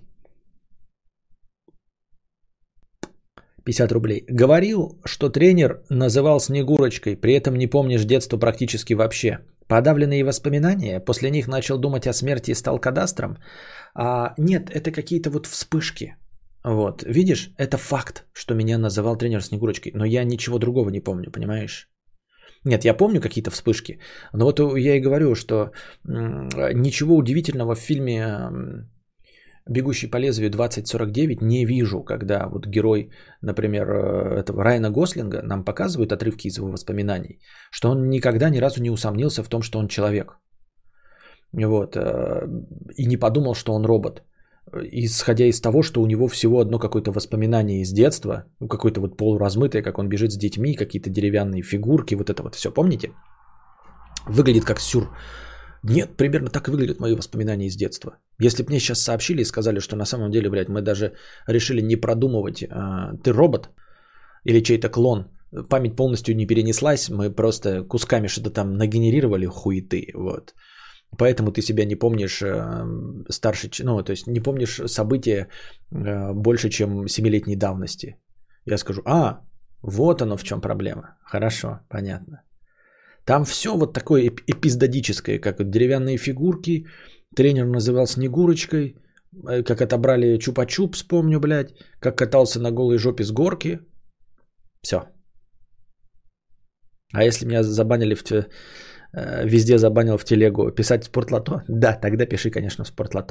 50 рублей. Говорил, что тренер называл Снегурочкой, при этом не помнишь детство практически вообще. Подавленные воспоминания? После них начал думать о смерти и стал кадастром? Нет, это какие-то вот вспышки. Вот, видишь, это факт, что меня называл тренер Снегурочкой, но я ничего другого не помню, понимаешь? Нет, я помню какие-то вспышки, но вот я и говорю, что ничего удивительного в фильме «Бегущий по лезвию 2049» не вижу, когда вот герой, например, этого Райана Гослинга нам показывают отрывки из его воспоминаний, что он никогда ни разу не усомнился в том, что он человек. Вот, и не подумал, что он робот. Исходя из того, что у него всего одно какое-то воспоминание из детства, какое-то вот полуразмытое, как он бежит с детьми, какие-то деревянные фигурки, вот это вот все, помните? Выглядит как сюр. Нет, примерно так и выглядят мои воспоминания из детства. Если бы мне сейчас сообщили и сказали, что на самом деле, блядь, мы даже решили не продумывать, ты робот или чей-то клон, память полностью не перенеслась, мы просто кусками что-то там нагенерировали хуеты, вот. Поэтому ты себя не помнишь старше, ну, то есть не помнишь события больше, чем 7-летней давности. Я скажу, вот оно в чем проблема. Хорошо, понятно. Там все вот такое эпизодическое, как вот деревянные фигурки, тренер называл Снегурочкой, как отобрали чупа-чупс, помню, блядь, как катался на голой жопе с горки. Все. А если меня забанили везде забанил в телегу. Писать в Спортлото? Да, тогда пиши, конечно, в Спортлото.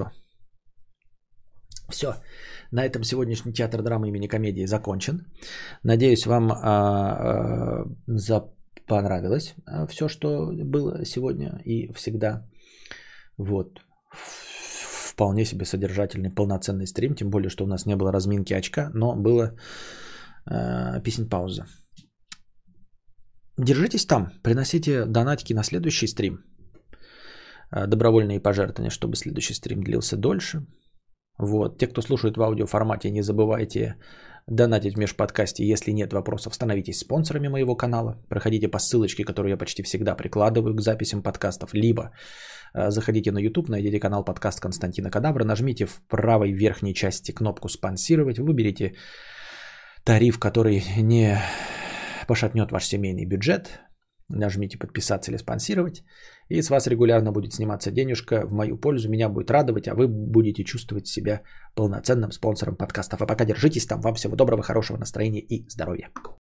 Все. На этом сегодняшний театр драмы имени комедии закончен. Надеюсь, вам понравилось все, что было сегодня и всегда. Вот. Вполне себе содержательный, полноценный стрим. Тем более, что у нас не было разминки очка, но была песен пауза. Держитесь там. Приносите донатики на следующий стрим. Добровольные пожертвования, чтобы следующий стрим длился дольше. Вот. Те, кто слушает в аудиоформате, не забывайте донатить в межподкасте. Если нет вопросов, становитесь спонсорами моего канала. Проходите по ссылочке, которую я почти всегда прикладываю к записям подкастов. Либо заходите на YouTube, найдите канал подкаст Константина Кадавра, нажмите в правой верхней части кнопку «Спонсировать», выберите тариф, который не пошатнет ваш семейный бюджет. Нажмите «Подписаться» или «Спонсировать». И с вас регулярно будет сниматься денежка в мою пользу. Меня будет радовать, а вы будете чувствовать себя полноценным спонсором подкастов. А пока держитесь там. Вам всего доброго, хорошего настроения и здоровья.